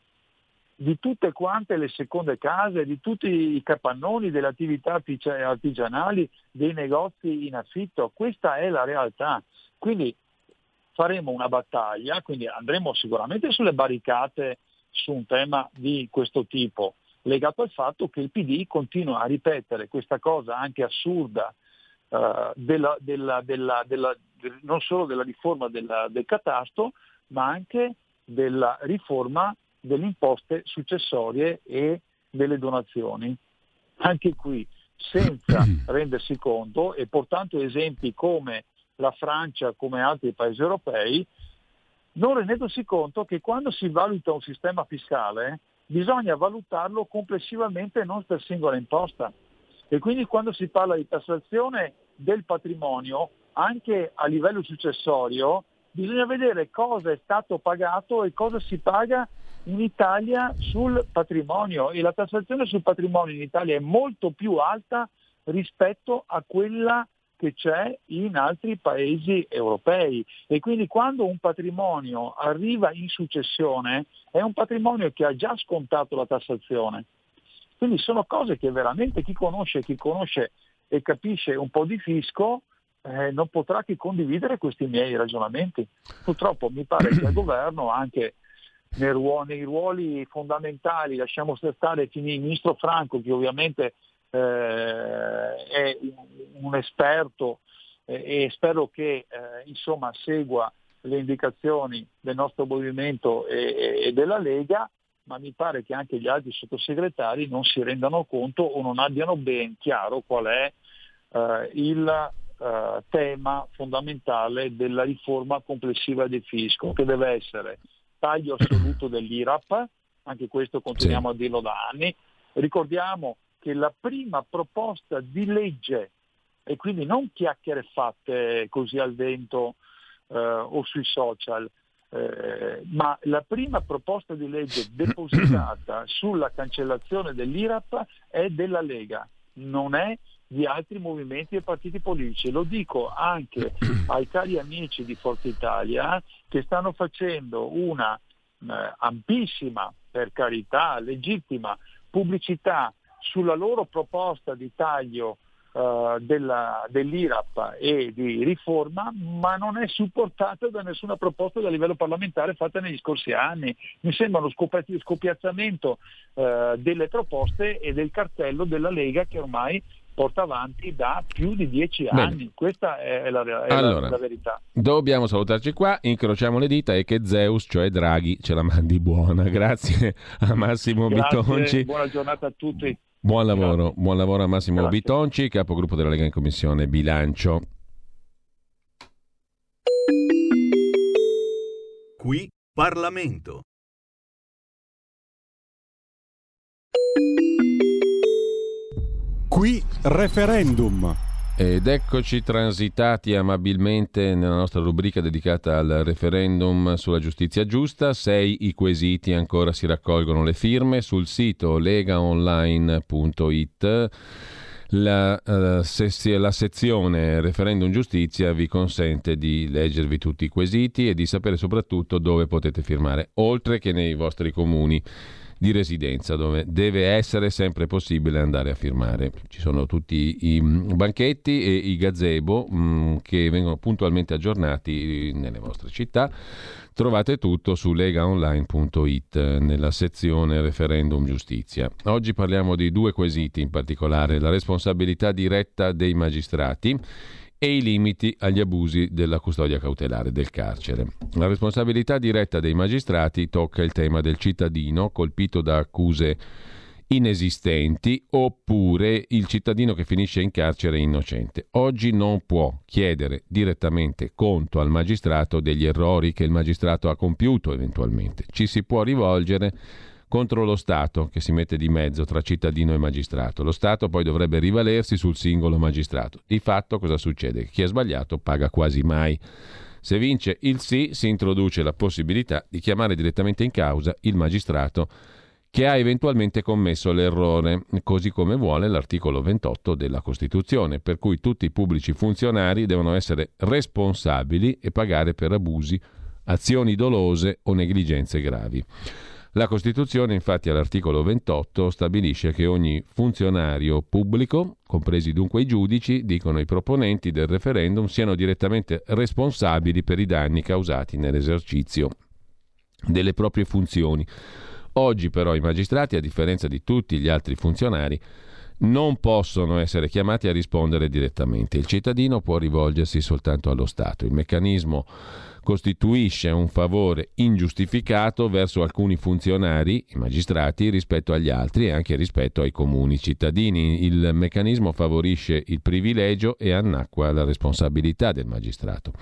di tutte quante le seconde case, di tutti i capannoni delle attività artigianali, dei negozi in affitto. Questa è la realtà. Quindi faremo una battaglia, quindi andremo sicuramente sulle barricate su un tema di questo tipo, legato al fatto che il P D continua a ripetere questa cosa anche assurda uh, della, della, della, della, del, non solo della riforma della, del catasto, ma anche della riforma delle imposte successorie e delle donazioni. Anche qui senza rendersi conto e portando esempi come la Francia, come altri paesi europei, non rendendosi conto che quando si valuta un sistema fiscale bisogna valutarlo complessivamente e non per singola imposta. E quindi quando si parla di tassazione del patrimonio, anche a livello successorio, bisogna vedere cosa è stato pagato e cosa si paga in Italia sul patrimonio, e la tassazione sul patrimonio in Italia è molto più alta rispetto a quella che c'è in altri paesi europei, e quindi quando un patrimonio arriva in successione è un patrimonio che ha già scontato la tassazione. Quindi sono cose che veramente chi conosce, chi conosce e capisce un po' di fisco eh, non potrà che condividere questi miei ragionamenti. Purtroppo mi pare che il governo, anche nei ruoli, nei ruoli fondamentali, lasciamo stare il ministro Franco, che ovviamente eh, è un, un esperto eh, e spero che eh, insomma segua le indicazioni del nostro movimento e, e della Lega, ma mi pare che anche gli altri sottosegretari non si rendano conto o non abbiano ben chiaro qual è eh, il eh, tema fondamentale della riforma complessiva del fisco, che deve essere taglio assoluto dell'I R A P, anche questo continuiamo sì. a dirlo da anni. Ricordiamo che la prima proposta di legge, e quindi non chiacchiere fatte così al vento eh, o sui social, Eh, ma la prima proposta di legge depositata sulla cancellazione dell'I R A P è della Lega, non è di altri movimenti e partiti politici. Lo dico anche ai cari amici di Forza Italia che stanno facendo una eh, ampissima, per carità, legittima pubblicità sulla loro proposta di taglio Uh, della, dell'I R A P e di riforma, ma non è supportata da nessuna proposta da livello parlamentare fatta negli scorsi anni. Mi sembra uno scopi- scopiazzamento uh, delle proposte e del cartello della Lega, che ormai porta avanti da più di dieci anni. Bene. Questa è, la, è allora, la, la verità. Dobbiamo salutarci qua, incrociamo le dita e che Zeus, cioè Draghi, ce la mandi buona. Grazie a Massimo Grazie, Bitonci. Buona giornata a tutti. Buon lavoro, Grazie. buon lavoro a Massimo Grazie. Bitonci, capogruppo della Lega in Commissione Bilancio. Qui Parlamento. Qui Referendum. Ed eccoci transitati amabilmente nella nostra rubrica dedicata al referendum sulla giustizia giusta. Sei i quesiti, ancora si raccolgono le firme sul sito legaonline punto it. La, uh, se, la sezione referendum giustizia vi consente di leggervi tutti i quesiti e di sapere soprattutto dove potete firmare, oltre che nei vostri comuni di residenza, dove deve essere sempre possibile andare a firmare. Ci sono tutti i banchetti e i gazebo mh, che vengono puntualmente aggiornati nelle vostre città. Trovate tutto su legaonline punto it nella sezione referendum giustizia. Oggi parliamo di due quesiti in particolare: la responsabilità diretta dei magistrati e i limiti agli abusi della custodia cautelare del carcere. La responsabilità diretta dei magistrati tocca il tema del cittadino colpito da accuse inesistenti oppure il cittadino che finisce in carcere innocente. Oggi non può chiedere direttamente conto al magistrato degli errori che il magistrato ha compiuto eventualmente. Ci si può rivolgere contro lo Stato, che si mette di mezzo tra cittadino e magistrato. Lo Stato poi dovrebbe rivalersi sul singolo magistrato. Di fatto cosa succede? Chi ha sbagliato paga quasi mai. Se vince il sì, si introduce la possibilità di chiamare direttamente in causa il magistrato che ha eventualmente commesso l'errore, così come vuole l'articolo ventotto della Costituzione, per cui tutti i pubblici funzionari devono essere responsabili e pagare per abusi, azioni dolose o negligenze gravi. La Costituzione, infatti, all'articolo ventotto stabilisce che ogni funzionario pubblico, compresi dunque i giudici, dicono i proponenti del referendum, siano direttamente responsabili per i danni causati nell'esercizio delle proprie funzioni. Oggi però i magistrati, a differenza di tutti gli altri funzionari, non possono essere chiamati a rispondere direttamente. Il cittadino può rivolgersi soltanto allo Stato. Il meccanismo costituisce un favore ingiustificato verso alcuni funzionari, i magistrati, rispetto agli altri e anche rispetto ai comuni cittadini. Il meccanismo favorisce il privilegio e annacqua la responsabilità del magistrato.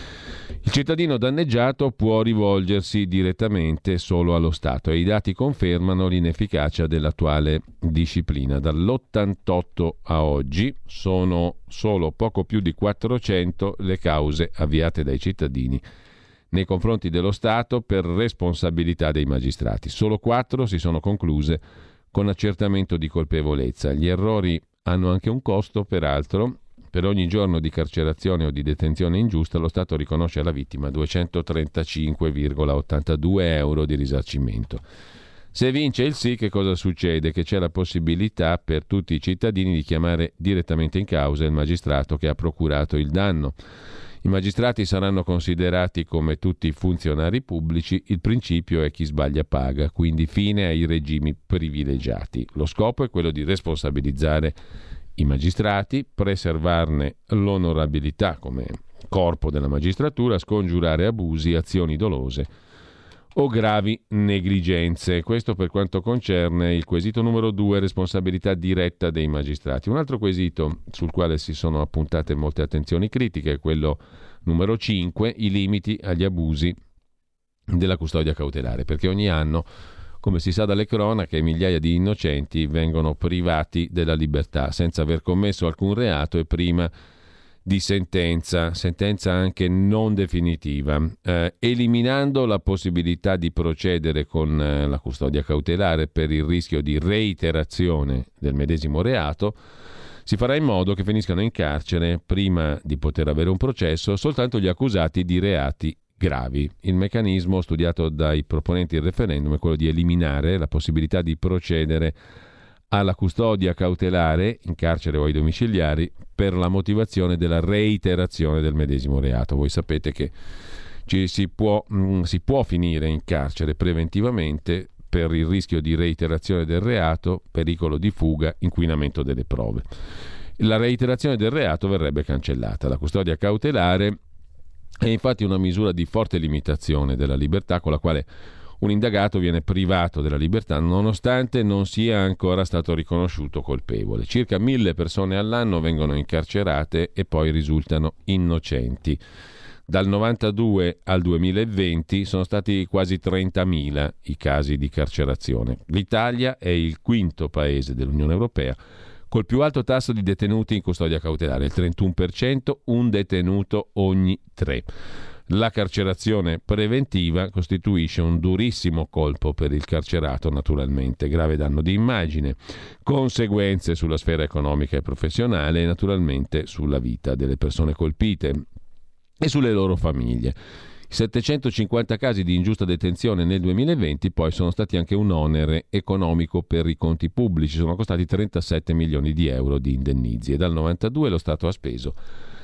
Il cittadino danneggiato può rivolgersi direttamente solo allo Stato e i dati confermano l'inefficacia dell'attuale disciplina. Dall'ottantotto a oggi sono solo poco più di quattrocento le cause avviate dai cittadini nei confronti dello Stato per responsabilità dei magistrati. Solo quattro si sono concluse con accertamento di colpevolezza. Gli errori hanno anche un costo, peraltro. Per ogni giorno di carcerazione o di detenzione ingiusta lo Stato riconosce alla vittima duecentotrentacinque virgola ottantadue euro di risarcimento. Se vince il sì, che cosa succede? Che c'è la possibilità per tutti i cittadini di chiamare direttamente in causa il magistrato che ha procurato il danno. I magistrati saranno considerati come tutti i funzionari pubblici, il principio è chi sbaglia paga, quindi fine ai regimi privilegiati. Lo scopo è quello di responsabilizzare i magistrati, preservarne l'onorabilità come corpo della magistratura, scongiurare abusi, azioni dolose o gravi negligenze. Questo per quanto concerne il quesito numero due, responsabilità diretta dei magistrati. Un altro quesito sul quale si sono appuntate molte attenzioni critiche è quello numero cinque, i limiti agli abusi della custodia cautelare, perché ogni anno, come si sa dalle cronache, migliaia di innocenti vengono privati della libertà senza aver commesso alcun reato e prima di sentenza, sentenza anche non definitiva, eh, eliminando la possibilità di procedere con eh, la custodia cautelare per il rischio di reiterazione del medesimo reato. Si farà in modo che finiscano in carcere prima di poter avere un processo soltanto gli accusati di reati gravi. Il meccanismo studiato dai proponenti del referendum è quello di eliminare la possibilità di procedere alla custodia cautelare in carcere o ai domiciliari per la motivazione della reiterazione del medesimo reato. Voi sapete che ci si può, mh, si può finire in carcere preventivamente per il rischio di reiterazione del reato, pericolo di fuga, inquinamento delle prove. La reiterazione del reato verrebbe cancellata. La custodia cautelare è infatti una misura di forte limitazione della libertà con la quale un indagato viene privato della libertà nonostante non sia ancora stato riconosciuto colpevole. Circa mille persone all'anno vengono incarcerate e poi risultano innocenti. Dal novantadue al duemilaventi sono stati quasi trentamila i casi di carcerazione. L'Italia è il quinto paese dell'Unione Europea col più alto tasso di detenuti in custodia cautelare, il trentuno per cento, un detenuto ogni tre. La carcerazione preventiva costituisce un durissimo colpo per il carcerato, naturalmente, grave danno di immagine, conseguenze sulla sfera economica e professionale e naturalmente sulla vita delle persone colpite e sulle loro famiglie. settecentocinquanta casi di ingiusta detenzione nel duemilaventi poi sono stati anche un onere economico per i conti pubblici, sono costati trentasette milioni di euro di indennizi e dal novantadue lo Stato ha speso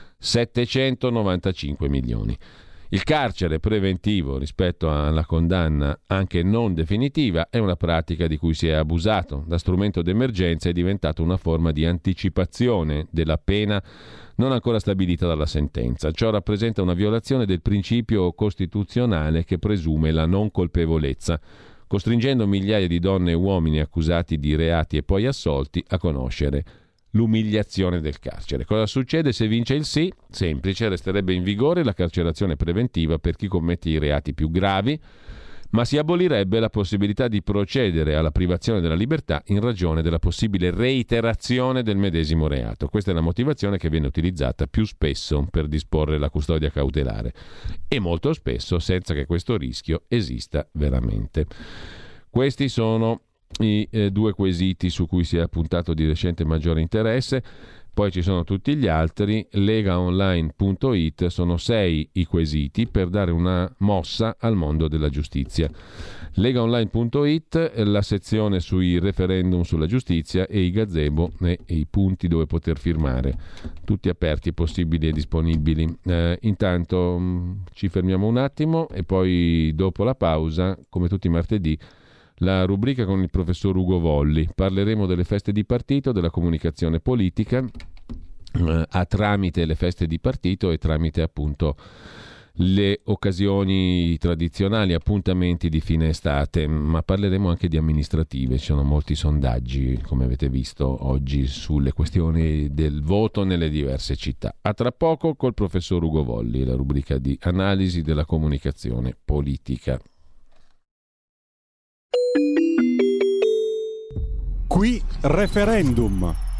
settecentonovantacinque milioni. Il carcere preventivo rispetto alla condanna anche non definitiva è una pratica di cui si è abusato. Da strumento d'emergenza è diventato una forma di anticipazione della pena non ancora stabilita dalla sentenza. Ciò rappresenta una violazione del principio costituzionale che presume la non colpevolezza, costringendo migliaia di donne e uomini accusati di reati e poi assolti a conoscere l'umiliazione del carcere. Cosa succede se vince il sì? Semplice, resterebbe in vigore la carcerazione preventiva per chi commette i reati più gravi, ma si abolirebbe la possibilità di procedere alla privazione della libertà in ragione della possibile reiterazione del medesimo reato. Questa è la motivazione che viene utilizzata più spesso per disporre la custodia cautelare e molto spesso senza che questo rischio esista veramente. Questi sono i eh, due quesiti su cui si è appuntato di recente maggiore interesse. Poi ci sono tutti gli altri. Legaonline punto it, sono sei i quesiti per dare una mossa al mondo della giustizia. Legaonline punto it, la sezione sui referendum sulla giustizia e i gazebo e, e i punti dove poter firmare, tutti aperti, possibili e disponibili. Eh, intanto mh, ci fermiamo un attimo e poi dopo la pausa, come tutti i martedì, la rubrica con il professor Ugo Volli. Parleremo delle feste di partito, della comunicazione politica eh, a tramite le feste di partito e tramite appunto le occasioni tradizionali, appuntamenti di fine estate, ma parleremo anche di amministrative. Ci sono molti sondaggi, come avete visto oggi, sulle questioni del voto nelle diverse città. A tra poco col professor Ugo Volli, la rubrica di analisi della comunicazione politica. Qui referendum.